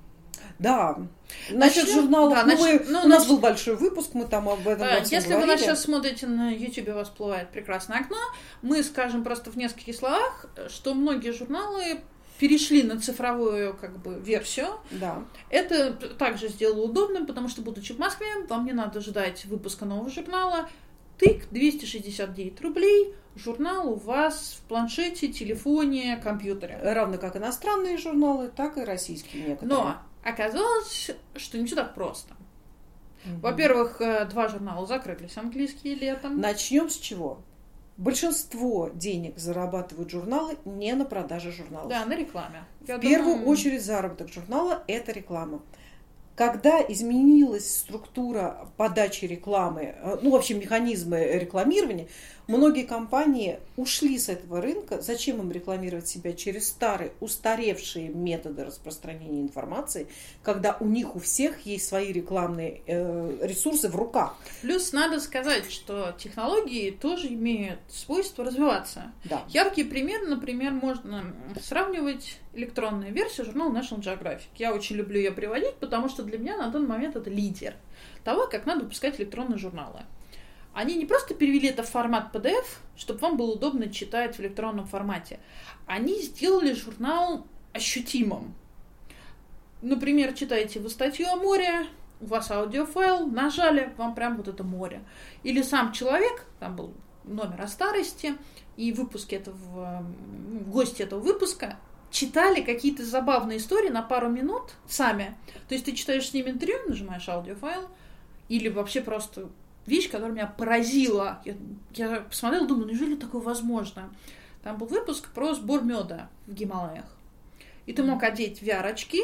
Да. Насчет журналов. У нас был большой выпуск, мы там об этом говорили. Если вы нас сейчас смотрите на YouTube, у вас всплывает прекрасное окно, мы скажем просто в нескольких словах, что многие журналы перешли на цифровую версию. Да. Это также сделало удобным, потому что, будучи в Москве, вам не надо ждать выпуска нового журнала. Тык, 269 рублей. Журнал у вас в планшете, телефоне, компьютере. Равно как иностранные журналы, так и российские некоторые. Но оказалось, что не все так просто. Во-первых, 2 журнала закрылись, английские, летом. Начнем с чего? Большинство денег зарабатывают журналы не на продаже журналов. Да, на рекламе. В первую очередь заработок журнала – это реклама. Когда изменилась структура подачи рекламы, механизмы рекламирования, многие компании ушли с этого рынка. Зачем им рекламировать себя через старые, устаревшие методы распространения информации, когда у них у всех есть свои рекламные ресурсы в руках? Плюс надо сказать, что технологии тоже имеют свойство развиваться. Да. Яркий пример, например, можно сравнивать электронную версию журнала National Geographic. Я очень люблю ее приводить, потому что для меня на данный момент это лидер того, как надо выпускать электронные журналы. Они не просто перевели это в формат PDF, чтобы вам было удобно читать в электронном формате. Они сделали журнал ощутимым. Например, читаете вы статью о море, у вас аудиофайл, нажали, вам прям вот это море. Или сам человек, там был номер о старости, и выпуски этого, гости этого выпуска читали какие-то забавные истории на пару минут сами. То есть ты читаешь с ними интервью, нажимаешь аудиофайл, или вообще просто вещь, которая меня поразила. Я посмотрела, думаю, неужели такое возможно? Там был выпуск про сбор меда в Гималаях. И ты мог одеть VR-очки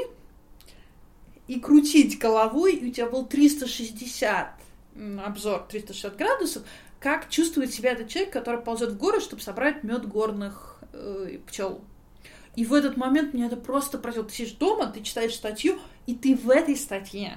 и крутить головой, и у тебя был 360 обзор, 360 градусов, как чувствует себя этот человек, который ползет в горы, чтобы собрать мед горных пчел. И в этот момент меня это просто поразило. Ты сидишь дома, ты читаешь статью, и ты в этой статье.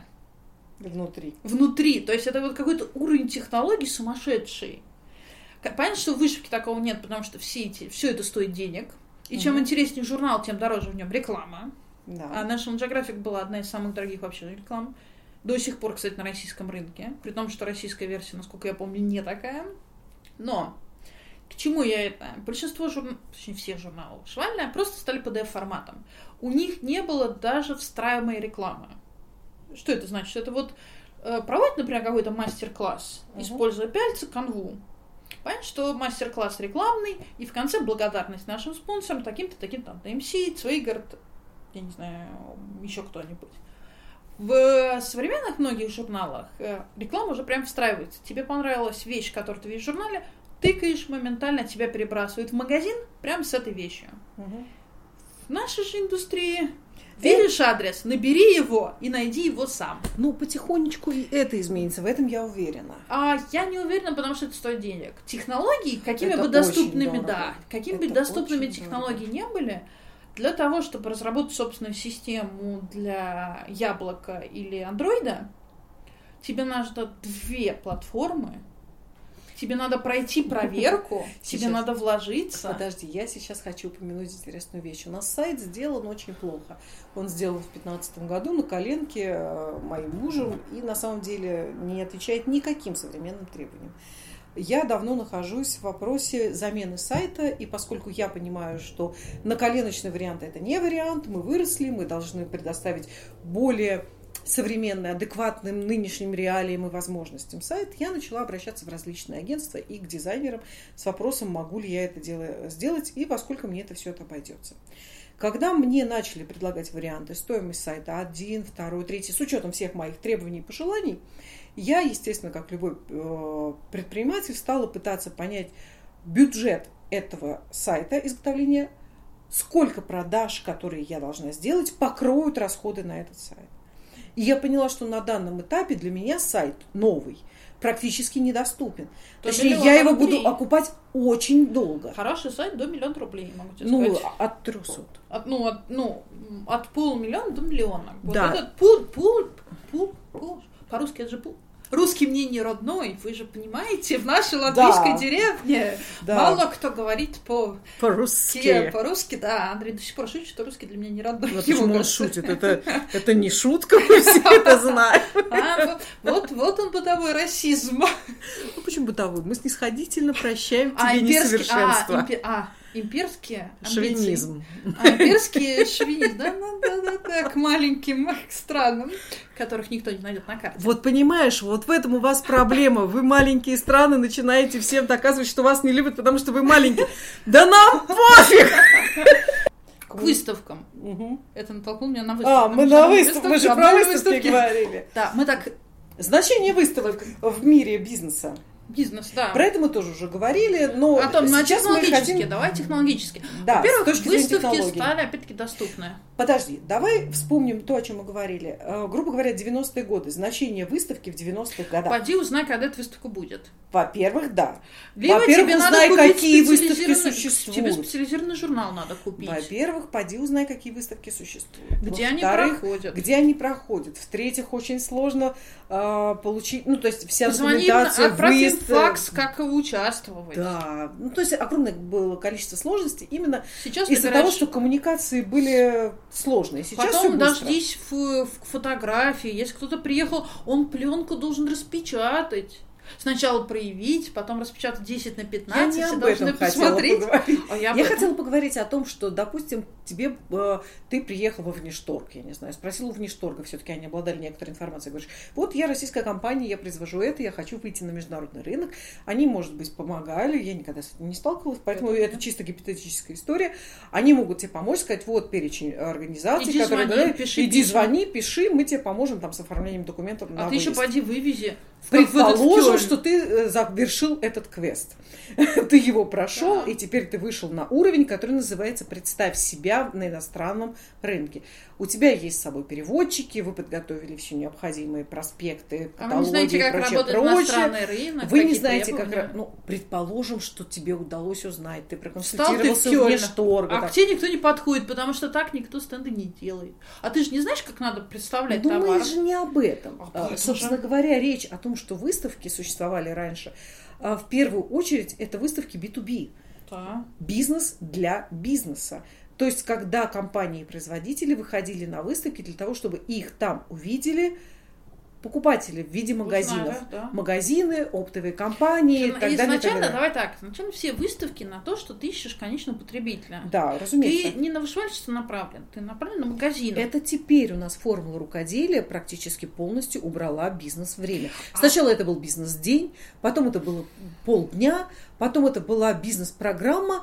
Внутри. То есть это вот какой-то уровень технологий сумасшедший. Понятно, что в вышивке такого нет, потому что все это стоит денег. И чем интереснее журнал, тем дороже в нем реклама. Да. А National Geographic была одна из самых дорогих вообще реклам. До сих пор, кстати, на российском рынке. При том, что российская версия, насколько я помню, не такая. Но к чему я это? Большинство точнее, все журналы вышивальные просто стали PDF-форматом. У них не было даже встраиваемой рекламы. Что это значит? Это вот проводит, например, какой-то мастер-класс, используя пяльцы, канву. Понятно, что мастер-класс рекламный, и в конце благодарность нашим спонсорам, таким-то, таким-то, TMC, Цвейгард, я не знаю, еще кто-нибудь. В современных многих журналах реклама уже прям встраивается. Тебе понравилась вещь, которую ты видишь в журнале, тыкаешь, моментально тебя перебрасывают в магазин прямо с этой вещью. В нашей же индустрии видишь адрес, набери его и найди его сам. Ну, потихонечку и это изменится, в этом я уверена. А я не уверена, потому что это стоит денег. Технологии, какими это бы доступными, какими бы доступными технологии не были, для того, чтобы разработать собственную систему для яблока или андроида, тебе нужно 2 платформы, тебе надо пройти проверку, тебе надо вложиться. Подожди, я сейчас хочу упомянуть интересную вещь. У нас сайт сделан очень плохо. Он сделан в 2015 году на коленке моим мужем и на самом деле не отвечает никаким современным требованиям. Я давно нахожусь в вопросе замены сайта, и поскольку я понимаю, что наколеночный вариант – это не вариант, мы выросли, мы должны предоставить более современный, адекватным нынешним реалиям и возможностям сайт, я начала обращаться в различные агентства и к дизайнерам с вопросом, могу ли я это дело сделать и во сколько мне это все обойдется. Когда мне начали предлагать варианты, стоимость сайта 1, 2, 3, с учетом всех моих требований и пожеланий, я, естественно, как любой предприниматель, стала пытаться понять бюджет этого сайта изготовления, сколько продаж, которые я должна сделать, покроют расходы на этот сайт. И я поняла, что на данном этапе для меня сайт новый практически недоступен. Точнее, я его буду окупать очень долго. Хороший сайт до 1 000 000 рублей, могу тебе сказать. Ну, от 300. От 500 000 до 1 миллиона. Да. Вот этот пул, по-русски это же пул. Русский мне не родной, вы же понимаете, в нашей латвийской деревне мало кто говорит по-русски. По-русски, да. Андрей до сих пор шутит, что русский для меня не родной. Ну, почему он шутит? Это не шутка, мы все это знаем. Вот он бытовой расизм. Ну, почему бытовой? Мы снисходительно прощаем тебе несовершенство. Имперский шовинизм. Имперский шовинизм, да, к маленьким странам, которых никто не найдет на карте. Вот понимаешь, вот в этом у вас проблема. Вы маленькие страны начинаете всем доказывать, что вас не любят, потому что вы маленькие. Да нам пофиг! К выставкам. Это натолкнуло меня на выставку. Мы на выставку, мы же про выставки говорили. Да, мы так... Значение выставок в мире бизнеса. Бизнес, да. Про это мы тоже уже говорили, но сейчас технологически, давай технологически. Да, во-первых, выставки стали опять-таки доступны. Подожди, давай вспомним то, о чем мы говорили. Грубо говоря, 90-е годы, значение выставки в 90-х годах. Пойди узнай, когда эта выставка будет. Во-первых, да. Либо во-первых, тебе узнай, надо какие выставки существуют. Тебе специализированный журнал надо купить. Во-первых, пойди узнай, какие выставки существуют. Где они проходят. Где они проходят. В-третьих, очень сложно получить, то есть вся позвони документация, выезд. Факс, как участвовать. Да, то есть огромное было количество сложностей именно сейчас из-за того, что коммуникации были сложные. Сейчас потом дождись фотографии. Если кто-то приехал, он пленку должен распечатать. Сначала проявить, потом распечатать 10 на 15, я не все об должны этом хотела посмотреть. поговорить. Я хотела поговорить о том, что, допустим, ты приехал во внешторг, я не знаю, спросил у внешторга, все-таки они обладали некоторой информацией, говоришь, вот я российская компания, я произвожу это, я хочу выйти на международный рынок. Они, может быть, помогали, я никогда с этим не сталкивалась, поэтому это чисто гипотетическая история. Они могут тебе помочь, сказать, вот перечень организаций, иди которые звони, говорят, иди звони, пиши, мы тебе поможем там с оформлением документов на ты выезд. еще пойди вывези. Предположим, что ты завершил этот квест. Ты его прошел, и теперь ты вышел на уровень, который называется «Представь себя на иностранном рынке». У тебя есть с собой переводчики, вы подготовили все необходимые проспекты, каталоги, вы не знаете, как работает иностранный рынок. Вы не знаете, как... предположим, что тебе удалось узнать. Ты проконсультировался в внешторга. А к тебе никто не подходит, потому что так никто стенды не делает. А ты же не знаешь, как надо представлять товар? Мы же не об этом. Собственно говоря, речь о том, что выставки существовали раньше. В первую очередь, это выставки B2B. Да. Бизнес для бизнеса. То есть, когда компании и производители выходили на выставки для того, чтобы их там увидели покупатели в виде магазинов. Магазины, оптовые компании и так далее. Изначально, давай так, изначально все выставки на то, что ты ищешь конечного потребителя. Да, разумеется. Ты не на вышивальщицу направлен, ты направлен на магазины. Это теперь у нас формула рукоделия практически полностью убрала бизнес-время. Сначала это был бизнес-день, потом это было полдня, потом это была бизнес-программа.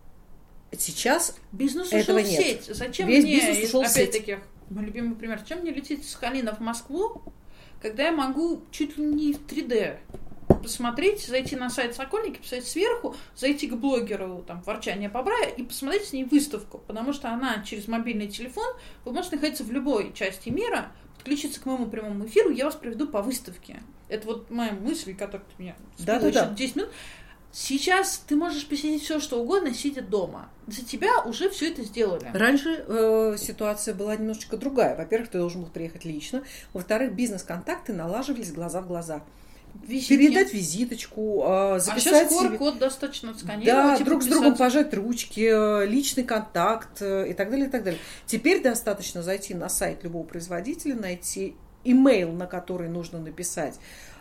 Сейчас бизнес этого ушел нет. В сеть. Зачем Весь мне, бизнес ушел в сеть. Опять-таки, мой любимый пример, зачем мне лететь с Халина в Москву, когда я могу чуть ли не в 3D посмотреть, зайти на сайт Сокольники, посмотреть сверху, зайти к блогеру, там, Ворчание Бобра, и посмотреть с ней выставку, потому что она через мобильный телефон, вы можете находиться в любой части мира, подключиться к моему прямому эфиру, я вас проведу по выставке. Это вот моя мысль, которая меня сбила еще 10 минут. Сейчас ты можешь посетить все, что угодно, сидя дома. За тебя уже все это сделали. Раньше ситуация была немножечко другая. Во-первых, ты должен был приехать лично. Во-вторых, бизнес-контакты налаживались глаза в глаза. Передать визиточку, записать... А сейчас QR-код достаточно сканировать. Да, друг с другом пожать ручки, личный контакт и так далее, и так далее. Теперь достаточно зайти на сайт любого производителя, найти имейл, на который нужно написать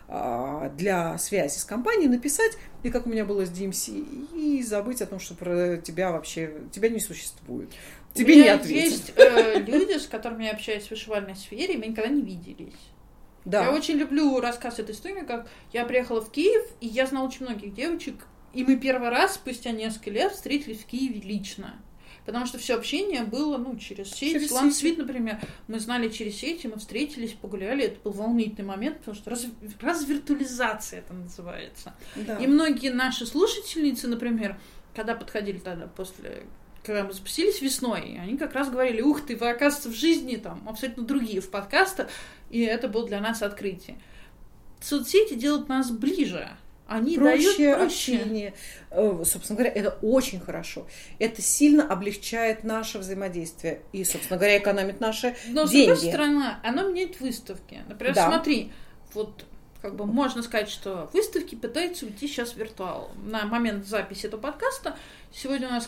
для связи с компанией, написать, и как у меня было с DMC, и забыть о том, что про тебя вообще, тебя не существует. Тебе не ответят. Есть люди, с которыми я общаюсь в вышивальной сфере, мы никогда не виделись. Да. Я очень люблю рассказ этой истории, как я приехала в Киев, и я знала очень многих девочек, и мы первый раз спустя несколько лет встретились в Киеве лично. Потому что все общение было, через сеть. Лансвит, например, мы знали через сеть, и мы встретились, погуляли. Это был волнительный момент, потому что развиртуализация это называется. Да. И многие наши слушательницы, например, когда подходили тогда когда мы запустились весной, они как раз говорили: ух ты, вы, оказывается, в жизни там абсолютно другие в подкастах, и это было для нас открытие. Соцсети делают нас ближе. Они дают проще общение. Собственно говоря, это очень хорошо. Это сильно облегчает наше взаимодействие. И, собственно говоря, экономит наши деньги. Но, с другой стороны, оно меняет выставки. Например, смотри, вот можно сказать, что выставки пытаются уйти сейчас в виртуал. На момент записи этого подкаста сегодня у нас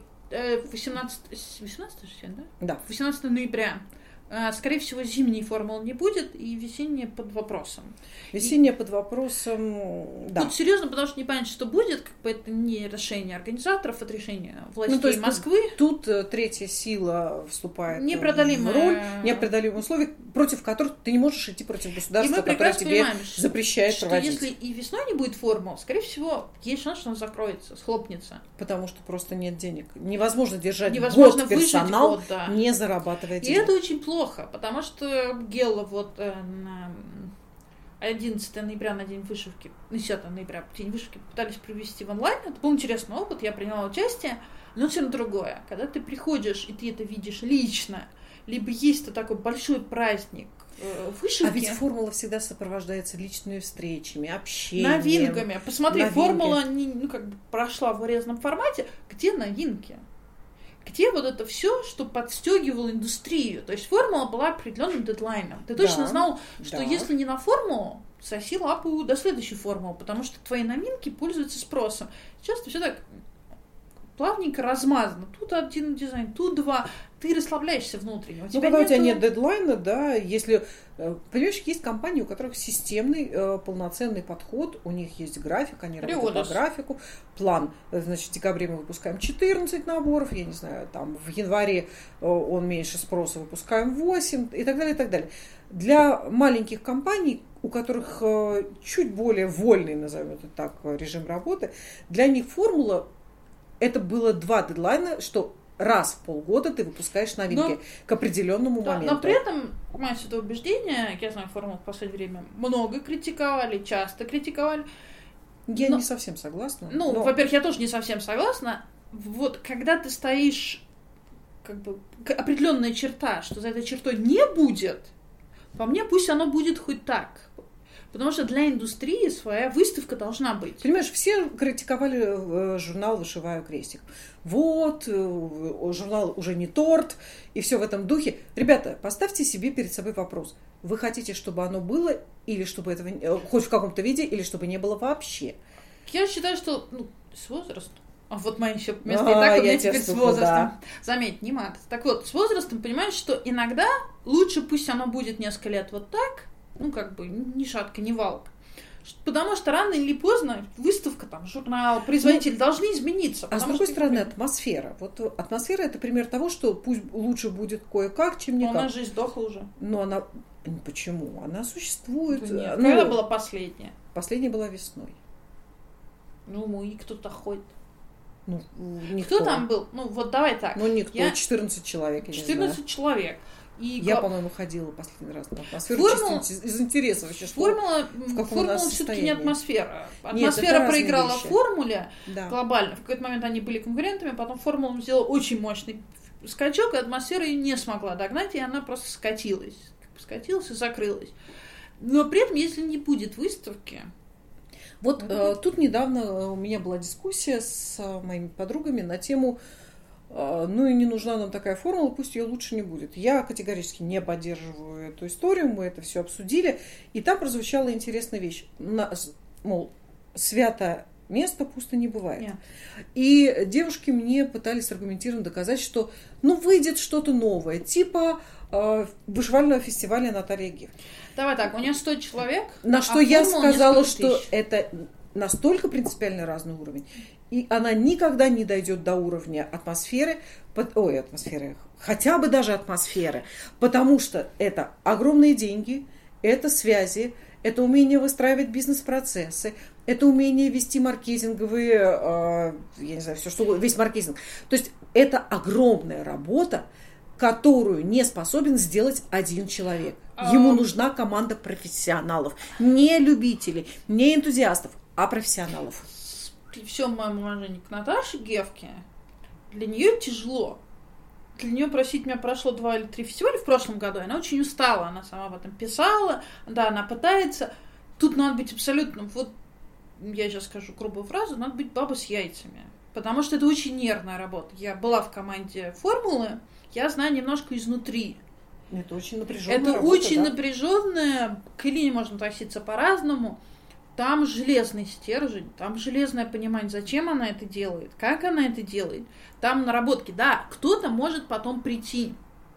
18 да? Да. 18 ноября. Скорее всего, зимней формулы не будет, и весенняя под вопросом. Весенняя под вопросом, да. Тут серьезно, потому что не понятно, что будет, это не решение организаторов, это решение властей Москвы. Тут третья сила вступает в роль, непреодолимые условия, против которых ты не можешь идти против государства, которое тебе запрещает проводить. Что если и весной не будет формул, скорее всего, есть шанс, что он закроется, схлопнется. Потому что просто нет денег. Невозможно держать год персонал, не зарабатывая денег. И это очень плохо. Потому что Гелла на 11 ноября на День вышивки, 10 ноября День вышивки пытались провести в онлайн. Это был интересный опыт, я приняла участие, но все равно другое. Когда ты приходишь и ты это видишь лично, либо есть такой большой праздник вышивки. А ведь формула всегда сопровождается личными встречами, общением. Новинками. Посмотри, формула прошла в урезанном формате. Где новинки? Где вот это все, что подстегивало индустрию? То есть формула была определенным дедлайном. Ты точно знал, что если не на формулу, соси лапу до следующей формулы, потому что твои новинки пользуются спросом. Сейчас все так плавненько размазано. Тут один дизайн, тут два. Ты расслабляешься внутренне. Ну, когда у тебя нет дедлайна, да, если... Понимаешь, есть компании, у которых системный, полноценный подход, у них есть график, они работают по графику, план, значит, в декабре мы выпускаем 14 наборов, я не знаю, там, в январе он меньше спроса, выпускаем 8 и так далее, и так далее. Для маленьких компаний, у которых чуть более вольный, назовем это так, режим работы, для них формула, это было 2 дедлайна, что раз в полгода ты выпускаешь новинки к определенному моменту. Но при этом, мое это убеждение, я знаю, формулу в последнее время много критиковали, часто критиковали. Я не совсем согласна. Во-первых, я тоже не совсем согласна. Вот, когда ты стоишь, как бы, определенная черта, что за этой чертой не будет, по мне, пусть оно будет хоть так. Потому что для индустрии своя выставка должна быть. Понимаешь, все критиковали журнал «Вышиваю крестик». Вот, журнал уже не торт, и все в этом духе. Ребята, поставьте себе перед собой вопрос. Вы хотите, чтобы оно было, или чтобы этого хоть в каком-то виде, или чтобы не было вообще? Я считаю, что с возрастом. А вот мои еще места и так у меня теперь с возрастом. Да. Заметь, не мат. Так вот, с возрастом понимаешь, что иногда лучше пусть оно будет несколько лет вот так, ни шатка, ни валка. Потому что рано или поздно выставка, там, журнал, производитель должны измениться. А с другой стороны, атмосфера. Вот атмосфера — это пример того, что пусть лучше будет кое-как, чем никак. Но она же издохла уже. Но она... Почему? Она существует. Да нет. Когда была последняя? Последняя была весной. И кто-то ходит. Никто. Кто там был? Давай так. Никто. 14 человек, 14 человек. Я, по-моему, ходила последний раз на атмосферу из интереса вообще, формула все-таки не атмосфера. Атмосфера проиграла формуле глобально. В какой-то момент они были конкурентами, потом формула сделала очень мощный скачок, и атмосфера ее не смогла догнать, и она просто скатилась. Скатилась и закрылась. Но при этом, если не будет выставки... Вот тут недавно у меня была дискуссия с моими подругами на тему и не нужна нам такая формула, пусть ее лучше не будет. Я категорически не поддерживаю эту историю, мы это все обсудили, и там прозвучала интересная вещь. Мол, свято место пусто не бывает. Нет. И девушки мне пытались аргументированно доказать, что выйдет что-то новое, типа вышивального фестиваля Наталья Геф. Давай так, у нее 100 человек. На что я сказала, что это настолько принципиально разный уровень. И она никогда не дойдет до уровня атмосферы, хотя бы даже атмосферы, потому что это огромные деньги, это связи, это умение выстраивать бизнес-процессы, это умение вести маркетинговые, весь маркетинг. То есть это огромная работа, которую не способен сделать один человек. Ему нужна команда профессионалов, не любителей, не энтузиастов, а профессионалов. При всем моем уважении к Наташе Гевке, для нее тяжело. Для нее, простите меня, прошло 2 или 3 фестиваля в прошлом году, и она очень устала, она сама об этом писала, да, она пытается. Тут надо быть абсолютно, я сейчас скажу грубую фразу, надо быть баба с яйцами, потому что это очень нервная работа. Я была в команде «Формулы», я знаю немножко изнутри. Это очень напряженная работа. Это очень да? напряженная, к Илине можно относиться по-разному. Там железный стержень, там железное понимание, зачем она это делает, как она это делает. Там наработки. Да, кто-то может потом прийти.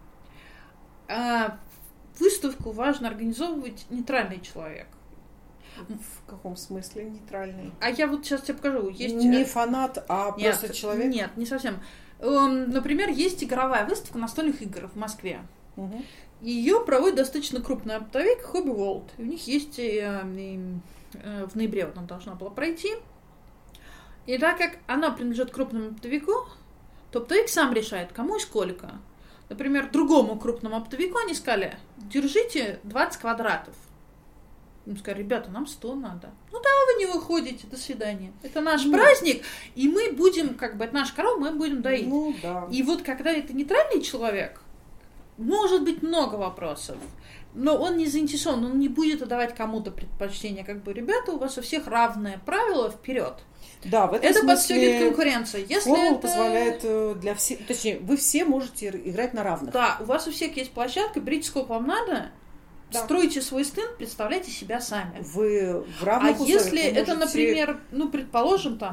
Выставку важно организовывать нейтральный человек. В каком смысле нейтральный? А я вот сейчас тебе покажу. Есть... Не фанат, а просто человек? Нет, не совсем. Например, есть игровая выставка настольных игр в Москве. Угу. Ее проводит достаточно крупный оптовик Hobby World. У них есть в ноябре она должна была пройти. И так как она принадлежит крупному оптовику, то оптовик сам решает, кому и сколько. Например, другому крупному оптовику они сказали: держите 20 квадратов. Им сказали: ребята, нам 100 надо. Да, вы не выходите, до свидания. Это наш праздник, и мы будем, это наша корова, мы будем доить. Да. И вот когда это нейтральный человек, может быть много вопросов, но он не заинтересован, он не будет отдавать кому-то предпочтение. Ребята, у вас у всех равные правила, вперед. Да, в этом это смысле подстегивает конкуренцию. Если формула это позволяет для всех, точнее, вы все можете играть на равных. Да, у вас у всех есть площадка, берите сколько вам надо, стройте свой стенд, представляйте себя сами. Вы в равных условиях. Если это, например, предположим, там,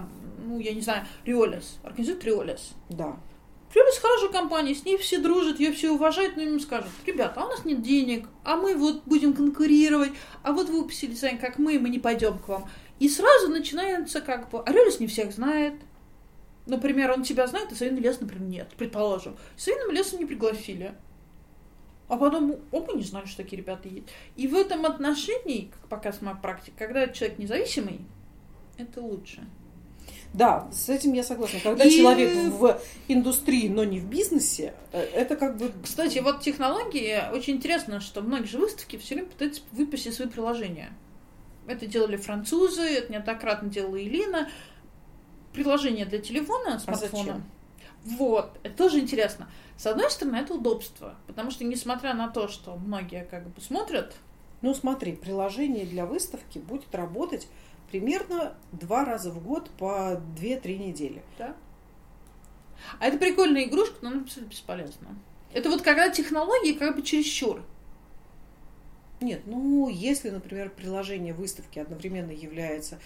я не знаю, Риолис, организует Риолис. Да. Риолис хорошая компания, с ней все дружат, ее все уважают, но им скажут: ребята, а у нас нет денег, а мы вот будем конкурировать, а вот вы выпустили дизайн, как мы не пойдем к вам. И сразу начинается а Риолис не всех знает. Например, он тебя знает, а Совиный лес, например, нет, предположим. Совиным лесом не пригласили. А потом, мы не знали, что такие ребята есть. И в этом отношении, как показывает моя практика, когда человек независимый, это лучше. Да, с этим я согласна. Когда человек в индустрии, но не в бизнесе, это как бы... Кстати, вот технологии, очень интересно, что многие же выставки все время пытаются выпустить свои приложения. Это делали французы, это неоднократно делала Илина. Приложение для телефона, смартфона. А зачем? Вот, это тоже интересно. С одной стороны, это удобство, потому что, несмотря на то, что многие смотрят... Смотри, приложение для выставки будет работать примерно 2 раза в год по 2-3 недели. Да. А это прикольная игрушка, но она абсолютно бесполезна. Это вот когда технологии чересчур. Нет, если, например, приложение выставки одновременно является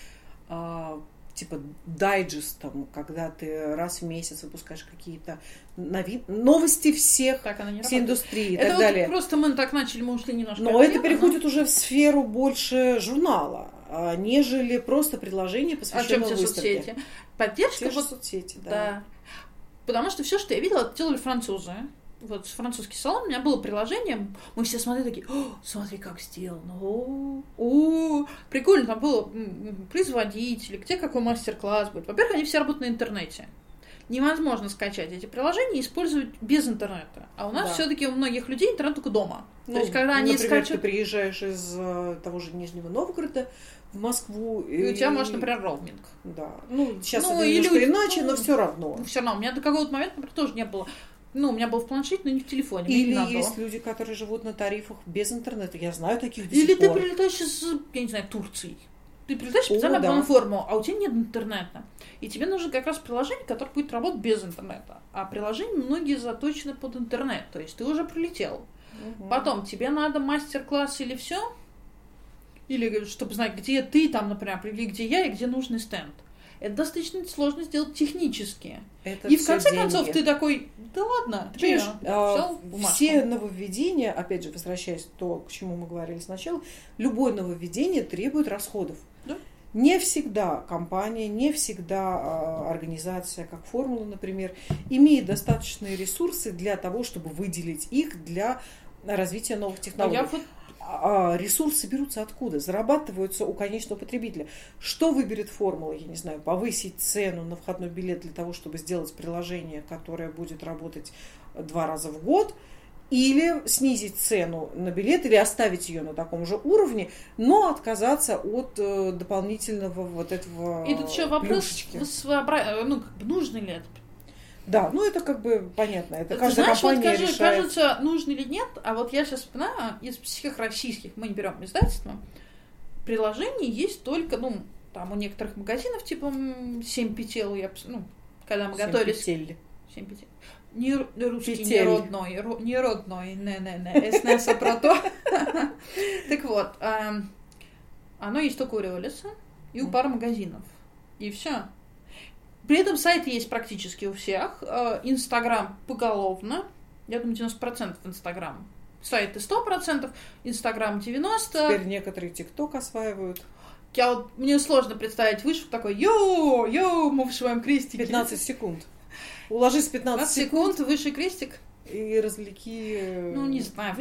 дайджестом, когда ты раз в месяц выпускаешь какие-то новости всей индустрии и так далее. Просто мы так начали, мы ушли немножко. Но это переходит уже в сферу больше журнала, нежели просто приложение, посвященное выставке. Соцсети? Поддержка? Соцсети, да. Да. Потому что все, что я видела, это делали французы. Вот французский салон, у меня было приложение, мы все смотрели такие: смотри, как сделано, прикольно, там было производители, где какой мастер-класс будет. Во-первых, они все работают на интернете. Невозможно скачать эти приложения и использовать без интернета. А у нас все-таки у многих людей интернет только дома. То есть, когда они например, ты приезжаешь из того же Нижнего Новгорода в Москву. И у тебя, может, например, роуминг. Да. Сейчас это немножко иначе, но все равно. Все равно. У меня до какого-то момента, например, тоже не было. У меня был в планшете, но не в телефоне. Или есть люди, которые живут на тарифах без интернета. Я знаю таких до сих пор. Или ты прилетаешь из, я не знаю, Турции. Ты прилетаешь специально на платформу, а у тебя нет интернета. И тебе нужно как раз приложение, которое будет работать без интернета. А приложения многие заточены под интернет. То есть ты уже прилетел. Потом тебе надо мастер-класс или все. Или чтобы знать, где ты там, например, привели, где я и где нужный стенд. Это достаточно сложно сделать технически. И в конце концов ты такой: да ладно, ты понимаешь, все нововведения, опять же, возвращаясь к тому, к чему мы говорили сначала, любое нововведение требует расходов. Да? Не всегда компания, не всегда организация, как Формула, например, имеет достаточные ресурсы для того, чтобы выделить их для развития новых технологий. Ресурсы берутся откуда? Зарабатываются у конечного потребителя. Что выберет Формула? Я не знаю, повысить цену на входной билет для того, чтобы сделать приложение, которое будет работать 2 раза в год, или снизить цену на билет, или оставить ее на таком же уровне, но отказаться от дополнительного вот этого плюшечки. И тут еще вопрос, нужно ли это? Да, это понятно. Это каждая компания решает. Кажется, нужно или нет, а вот я сейчас вспоминаю, из всех российских, мы не берем издательства, приложений есть только, там у некоторых магазинов, типа 7 петель, когда мы готовились... 7 петель. Не русский, петель. не родной, СНС про то. Так вот, оно есть только у Риолиса и у пары магазинов. И все. При этом сайты есть практически у всех. Инстаграм поголовно. Я думаю, 90% Инстаграм. Сайты 100%, Инстаграм 90%. Теперь некоторые ТикТок осваивают. Мне сложно представить вышивку такой: йоу, мы вышиваем крестики. 15 секунд. Уложись 15 секунд, вышей крестик. И развлеки не знаю,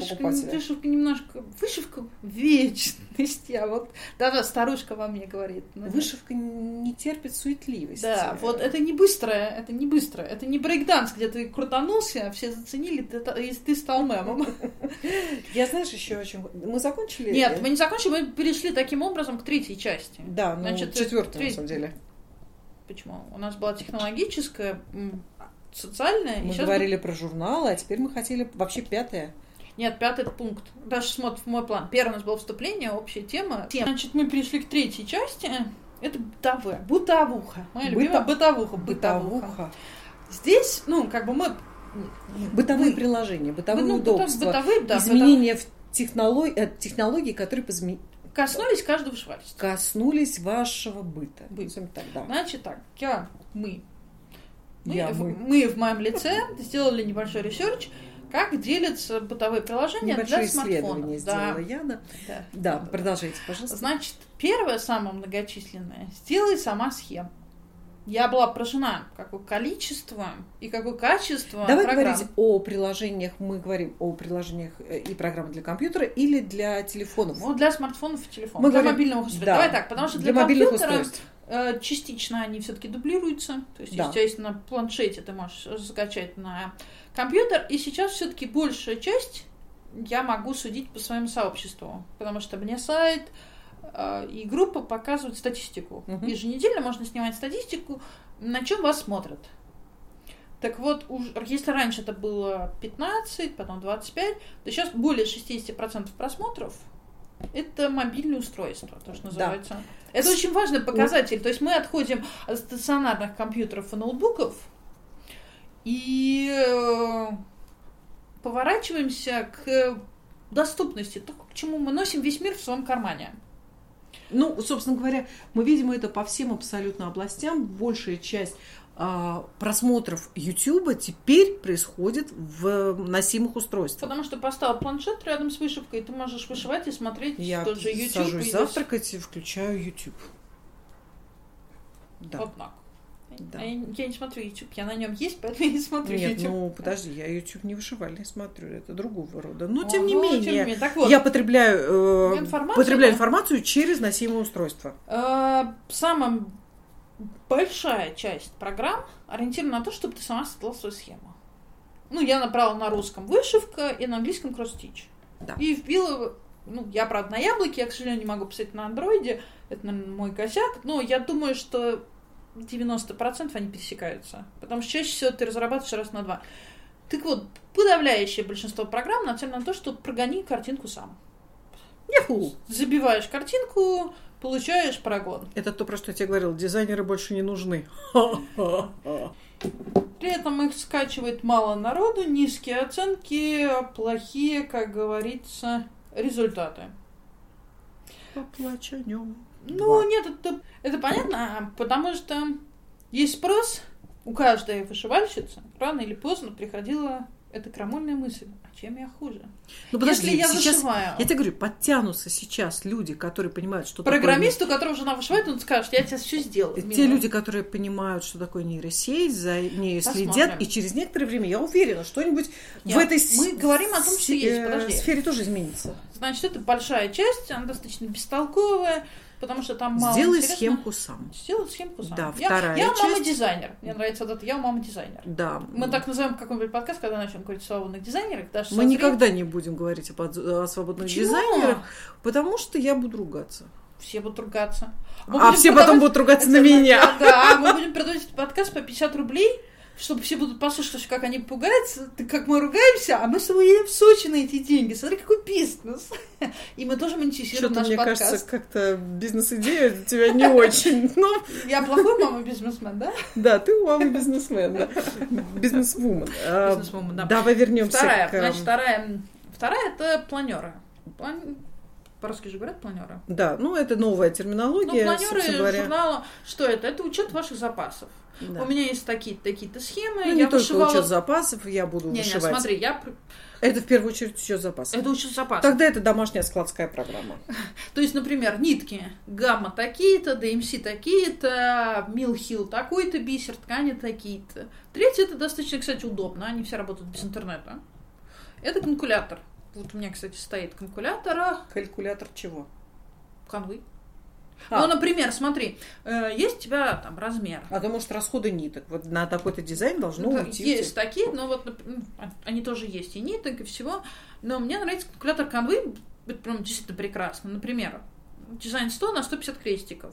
вышивка вечность. Даже старушка во мне говорит. Вышивка не терпит суетливости. Да, это не быстрое, это не брейкданс, где ты крутанулся, все заценили, и ты стал мемом. Я, знаешь, еще о чем... Мы закончили? Нет, мы не закончили, мы перешли таким образом к 3-й части. Да, 4-й на самом деле. Почему? У нас была технологическая, социальная. Мы говорили про журналы, а теперь мы хотели вообще 5-е. Нет, 5-й пункт. Даже смотри в мой план. Первое у нас было вступление, общая тема. Значит, мы перешли к 3-й части. Это бытовуха. Моя любимая бытовуха. Здесь, мы... Бытовые приложения, бытовые удобства, изменения в технологии, которые Коснулись каждого вышивательства. Коснулись вашего быта. Тогда. Значит так, мы в моем лице сделали небольшой ресерч, как делятся бытовые приложения небольшое для смартфонов. Исследование сделала я, да. Продолжайте, пожалуйста. Значит, первое, самое многочисленное, сделай сама схему. Я была поражена, какое количество и какое качество Давай программ. говорить о приложениях, мы говорим о приложениях и программах для компьютера или для телефонов? Ну, для смартфонов и телефонов, для мобильного устройства. Да, давай так, потому что для мобильных компьютера устройств. Частично они все-таки дублируются. То есть, да. если у тебя есть на планшете, ты можешь закачать на компьютер. И сейчас все-таки большая часть я могу судить по своему сообществу. Потому что мне сайт и группа показывают статистику. Еженедельно можно снимать статистику, на чем вас смотрят. Так вот, если раньше это было 15, потом 25, то сейчас более 60% просмотров это мобильное устройство, то, что называется. Да. Это очень важный показатель. То есть мы отходим от стационарных компьютеров и ноутбуков и поворачиваемся к доступности, то, к чему мы носим весь мир в своем кармане. Ну, собственно говоря, мы видим это по всем абсолютно областям. Большая часть просмотров Ютуба теперь происходит в носимых устройствах. Потому что поставил планшет рядом с вышивкой, ты можешь вышивать и смотреть тот же YouTube. Я сажусь завтракать и включаю YouTube. Да. Вот так. Да. Я не смотрю YouTube, я на нем есть, поэтому я не смотрю YouTube. Нет, ну подожди, я YouTube не вышивальный смотрю, это другого рода. Но тем не менее, я потребляю информацию через носимое устройство. Самая большая часть программ ориентирована на то, чтобы ты сама создала свою схему. Ну, я набрала на русском вышивка и на английском кросс-стич. Да. И вбила, я, правда, на яблоке, я, к сожалению, не могу писать на андроиде, это, наверное, мой косяк, но я думаю, что 90% они пересекаются, потому что чаще всего ты разрабатываешь раз на два. Так вот, подавляющее большинство программ нацелено на то, что прогони картинку сам. Яху! Забиваешь картинку, получаешь прогон. Это то, про что я тебе говорила, дизайнеры больше не нужны. При этом их скачивает мало народу, низкие оценки, плохие, как говорится, результаты. Поплачь о нем. Нет, это понятно, потому что есть спрос, у каждой вышивальщицы рано или поздно приходила эта крамольная мысль, а чем я хуже? Подожди, если я сейчас, вышиваю... Я тебе говорю, подтянутся сейчас люди, которые понимают, что программист, у которого жена вышивает, он скажет, я тебе все сделал. Те люди, которые понимают, что такое нейросеть, за ней следят, и через некоторое время, я уверена, что-нибудь в этой мы говорим о том, что есть, сфере тоже изменится. Значит, это большая часть, она достаточно бестолковая, потому что там мало Сделай интересно. схемку сам. Сделай схемку сам. Да, вторая я часть. мама-дизайнер. Мне нравится вот это «я мама-дизайнер». Да. Мы так называем какой-нибудь подкаст, когда начнем говорить о свободных дизайнерах. Даже мы никогда не будем говорить о свободных дизайнерах, потому что я буду ругаться. Все будут ругаться. Все потом будут ругаться на меня. Да, мы будем продавать этот подкаст по 50 рублей, чтобы все будут послушать, как они пугаются, как мы ругаемся, а мы с тобой едем в Сочи на эти деньги. Смотри, какой бизнес. И мы тоже монетизируем наш подкаст. Мне кажется, как-то бизнес-идея у тебя не очень. Я плохой мама-бизнесмен, да? Да, ты мама-бизнесмен, да. Бизнес-вумен. Бизнес-вумен, да. Давай вернемся к... Вторая это планеры. По-русски же говорят планеры. Да, это новая терминология. Планеры журнала, что это? Это учет ваших запасов. Да. У меня есть такие-то схемы. Я не только учет запасов, я буду вышивать. Смотри, это в первую очередь учет запасов. Это учет запасов. Тогда это домашняя складская программа. То есть, например, нитки гамма такие-то, DMC такие-то, Милхил такой-то, бисер, ткани такие-то. Третье, это достаточно, кстати, удобно. Они все работают без интернета. Это калькулятор. Вот у меня, кстати, стоит калькулятор. Калькулятор чего? Канвы. Например, смотри, есть у тебя там размер. А то, может, расходы ниток. Вот на такой-то дизайн должно уйти. Есть такие, но они тоже есть и ниток, и всего. Но мне нравится калькулятор канвы. Это прям действительно прекрасно. Например, дизайн 100 на 150 крестиков.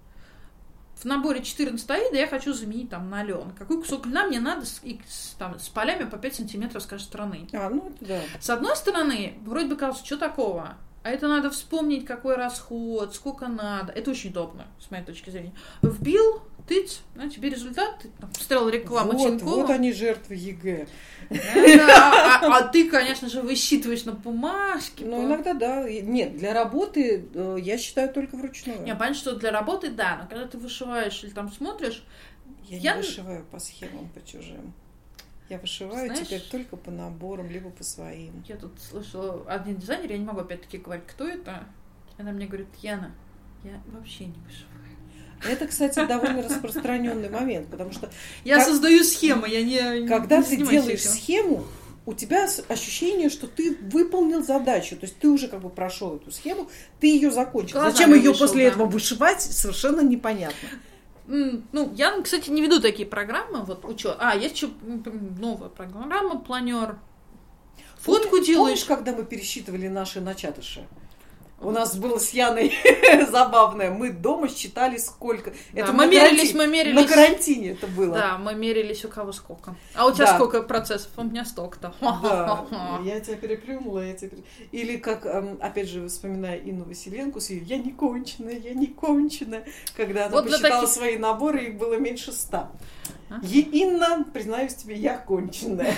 В наборе 14 аида я хочу заменить там на лен. Какой кусок льна мне надо с полями по 5 сантиметров с каждой стороны. Да. С одной стороны, вроде бы кажется, что такого? А это надо вспомнить, какой расход, сколько надо. Это очень удобно, с моей точки зрения. Вбил тыц, на тебе результат, ты там посмотрел рекламу Тинькова. Вот они жертвы ЕГЭ. А ты, конечно же, высчитываешь на бумажке. Ну, иногда да. Нет, для работы я считаю только вручную. Я понимаю, что для работы, да, но когда ты вышиваешь или там смотришь... Я не вышиваю по схемам, по чужим. Я вышиваю теперь только по наборам, либо по своим. Я тут слышала один дизайнер, я не могу опять-таки говорить, кто это. Она мне говорит: Яна, я вообще не вышиваю. Это, кстати, довольно распространенный момент, потому что... Я создаю схему, я не... Когда ты делаешь схему, у тебя ощущение, что ты выполнил задачу, то есть ты уже как бы прошел эту схему, ты ее закончил. Зачем ее после этого вышивать, совершенно непонятно. Ну, я, кстати, не веду такие программы, вот учет. Есть еще новая программа, планер. Фотку делаешь. Помнишь, когда мы пересчитывали наши начатыши? У нас было с Яной забавное. Мы дома считали сколько. Да, это мы мерились. На карантине это было. Да, мы мерились, у кого сколько. А у тебя сколько процессов? У меня столько-то. Да, я тебя переплюнула. Или как, опять же, вспоминая Инну Василенко, я не конченая. Когда она посчитала свои наборы, их было меньше 100. Инна, признаюсь тебе, я конченая.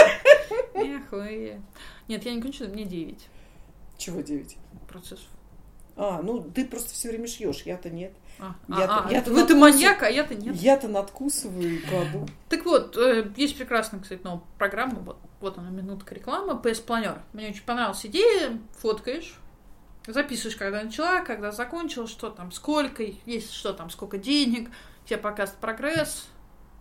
Нет, я не конченая, мне 9. Чего 9? Процессов. Ну ты просто все время шьешь, я-то нет. Ты маньяк, а я-то нет. Я-то надкусываю и кладу. Так вот, есть прекрасная, кстати, новая программа, вот она, минутка рекламы, PS Planner. Мне очень понравилась идея, фоткаешь, записываешь, когда начала, когда закончила, что там, сколько, есть что там, сколько денег, тебе показывает прогресс.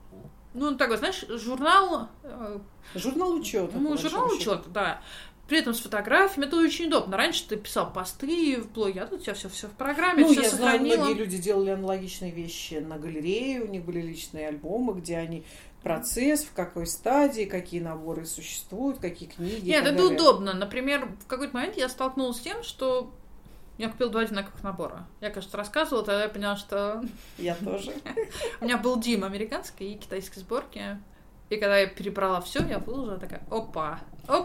Ну, такой, знаешь, журнал... Журнал учета. Журнал учета, да. При этом с фотографиями это очень удобно. Раньше ты писал посты в блоге, а тут у тебя все в программе, все я сохранила. знаю, многие люди делали аналогичные вещи на галерее, у них были личные альбомы, где они процесс, в какой стадии, какие наборы существуют, какие книги. Нет, это удобно. Например, в какой-то момент я столкнулась с тем, что я купила 2 одинаковых набора. Я, кажется, рассказывала, тогда я поняла, что... Я тоже. У меня был Дим американской и китайской сборки. И когда я перебрала все, я выложила такая: опа,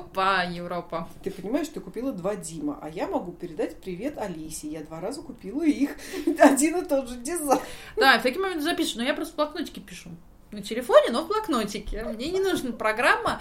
Европа. Ты понимаешь, ты купила 2 Дима, а я могу передать привет Алисе. Я 2 раза купила их. Один и тот же дизайн. Да, в такие моменты запишу. Но я просто в блокнотике пишу. На телефоне, но в блокнотике. Мне не нужна программа.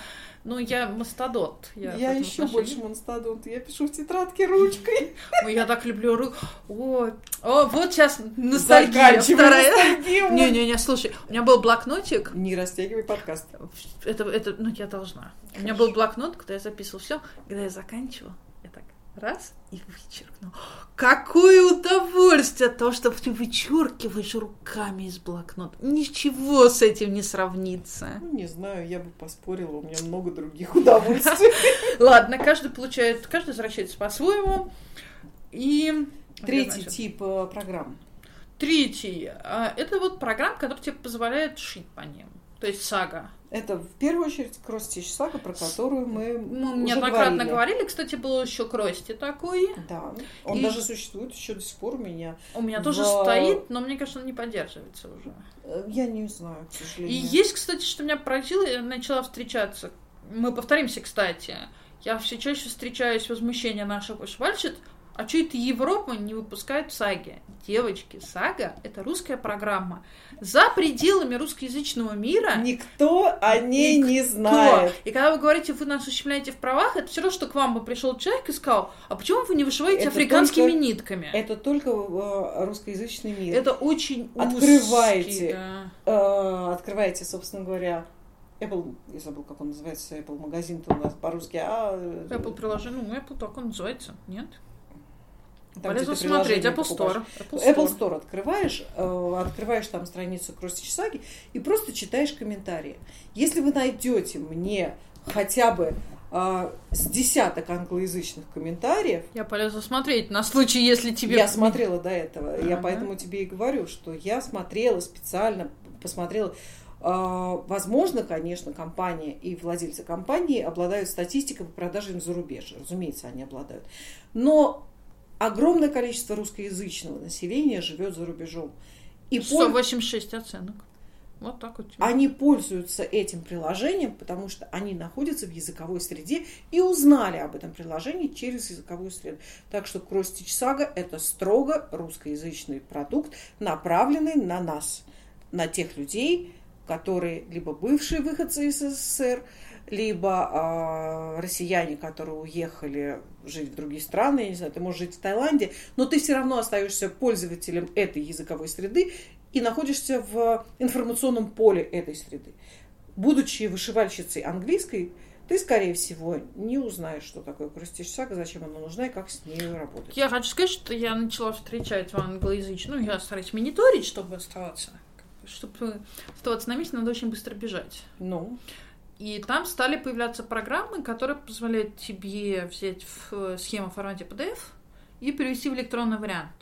Я мастодонт. Я еще больше мастодонт. Я пишу в тетрадке ручкой. Ой, я так люблю вот сейчас ностальгия вторая. Не, слушай, у меня был блокнотик. Не растягивай подкаст. Это, я должна. Хорошо. У меня был блокнот, куда я записывала все. Когда я заканчивала, я так раз и вычеркнула. Какое удовольствие от того, что ты вычеркиваешь руками из блокнота. Ничего с этим не сравнится. Не знаю, я бы поспорила, у меня много других удовольствий. Ладно, каждый возвращается по-своему. И... Третий тип программ. Третий. Это вот программа, которая тебе позволяет шить по ним. То есть сага. Это в первую очередь Cross-Stitch Saga, про которую мы неоднократно говорили. Кстати, был еще Крости такой. Да, он даже существует еще до сих пор у меня. У меня тоже стоит, но мне кажется, он не поддерживается уже. Я не знаю, к сожалению. И есть, кстати, что меня поразило, я начала встречаться. Мы повторимся, кстати. Я все чаще встречаюсь возмущение нашего Швальчит. А что это Европа не выпускает саги? Девочки, сага — это русская программа. За пределами русскоязычного мира никто о ней не знает. И когда вы говорите, вы нас ущемляете в правах, это все равно, что к вам бы пришел человек и сказал: а почему вы не вышиваете африканскими нитками? Это только русскоязычный мир. Это очень узкий. Открывайте, собственно говоря, Apple, я забыл, как он называется, Apple магазин-то у нас по-русски. Apple приложение, Apple так он называется, нет? Там, полезно смотреть, Apple Store. Apple Store открываешь там страницу Cross-Stitch Saga и просто читаешь комментарии. Если вы найдете мне хотя бы с десяток англоязычных комментариев... Я полезу смотреть, на случай, если тебе... Я смотрела до этого, я поэтому тебе и говорю, что я смотрела специально, посмотрела... Возможно, конечно, компания и владельцы компании обладают статистикой по продажам за рубеж. Разумеется, они обладают. Но огромное количество русскоязычного населения живет за рубежом. И 186 оценок. Вот так вот. Они пользуются этим приложением, потому что они находятся в языковой среде и узнали об этом приложении через языковую среду. Так что Cross-Stitch Saga — это строго русскоязычный продукт, направленный на нас. на тех людей, которые либо бывшие выходцы из СССР, либо россияне, которые уехали жить в другие страны, я не знаю, ты можешь жить в Таиланде, но ты все равно остаешься пользователем этой языковой среды и находишься в информационном поле этой среды. Будучи вышивальщицей английской, ты, скорее всего, не узнаешь, что такое кростиш-сага, зачем она нужна и как с ней работать. Я хочу сказать, что я начала встречать в англоязычном, я стараюсь мониторить, чтобы оставаться на месте, надо очень быстро бежать. Ну. И там стали появляться программы, которые позволяют тебе взять схему в формате PDF и перевести в электронный вариант.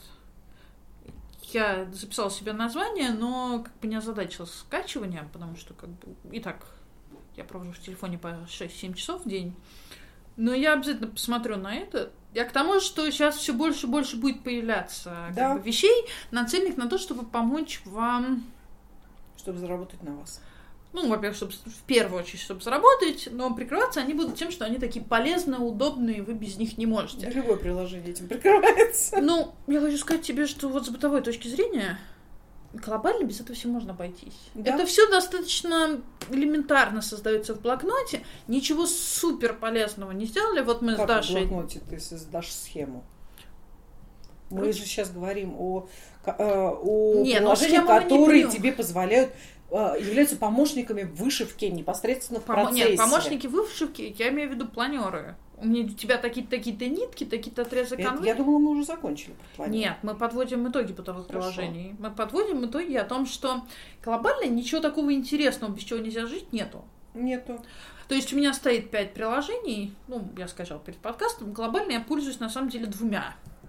Я записала себе название, но как бы не озадачила скачиванием, потому что как бы и так я провожу в телефоне по 6-7 часов в день. Но я обязательно посмотрю на это. Я к тому, что сейчас все больше и больше будет появляться как бы вещей, нацеленных на то, чтобы помочь вам... Чтобы заработать на вас. Ну, во-первых, чтобы, в первую очередь, чтобы заработать, но прикрываться они будут тем, что они такие полезные, удобные, вы без них не можете. Да, любое приложение этим прикрывается. Ну, я хочу сказать тебе, что вот с бытовой точки зрения глобально без этого всего можно обойтись. Да? Это все достаточно элементарно создается в блокноте, ничего супер полезного не сделали. Вот мы как с Дашей... в блокноте ты создашь схему? Мы же сейчас говорим о приложениях, которые тебе позволяют, являются помощниками в вышивке непосредственно в процессе. Нет, помощники вышивки, я имею в виду планеры. У тебя такие-то нитки, такие-то отрезы канвы. Я думала, мы уже закончили про планеры. Нет, мы подводим итоги бытовых приложений. Мы подводим итоги о том, что глобально ничего такого интересного, без чего нельзя жить, нету. Нету. То есть у меня стоит 5 приложений, ну, я сказала перед подкастом, глобально я пользуюсь на самом деле 2.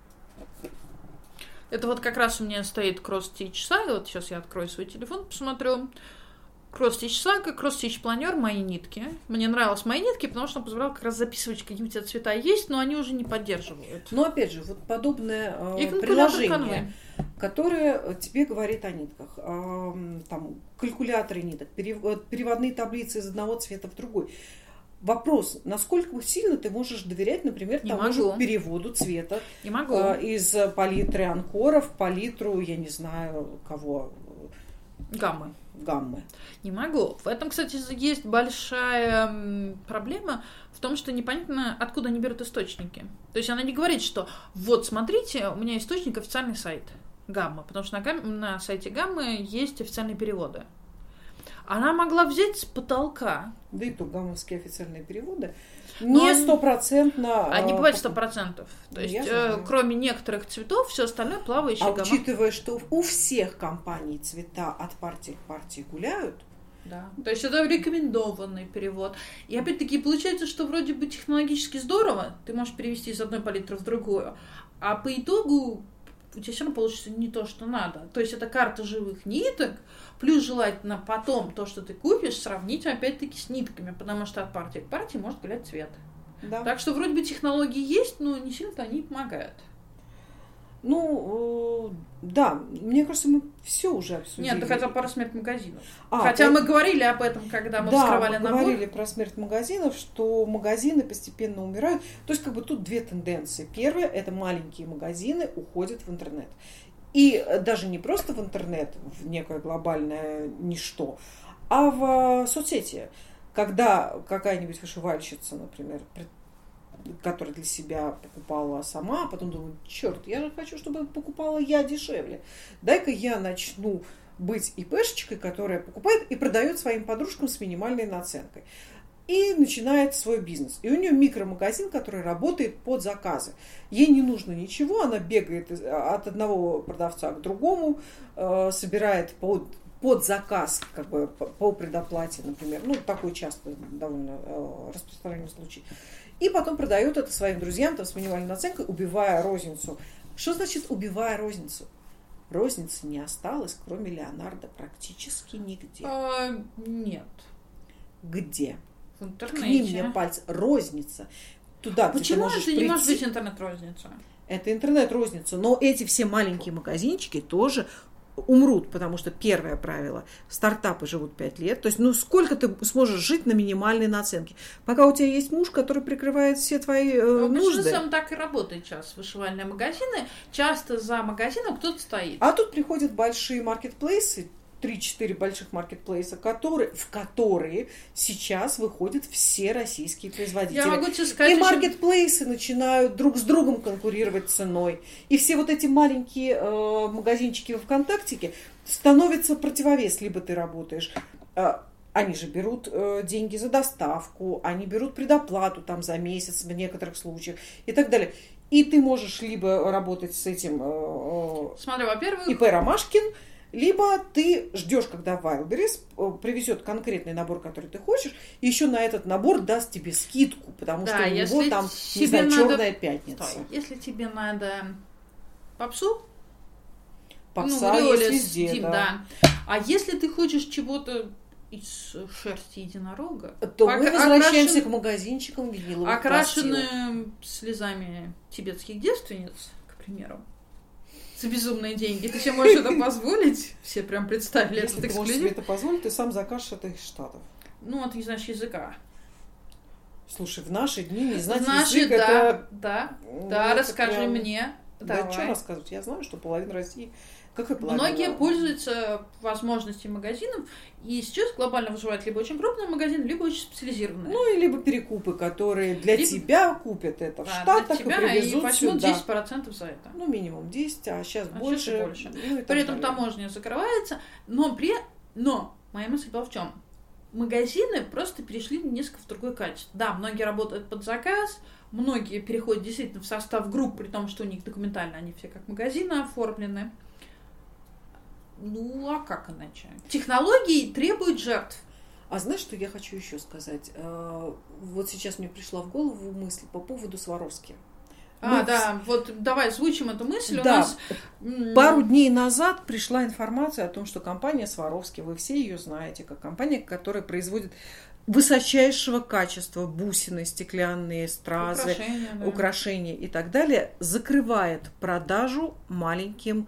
Это вот как раз у меня стоит Cross-Stitch Saga, вот сейчас я открою свой телефон, посмотрю. Cross-Stitch Saga, Cross-Stitch Planner, мои нитки. Мне нравились мои нитки, потому что он позволял как раз записывать, какие у тебя цвета есть, но они уже не поддерживают. Но опять же, вот подобное приложение, которое тебе говорит о нитках. Там калькуляторы ниток, переводные таблицы из одного цвета в другой. Вопрос, насколько сильно ты можешь доверять, например, тому же переводу цвета из палитры Анкора в палитру, я не знаю, кого? Гаммы. Не могу. В этом, кстати, есть большая проблема в том, что непонятно, откуда они берут источники. То есть она не говорит, что вот, смотрите, у меня источник официальный сайт Гаммы, потому что на сайте Гаммы есть официальные переводы. Она могла взять с потолка. Да и то гаммовские официальные переводы не стопроцентно... Они бывают 100%. То есть, кроме некоторых цветов, все остальное плавающее гамма. Учитывая, что у всех компаний цвета от партии к партии гуляют. Да. То есть это рекомендованный перевод. И опять-таки получается, что вроде бы технологически здорово, ты можешь перевести из одной палитры в другую, а по итогу у тебя все равно получится не то, что надо. То есть это карта живых ниток, плюс желательно потом то, что ты купишь, сравнить опять-таки с нитками, потому что от партии к партии может гулять цвет. Да. Так что вроде бы технологии есть, но не сильно они помогают. Ну, да, мне кажется, мы все уже обсудили. Нет, ты хотел про смерть магазинов. Хотя мы говорили об этом, когда мы вскрывали набор. Да, мы говорили про смерть магазинов, что магазины постепенно умирают. То есть, как бы тут 2 тенденции. Первая – это маленькие магазины уходят в интернет. И даже не просто в интернет, в некое глобальное ничто, а в соцсети. Когда какая-нибудь вышивальщица, например, которая для себя покупала сама, а потом думаю, черт, я же хочу, чтобы покупала я дешевле. Дай-ка я начну быть ИПшечкой, которая покупает и продает своим подружкам с минимальной наценкой. И начинает свой бизнес. И у нее микромагазин, который работает под заказы. Ей не нужно ничего, она бегает от одного продавца к другому, собирает под заказ, как бы по предоплате, например. Ну, такой часто довольно распространенный случай. И потом продает это своим друзьям там, с минимальной наценкой, убивая розницу. Что значит убивая розницу? Розницы не осталось, кроме Леонардо, практически нигде. Нет. Где? В интернете. Ткни мне пальцы. Розница. Туда, где почему ты можешь это прийти. Не может быть интернет-розница? Это интернет-розница. Но эти все маленькие магазинчики тоже умрут, потому что первое правило – стартапы живут 5 лет. То есть, ну, сколько ты сможешь жить на минимальной наценке? Пока у тебя есть муж, который прикрывает все твои нужды. Бизнесом так и работает сейчас. Вышивальные магазины. Часто за магазином кто-то стоит. А тут приходят большие маркетплейсы, 3-4 больших маркетплейса, в которые сейчас выходят все российские производители. Я могу тебе сказать, и маркетплейсы начинают друг с другом конкурировать ценой. И все вот эти маленькие магазинчики во ВКонтактике становятся противовес. Либо ты работаешь... Они же берут деньги за доставку, они берут предоплату там за месяц в некоторых случаях и так далее. И ты можешь либо работать с этим Смотри, во-первых, ИП Ромашкин, либо ты ждешь, когда Wildberries привезет конкретный набор, который ты хочешь, и еще на этот набор даст тебе скидку, потому что у него там, не знаю, черная пятница. Стой, если тебе надо попсу, попса есть везде, да. А если ты хочешь чего-то из шерсти единорога, то мы возвращаемся к магазинчикам виниловых окрашенные слезами тибетских девственниц, к примеру, за безумные деньги. Ты себе можешь это позволить? Все прям представили этот эксклюзив. Если ты можешь себе это позволить, ты сам закажешь это из Штатов. Ну, ты не знаешь языка. Слушай, в наши дни не знать язык, это... Да, расскажи прям... мне. Да, что рассказывать? Я знаю, что половина России... Многие пользуются возможностью магазинов, и сейчас глобально выживают либо очень крупные магазины, либо очень специализированные. Ну, и либо перекупы, которые для тебя купят это в Штатах и привезут и возьмут сюда. 10% за это. Ну, минимум 10, а сейчас больше. Ну, при этом таможня закрывается, но моя мысль была в чем? Магазины просто перешли несколько в другое качество. Да, многие работают под заказ, многие переходят действительно в состав групп, при том, что у них документально они все как магазины оформлены. Ну, а как иначе? Технологии требуют жертв. А знаешь, что я хочу еще сказать? Вот сейчас мне пришла в голову мысль по поводу Сваровски. Вот давай озвучим эту мысль. Да. У нас пару дней назад пришла информация о том, что компания Сваровски, вы все ее знаете, как компания, которая производит высочайшего качества бусины, стеклянные стразы, украшения и так далее, закрывает продажу маленьким,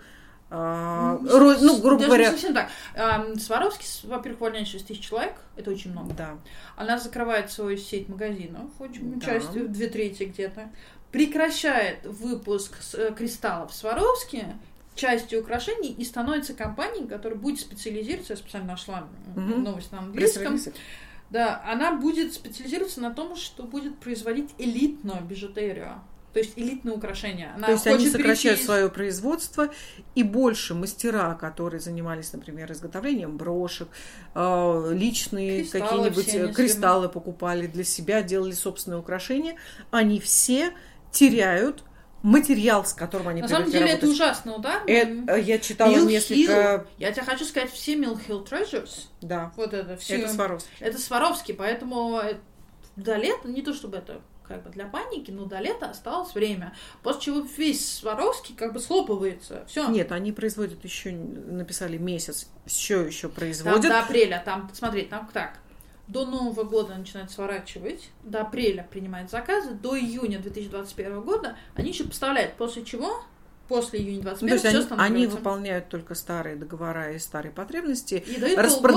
грубо говоря... Не совсем так. Сваровски, во-первых, увольняет 6 тысяч человек, это очень много. Да. Она закрывает свою сеть магазинов, частью, 2/3 где-то. Прекращает выпуск кристаллов Сваровски, частью украшений, и становится компанией, которая будет специализироваться, я специально нашла новость на английском. Да, она будет специализироваться на том, что будет производить элитную бижутерию. То есть элитные украшения. То есть они сокращают свое производство, и больше мастера, которые занимались, например, изготовлением брошек, личные какие-нибудь кристаллы покупали для себя, делали собственные украшения, они все теряют материал, с которым они привыкли работать. На самом деле это ужасный удар. Я читала несколько... Я тебе хочу сказать, все Mill Hill Treasures. Да. Вот это все. Это Сваровски. Это Сваровски, поэтому до лета, не то чтобы это как бы для паники, но до лета осталось время. После чего весь Сваровски как бы схлопывается. Все. Нет, они производят еще, написали месяц, все еще производят. Там до апреля, смотри, там так. До Нового года начинают сворачивать, до апреля принимают заказы, до июня 2021 года они еще поставляют, после чего, после июня 2021 все становится. Они выполняют только старые договора и старые потребности, и дают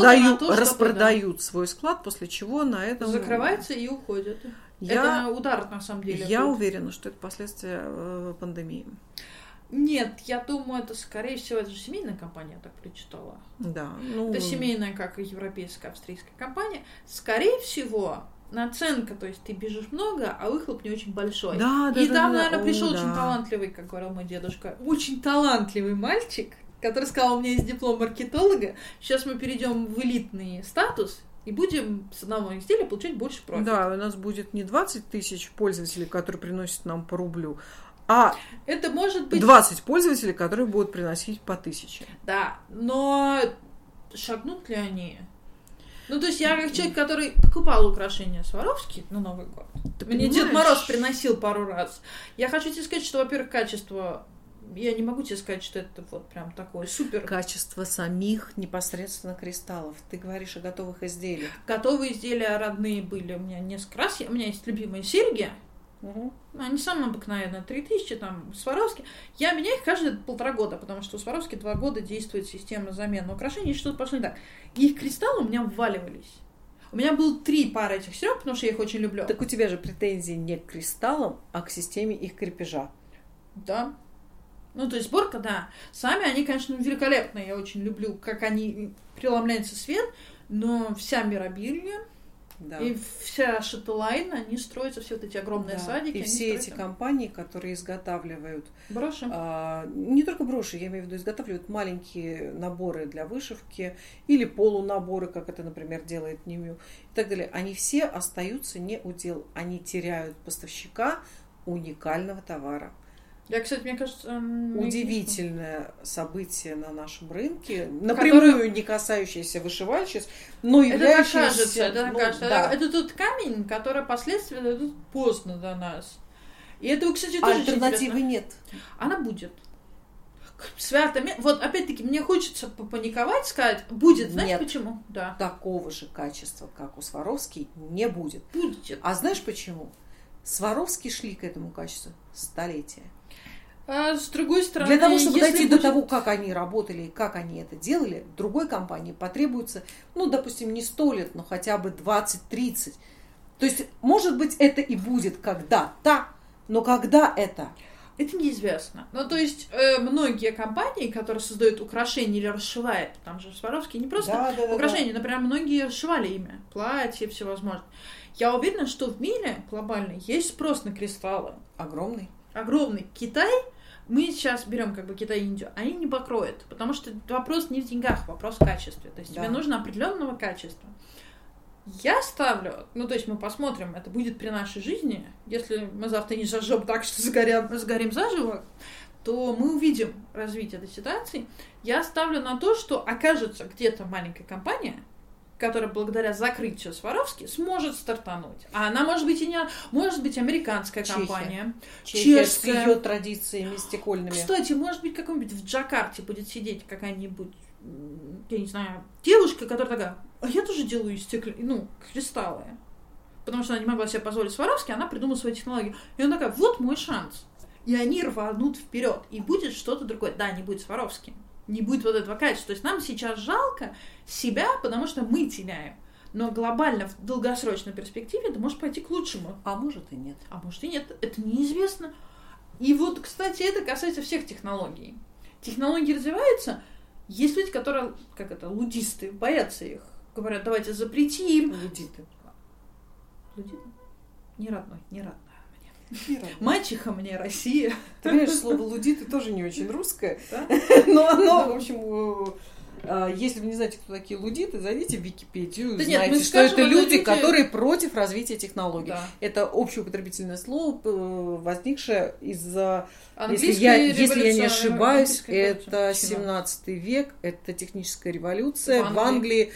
распродают свой склад, после чего на этом... Закрывается и уходят. Это удар, на самом деле. Я уверена, что это последствия пандемии. Нет, я думаю, это, скорее всего, это же семейная компания, я так прочитала. Да. Это семейная, как и европейская, австрийская компания. Скорее всего, наценка, то есть ты бежишь много, а выхлоп не очень большой. И там, наверное, пришел очень талантливый, как говорил мой дедушка, очень талантливый мальчик, который сказал, у меня есть диплом маркетолога, сейчас мы перейдем в элитный статус, и будем с одного изделия получать больше профита. Да, у нас будет не 20 тысяч пользователей, которые приносят нам по рублю, а это может быть 20 пользователей, которые будут приносить по 1000. Да, но шагнут ли они? Ну, то есть я как человек, который покупал украшения Сваровски на Новый год. Мне Дед Мороз приносил пару раз. Я хочу тебе сказать, что, во-первых, качество... Я не могу тебе сказать, что это вот прям такое супер. Качество самих непосредственно кристаллов. Ты говоришь о готовых изделиях. Готовые изделия родные были у меня несколько раз. У меня есть любимые серьги. Они самые обыкновенные, 3000, там, Сваровски. Я меняю их каждые 1,5 года, потому что у Сваровски 2 года действует система замены украшений, и что-то пошло не так. И их кристаллы у меня вваливались. У меня было 3 пары этих серёг, потому что я их очень люблю. Так у тебя же претензии не к кристаллам, а к системе их крепежа. Да. Ну, то есть сборка, да. Сами они, конечно, великолепные. Я очень люблю, как они преломляется свет, но вся миробилья и вся Шаттелайн, они строятся, все вот эти огромные садики. И все эти компании, которые изготавливают... Броши. Не только броши, я имею в виду, изготавливают маленькие наборы для вышивки или полунаборы, как это, например, делает Нью и так далее. Они все остаются не у дел. Они теряют поставщика уникального товара. Я, кстати, мне кажется... Удивительное событие на нашем рынке, напрямую не касающееся вышивальщиц, но являющееся... Это кажется. Это тот камень, который последствия дойдут поздно до нас. И это, кстати, тоже альтернативы нет. Она будет. Свято. Вот, опять-таки, мне хочется попаниковать, сказать, будет. Знаешь, нет, почему? Да. Такого же качества, как у Сваровски, не будет. Будет. А знаешь почему? Сваровски шли к этому качеству столетия. А с другой стороны... Для того, чтобы дойти до того, как они работали и как они это делали, другой компании потребуется, ну, допустим, не 100 лет, но хотя бы 20-30. То есть, может быть, это и будет когда-то, но когда это? Это неизвестно. Ну, то есть, многие компании, которые создают украшения или расшивают, там же Сваровски не просто украшения, например, многие расшивали ими, платья, всевозможные. Я уверена, что в мире глобально есть спрос на кристаллы. Огромный. Огромный. Китай, мы сейчас берем как бы Китай и Индию, они не покроют, потому что вопрос не в деньгах, вопрос в качестве. То есть тебе нужно определенного качества. Я ставлю, ну, то есть мы посмотрим, это будет при нашей жизни. Если мы завтра не зажжем так, что сгорим заживо, то мы увидим развитие этой ситуации. Я ставлю на то, что окажется где-то маленькая компания, которая благодаря закрытию Сваровски сможет стартануть. А она может быть и не... Может быть, американская компания. Чешская. С ее традициями стекольными. Кстати, может быть, какой-нибудь в Джакарте будет сидеть какая-нибудь, я не знаю, девушка, которая такая, а я тоже делаю из кристаллы. Потому что она не могла себе позволить Сваровски, она придумала свою технологию. И она такая, вот мой шанс. И они рванут вперед. И будет что-то другое. Да, не будет Сваровски. Не будет вот этого качества. То есть нам сейчас жалко себя, потому что мы теряем. Но глобально, в долгосрочной перспективе это может пойти к лучшему. А может и нет. А может и нет. Это неизвестно. И вот, кстати, это касается всех технологий. Технологии развиваются. Есть люди, которые, лудисты, боятся их. Говорят, давайте запретим. Лудиты? Не родной. Мачеха мне Россия. Ты понимаешь, слово лудиты тоже не очень русское. Но оно, в общем, если вы не знаете, кто такие лудиты, зайдите в Википедию, знаете, что это люди, которые против развития технологий. Это общеупотребительное слово, возникшее из-за, если я не ошибаюсь, это 17 век, это техническая революция в Англии.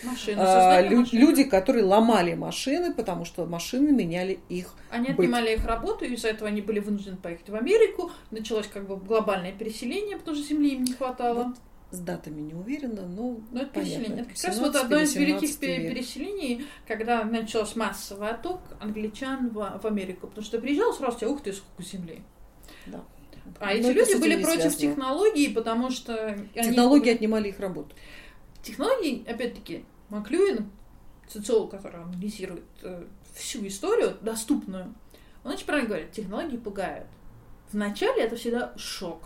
Люди, которые ломали машины, потому что машины меняли их Они отнимали их работу, и из-за этого они были вынуждены поехать в Америку. Началось глобальное переселение, потому что земли им не хватало. Вот. С датами не уверена, но это переселение. Это как раз вот одно из великих переселений, когда начался массовый отток англичан в Америку. Потому что приезжал сразу, ух ты, сколько земли. Да. А эти люди были против технологий, потому что... Технологии отнимали их работу. Технологии, опять-таки, Маклюин, социолог, который анализирует всю историю доступную, он очень правильно говорит, технологии пугают. Вначале это всегда шок.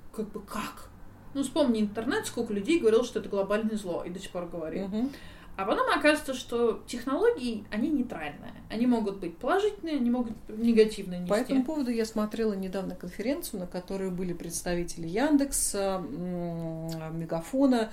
Как? Ну, вспомни интернет, сколько людей говорило, что это глобальное зло, и до сих пор говорит. А потом оказывается, что технологии, они нейтральные. Они могут быть положительные, они могут негативные нести. По этому поводу я смотрела недавно конференцию, на которой были представители Яндекса, Мегафона,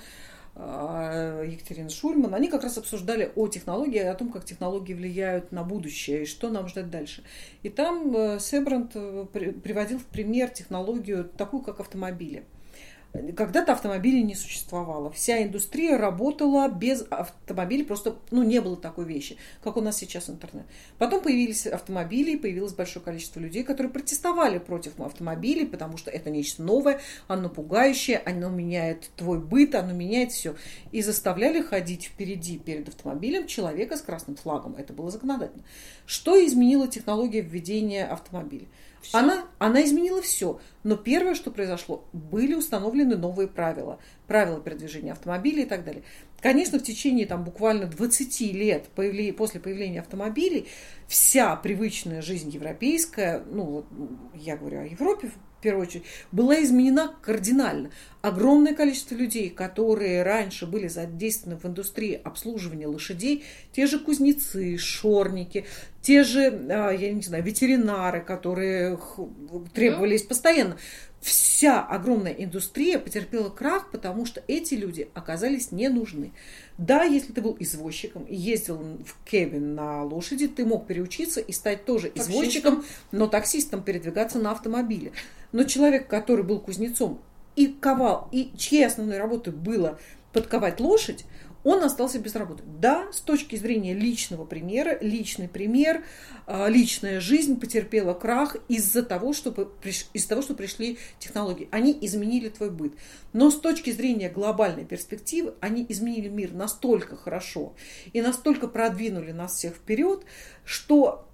Екатерина Шульман. Они как раз обсуждали о технологии, о том, как технологии влияют на будущее и что нам ждать дальше. И там Себранд приводил в пример технологию такую, как автомобили. Когда-то автомобилей не существовало. Вся индустрия работала без автомобилей, просто не было такой вещи, как у нас сейчас интернет. Потом появились автомобили, появилось большое количество людей, которые протестовали против автомобилей, потому что это нечто новое, оно пугающее, оно меняет твой быт, оно меняет все. И заставляли ходить впереди перед автомобилем человека с красным флагом. Это было законодательно. Что изменила технология введения автомобиля? Она изменила все. Но первое, что произошло, были установлены новые правила. Правила передвижения автомобилей и так далее. Конечно, в течение буквально 20 лет после появления автомобилей вся привычная жизнь европейская, я говорю о Европе в первую очередь, была изменена кардинально. Огромное количество людей, которые раньше были задействованы в индустрии обслуживания лошадей, те же кузнецы, шорники, те же, я не знаю, ветеринары, которые требовались постоянно. Вся огромная индустрия потерпела крах, потому что эти люди оказались не нужны. Да, если ты был извозчиком и ездил в кэбин на лошади, ты мог переучиться и стать тоже извозчиком, но таксистом передвигаться на автомобиле. Но человек, который был кузнецом и ковал, и чьей основной работой было подковать лошадь, он остался без работы. Да, с точки зрения личного примера, личный пример, личная жизнь потерпела крах из-за того, что пришли технологии. Они изменили твой быт. Но с точки зрения глобальной перспективы, они изменили мир настолько хорошо и настолько продвинули нас всех вперед, что,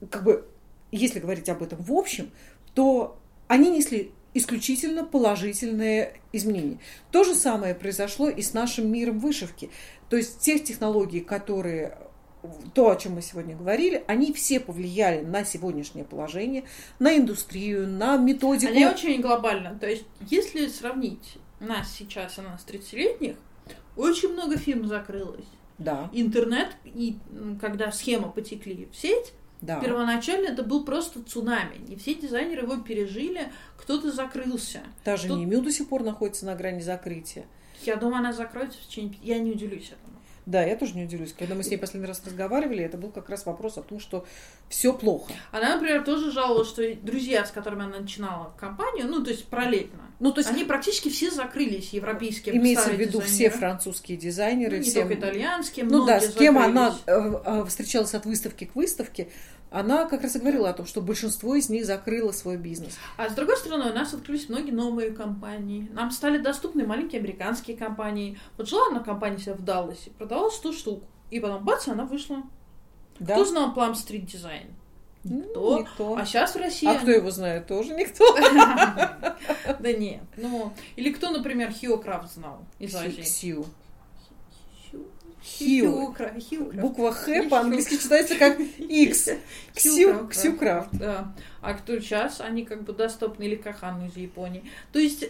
если говорить об этом в общем, то они несли исключительно положительные изменения. То же самое произошло и с нашим миром вышивки. То есть тех технологий, которые, то, о чем мы сегодня говорили, они все повлияли на сегодняшнее положение, на индустрию, на методику. Они очень глобально. То есть если сравнить нас сейчас и нас 30-летних, очень много фирм закрылось. Да. Интернет, и когда схемы потекли в сеть, да. Первоначально это был просто цунами. Не все дизайнеры его пережили, кто-то закрылся. Та же Немю до сих пор находится на грани закрытия. Я думаю, она закроется в течение... Я не удивлюсь этому. Да, я тоже не удивлюсь. Когда мы с ней последний раз разговаривали, это был как раз вопрос о том, что все плохо. Она, например, тоже жаловалась, что друзья, с которыми она начинала компанию, то есть параллельно, они практически все закрылись, европейские. Имеется в виду все французские дизайнеры. Не только итальянские, многие с кем она встречалась от выставки к выставке, она как раз и говорила о том, что большинство из них закрыло свой бизнес. А с другой стороны, у нас открылись многие новые компании. Нам стали доступны маленькие американские компании. Вот жила одна компания себя в Далласе, продавала 100 штук. И потом, бац, она вышла. Да? Кто знал Plum Street Design? Никто. А сейчас в России... А кто его знает? Тоже никто. Да нет. Или кто, например, Хьюо Крафт знал из Азии? Хью. Буква Х по-английски читается как X. Ксю Крафт. Да. А кто сейчас? Они доступны, или Кахан из Японии. То есть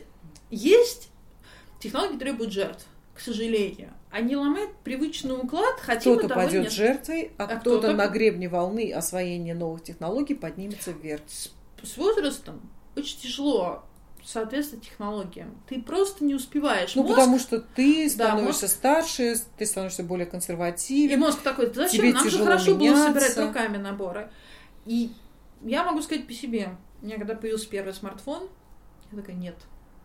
технологии требуют жертв, к сожалению. Они ломают привычный уклад, кто-то пойдет жертвой, а кто-то на гребне волны освоения новых технологий поднимется вверх. С возрастом очень тяжело соответствовать технологиям. Ты просто не успеваешь. Потому что ты становишься старше, ты становишься более консервативен. И мозг такой: зачем? Нам же хорошо было собирать руками наборы. И я могу сказать по себе. У меня когда появился первый смартфон, я такая: нет.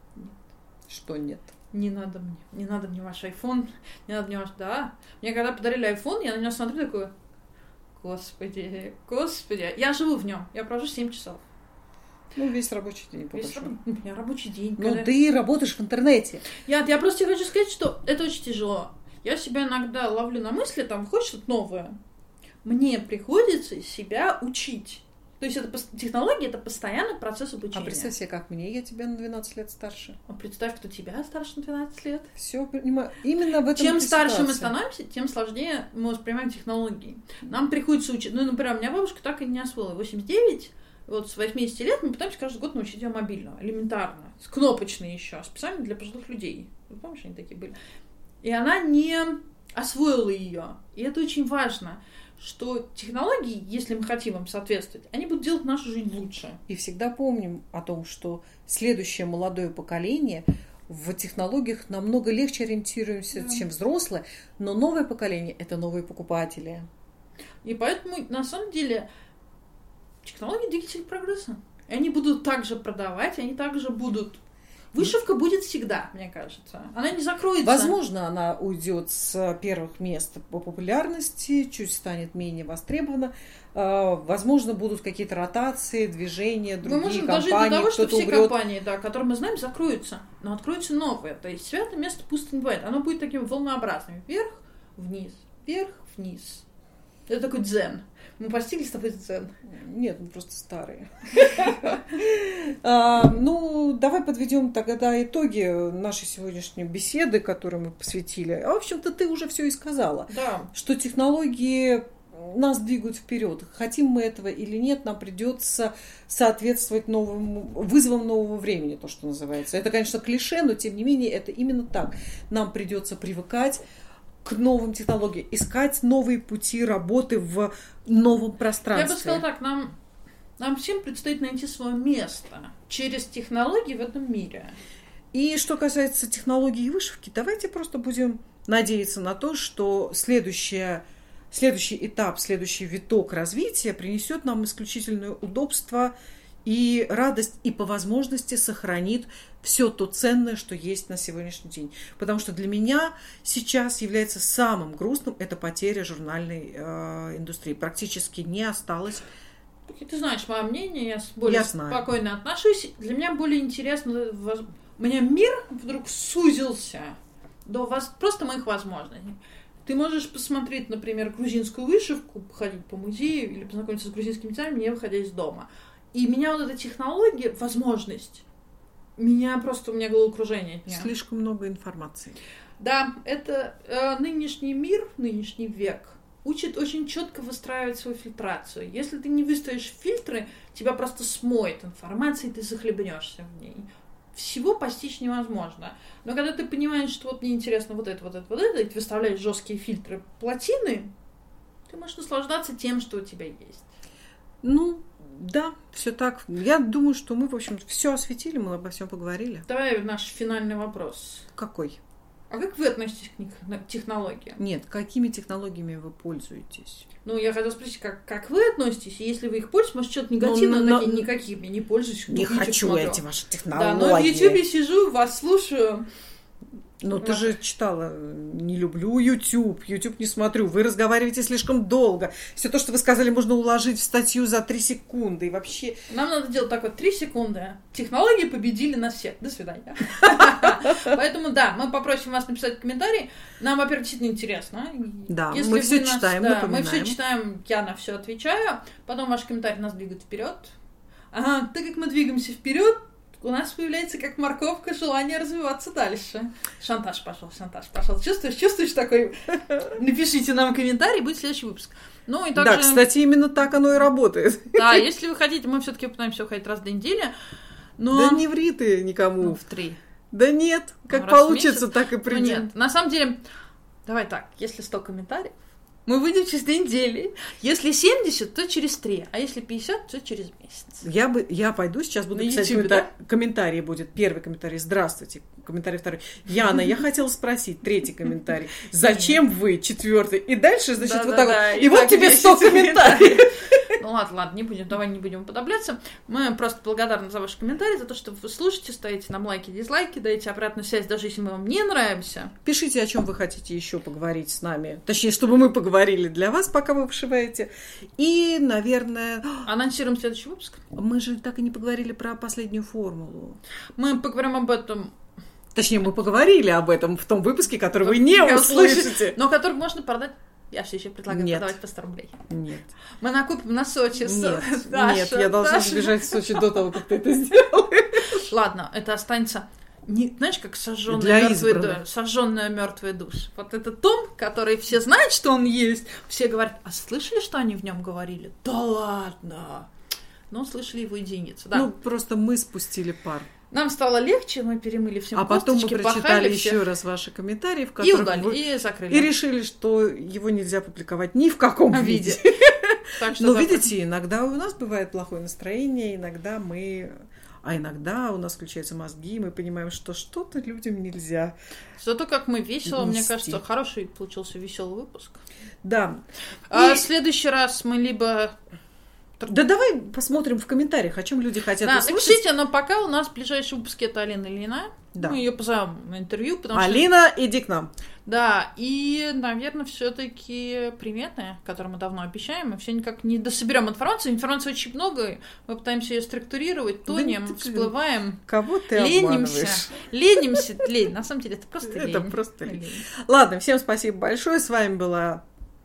Что нет? Не надо мне. Не надо мне ваш iPhone. Не надо мне ваш... Да. Мне когда подарили iPhone, я на него смотрю такой: Господи. Я живу в нем. Я провожу 7 часов. Весь рабочий день. У меня рабочий день. Ты работаешь в интернете. Я просто хочу сказать, что это очень тяжело. Я себя иногда ловлю на мысли, выходит что-то новое. Мне приходится себя учить. То есть технология — это постоянный процесс обучения. А представь себе, как мне, я тебя на 12 лет старше. А представь, кто тебя старше на 12 лет. Все понимаю. Именно в этом Чем старше мы становимся, тем сложнее мы воспринимаем технологии. Нам приходится учить. Например, у меня бабушка так и не освоила. 89. Вот с 80 лет мы пытаемся каждый год научить ее мобильного, элементарно, с кнопочной еще, специально для пожилых людей. Вы помните, они такие были? И она не освоила ее. И это очень важно, что технологии, если мы хотим им соответствовать, они будут делать нашу жизнь лучше. И всегда помним о том, что следующее молодое поколение в технологиях намного легче ориентируемся, чем взрослое, но новое поколение — это новые покупатели. И поэтому, на самом деле, технологии — двигатель прогресса. И они будут также продавать, они также будут... Вышивка будет всегда, мне кажется. Она не закроется. Возможно, она уйдет с первых мест по популярности, чуть станет менее востребована. Возможно, будут какие-то ротации, движения, другие компании. Мы можем дожить до того, что все компании, которые мы знаем, закроются. Но откроются новые. То есть святое место пусто не бывает. Оно будет таким волнообразным. Вверх, вниз, вверх, вниз. Это такой дзен. Мы постигли с тобой дзен. Нет, мы просто старые. Давай подведем тогда итоги нашей сегодняшней беседы, которую мы посвятили. В общем-то, ты уже все и сказала. Да. Что технологии нас двигают вперед. Хотим мы этого или нет, нам придется соответствовать вызовам нового времени, то, что называется. Это, конечно, клише, но тем не менее это именно так. Нам придется привыкать к новым технологиям, искать новые пути работы в новом пространстве. Я бы сказала так, нам всем предстоит найти свое место через технологии в этом мире. И что касается технологий и вышивки, давайте просто будем надеяться на то, что следующий этап, следующий виток развития принесет нам исключительное удобство и радость, и по возможности сохранит все то ценное, что есть на сегодняшний день. Потому что для меня сейчас является самым грустным это потеря журнальной индустрии. Практически не осталось. Ты знаешь мое мнение, я более спокойно отношусь. Для меня более интересно, у меня мир вдруг сузился до просто моих возможностей. Ты можешь посмотреть, например, грузинскую вышивку, походить по музею или познакомиться с грузинскими дизайнерами, не выходя из дома. И меня вот эта технология, возможность, у меня головокружение от нее. Слишком много информации. Да, это нынешний мир, нынешний век учит очень четко выстраивать свою фильтрацию. Если ты не выставишь фильтры, тебя просто смоет информация, и ты захлебнешься в ней. Всего постичь невозможно. Но когда ты понимаешь, что вот мне интересно вот это, и ты выставляешь жесткие фильтры плотины, ты можешь наслаждаться тем, что у тебя есть. Ну, да, все так. Я думаю, что мы, в общем, все осветили, мы обо всем поговорили. Давай наш финальный вопрос. Какой? А как вы относитесь к технологиям? Нет, какими технологиями вы пользуетесь? Ну, я хотела спросить, как вы относитесь, и если вы их пользуетесь, может, что-то негативное, никакими не пользуюсь. Не хочу смотрю. эти ваши технологии. Да, но в Ютубе сижу, вас слушаю. Ну, ты же читала, не люблю YouTube не смотрю, вы разговариваете слишком долго. Все то, что вы сказали, можно уложить в статью за 3 секунды. И вообще... Нам надо делать так вот 3 секунды. Технологии победили нас всех. До свидания. Поэтому, да, мы попросим вас написать комментарий. Нам, во-первых, действительно интересно. Да, мы все читаем, напоминаем. Мы все читаем, я на все отвечаю. Потом ваш комментарий нас двигает вперед. Ага, так как мы двигаемся вперед, у нас появляется как морковка желание развиваться дальше. Шантаж пошел. Чувствуешь такой? Напишите нам комментарий, будет следующий выпуск. Ну, и также... Да, кстати, именно так оно и работает. Да, если вы хотите, мы все-таки пытаемся уходить раз в 2 недели. Но... Да не ври ты никому. Ну, в 3. Да нет, как получится, так и придем. Ну, нет, на самом деле, давай так, если 100 комментариев, мы выйдем через 2 недели. Если 70, то через 3. А если 50, то через месяц. Я пойду, сейчас буду на писать YouTube, да? комментарий будет. Первый комментарий. Здравствуйте. Комментарий второй. Яна, я хотела спросить. 3-й комментарий. Зачем вы? 4-й. И дальше, значит, вот так вот. И вот тебе 100 комментариев. Ну ладно, давай не будем уподобляться. Мы просто благодарны за ваши комментарии, за то, что вы слушаете, ставите нам лайки, дизлайки, даете обратную связь, даже если мы вам не нравимся. Пишите, о чем вы хотите еще поговорить с нами. Точнее, чтобы мы поговорили для вас, пока вы вышиваете. И, наверное... Анонсируем следующий выпуск. Мы же так и не поговорили про последнюю формулу. Мы поговорим об этом... Точнее, мы поговорили об этом в том выпуске, который вы не услышите. Но который можно продать. Я все еще предлагаю продавать по 100 рублей. Нет. Мы накупим на Сочи. Нет, я должна сбежать в Сочи до того, как ты это сделаешь. Ладно, это останется... знаешь, как сожженная мертвая душа. Вот это том, который все знают, что он есть. Все говорят, а слышали, что они в нем говорили? Да ладно. Но слышали его единицы. Да. Ну, просто мы спустили пар. Нам стало легче, мы перемыли всем косточки, потом мы прочитали еще раз ваши комментарии, в которых и закрыли. И решили, что его нельзя публиковать ни в каком виде. Но видите, иногда у нас бывает плохое настроение, иногда у нас включаются мозги, и мы понимаем, что что-то людям нельзя. Зато как мы весело, мне кажется, хороший получился веселый выпуск. Да. А в следующий раз мы либо... Да давай посмотрим в комментариях, о чем люди хотят услышать. Напишите, но пока у нас в ближайшем выпуске это Алина Ильина. Да. Мы ее позовем на интервью, потому Алина, иди к нам. Да, и, наверное, все-таки приметы, которые мы давно обещаем, мы все никак не дособерем информацию. Информации очень много, мы пытаемся ее структурировать, тонем, всплываем. Кого ты обманываешь? Ленимся. На самом деле, это просто лень. Это просто лень. Ладно, всем спасибо большое. С вами была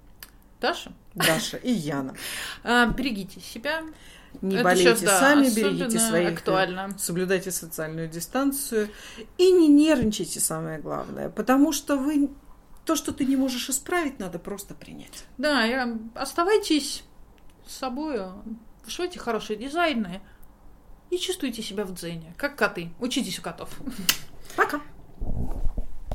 Даша и Яна. Берегите себя. Не болейте сами, берегите своих. Актуально. Соблюдайте социальную дистанцию. И не нервничайте, самое главное. Потому что вы то, что ты не можешь исправить, надо просто принять. Да, оставайтесь с собой, вышивайте хорошие дизайны и чувствуйте себя в дзене, как коты. Учитесь у котов. Пока!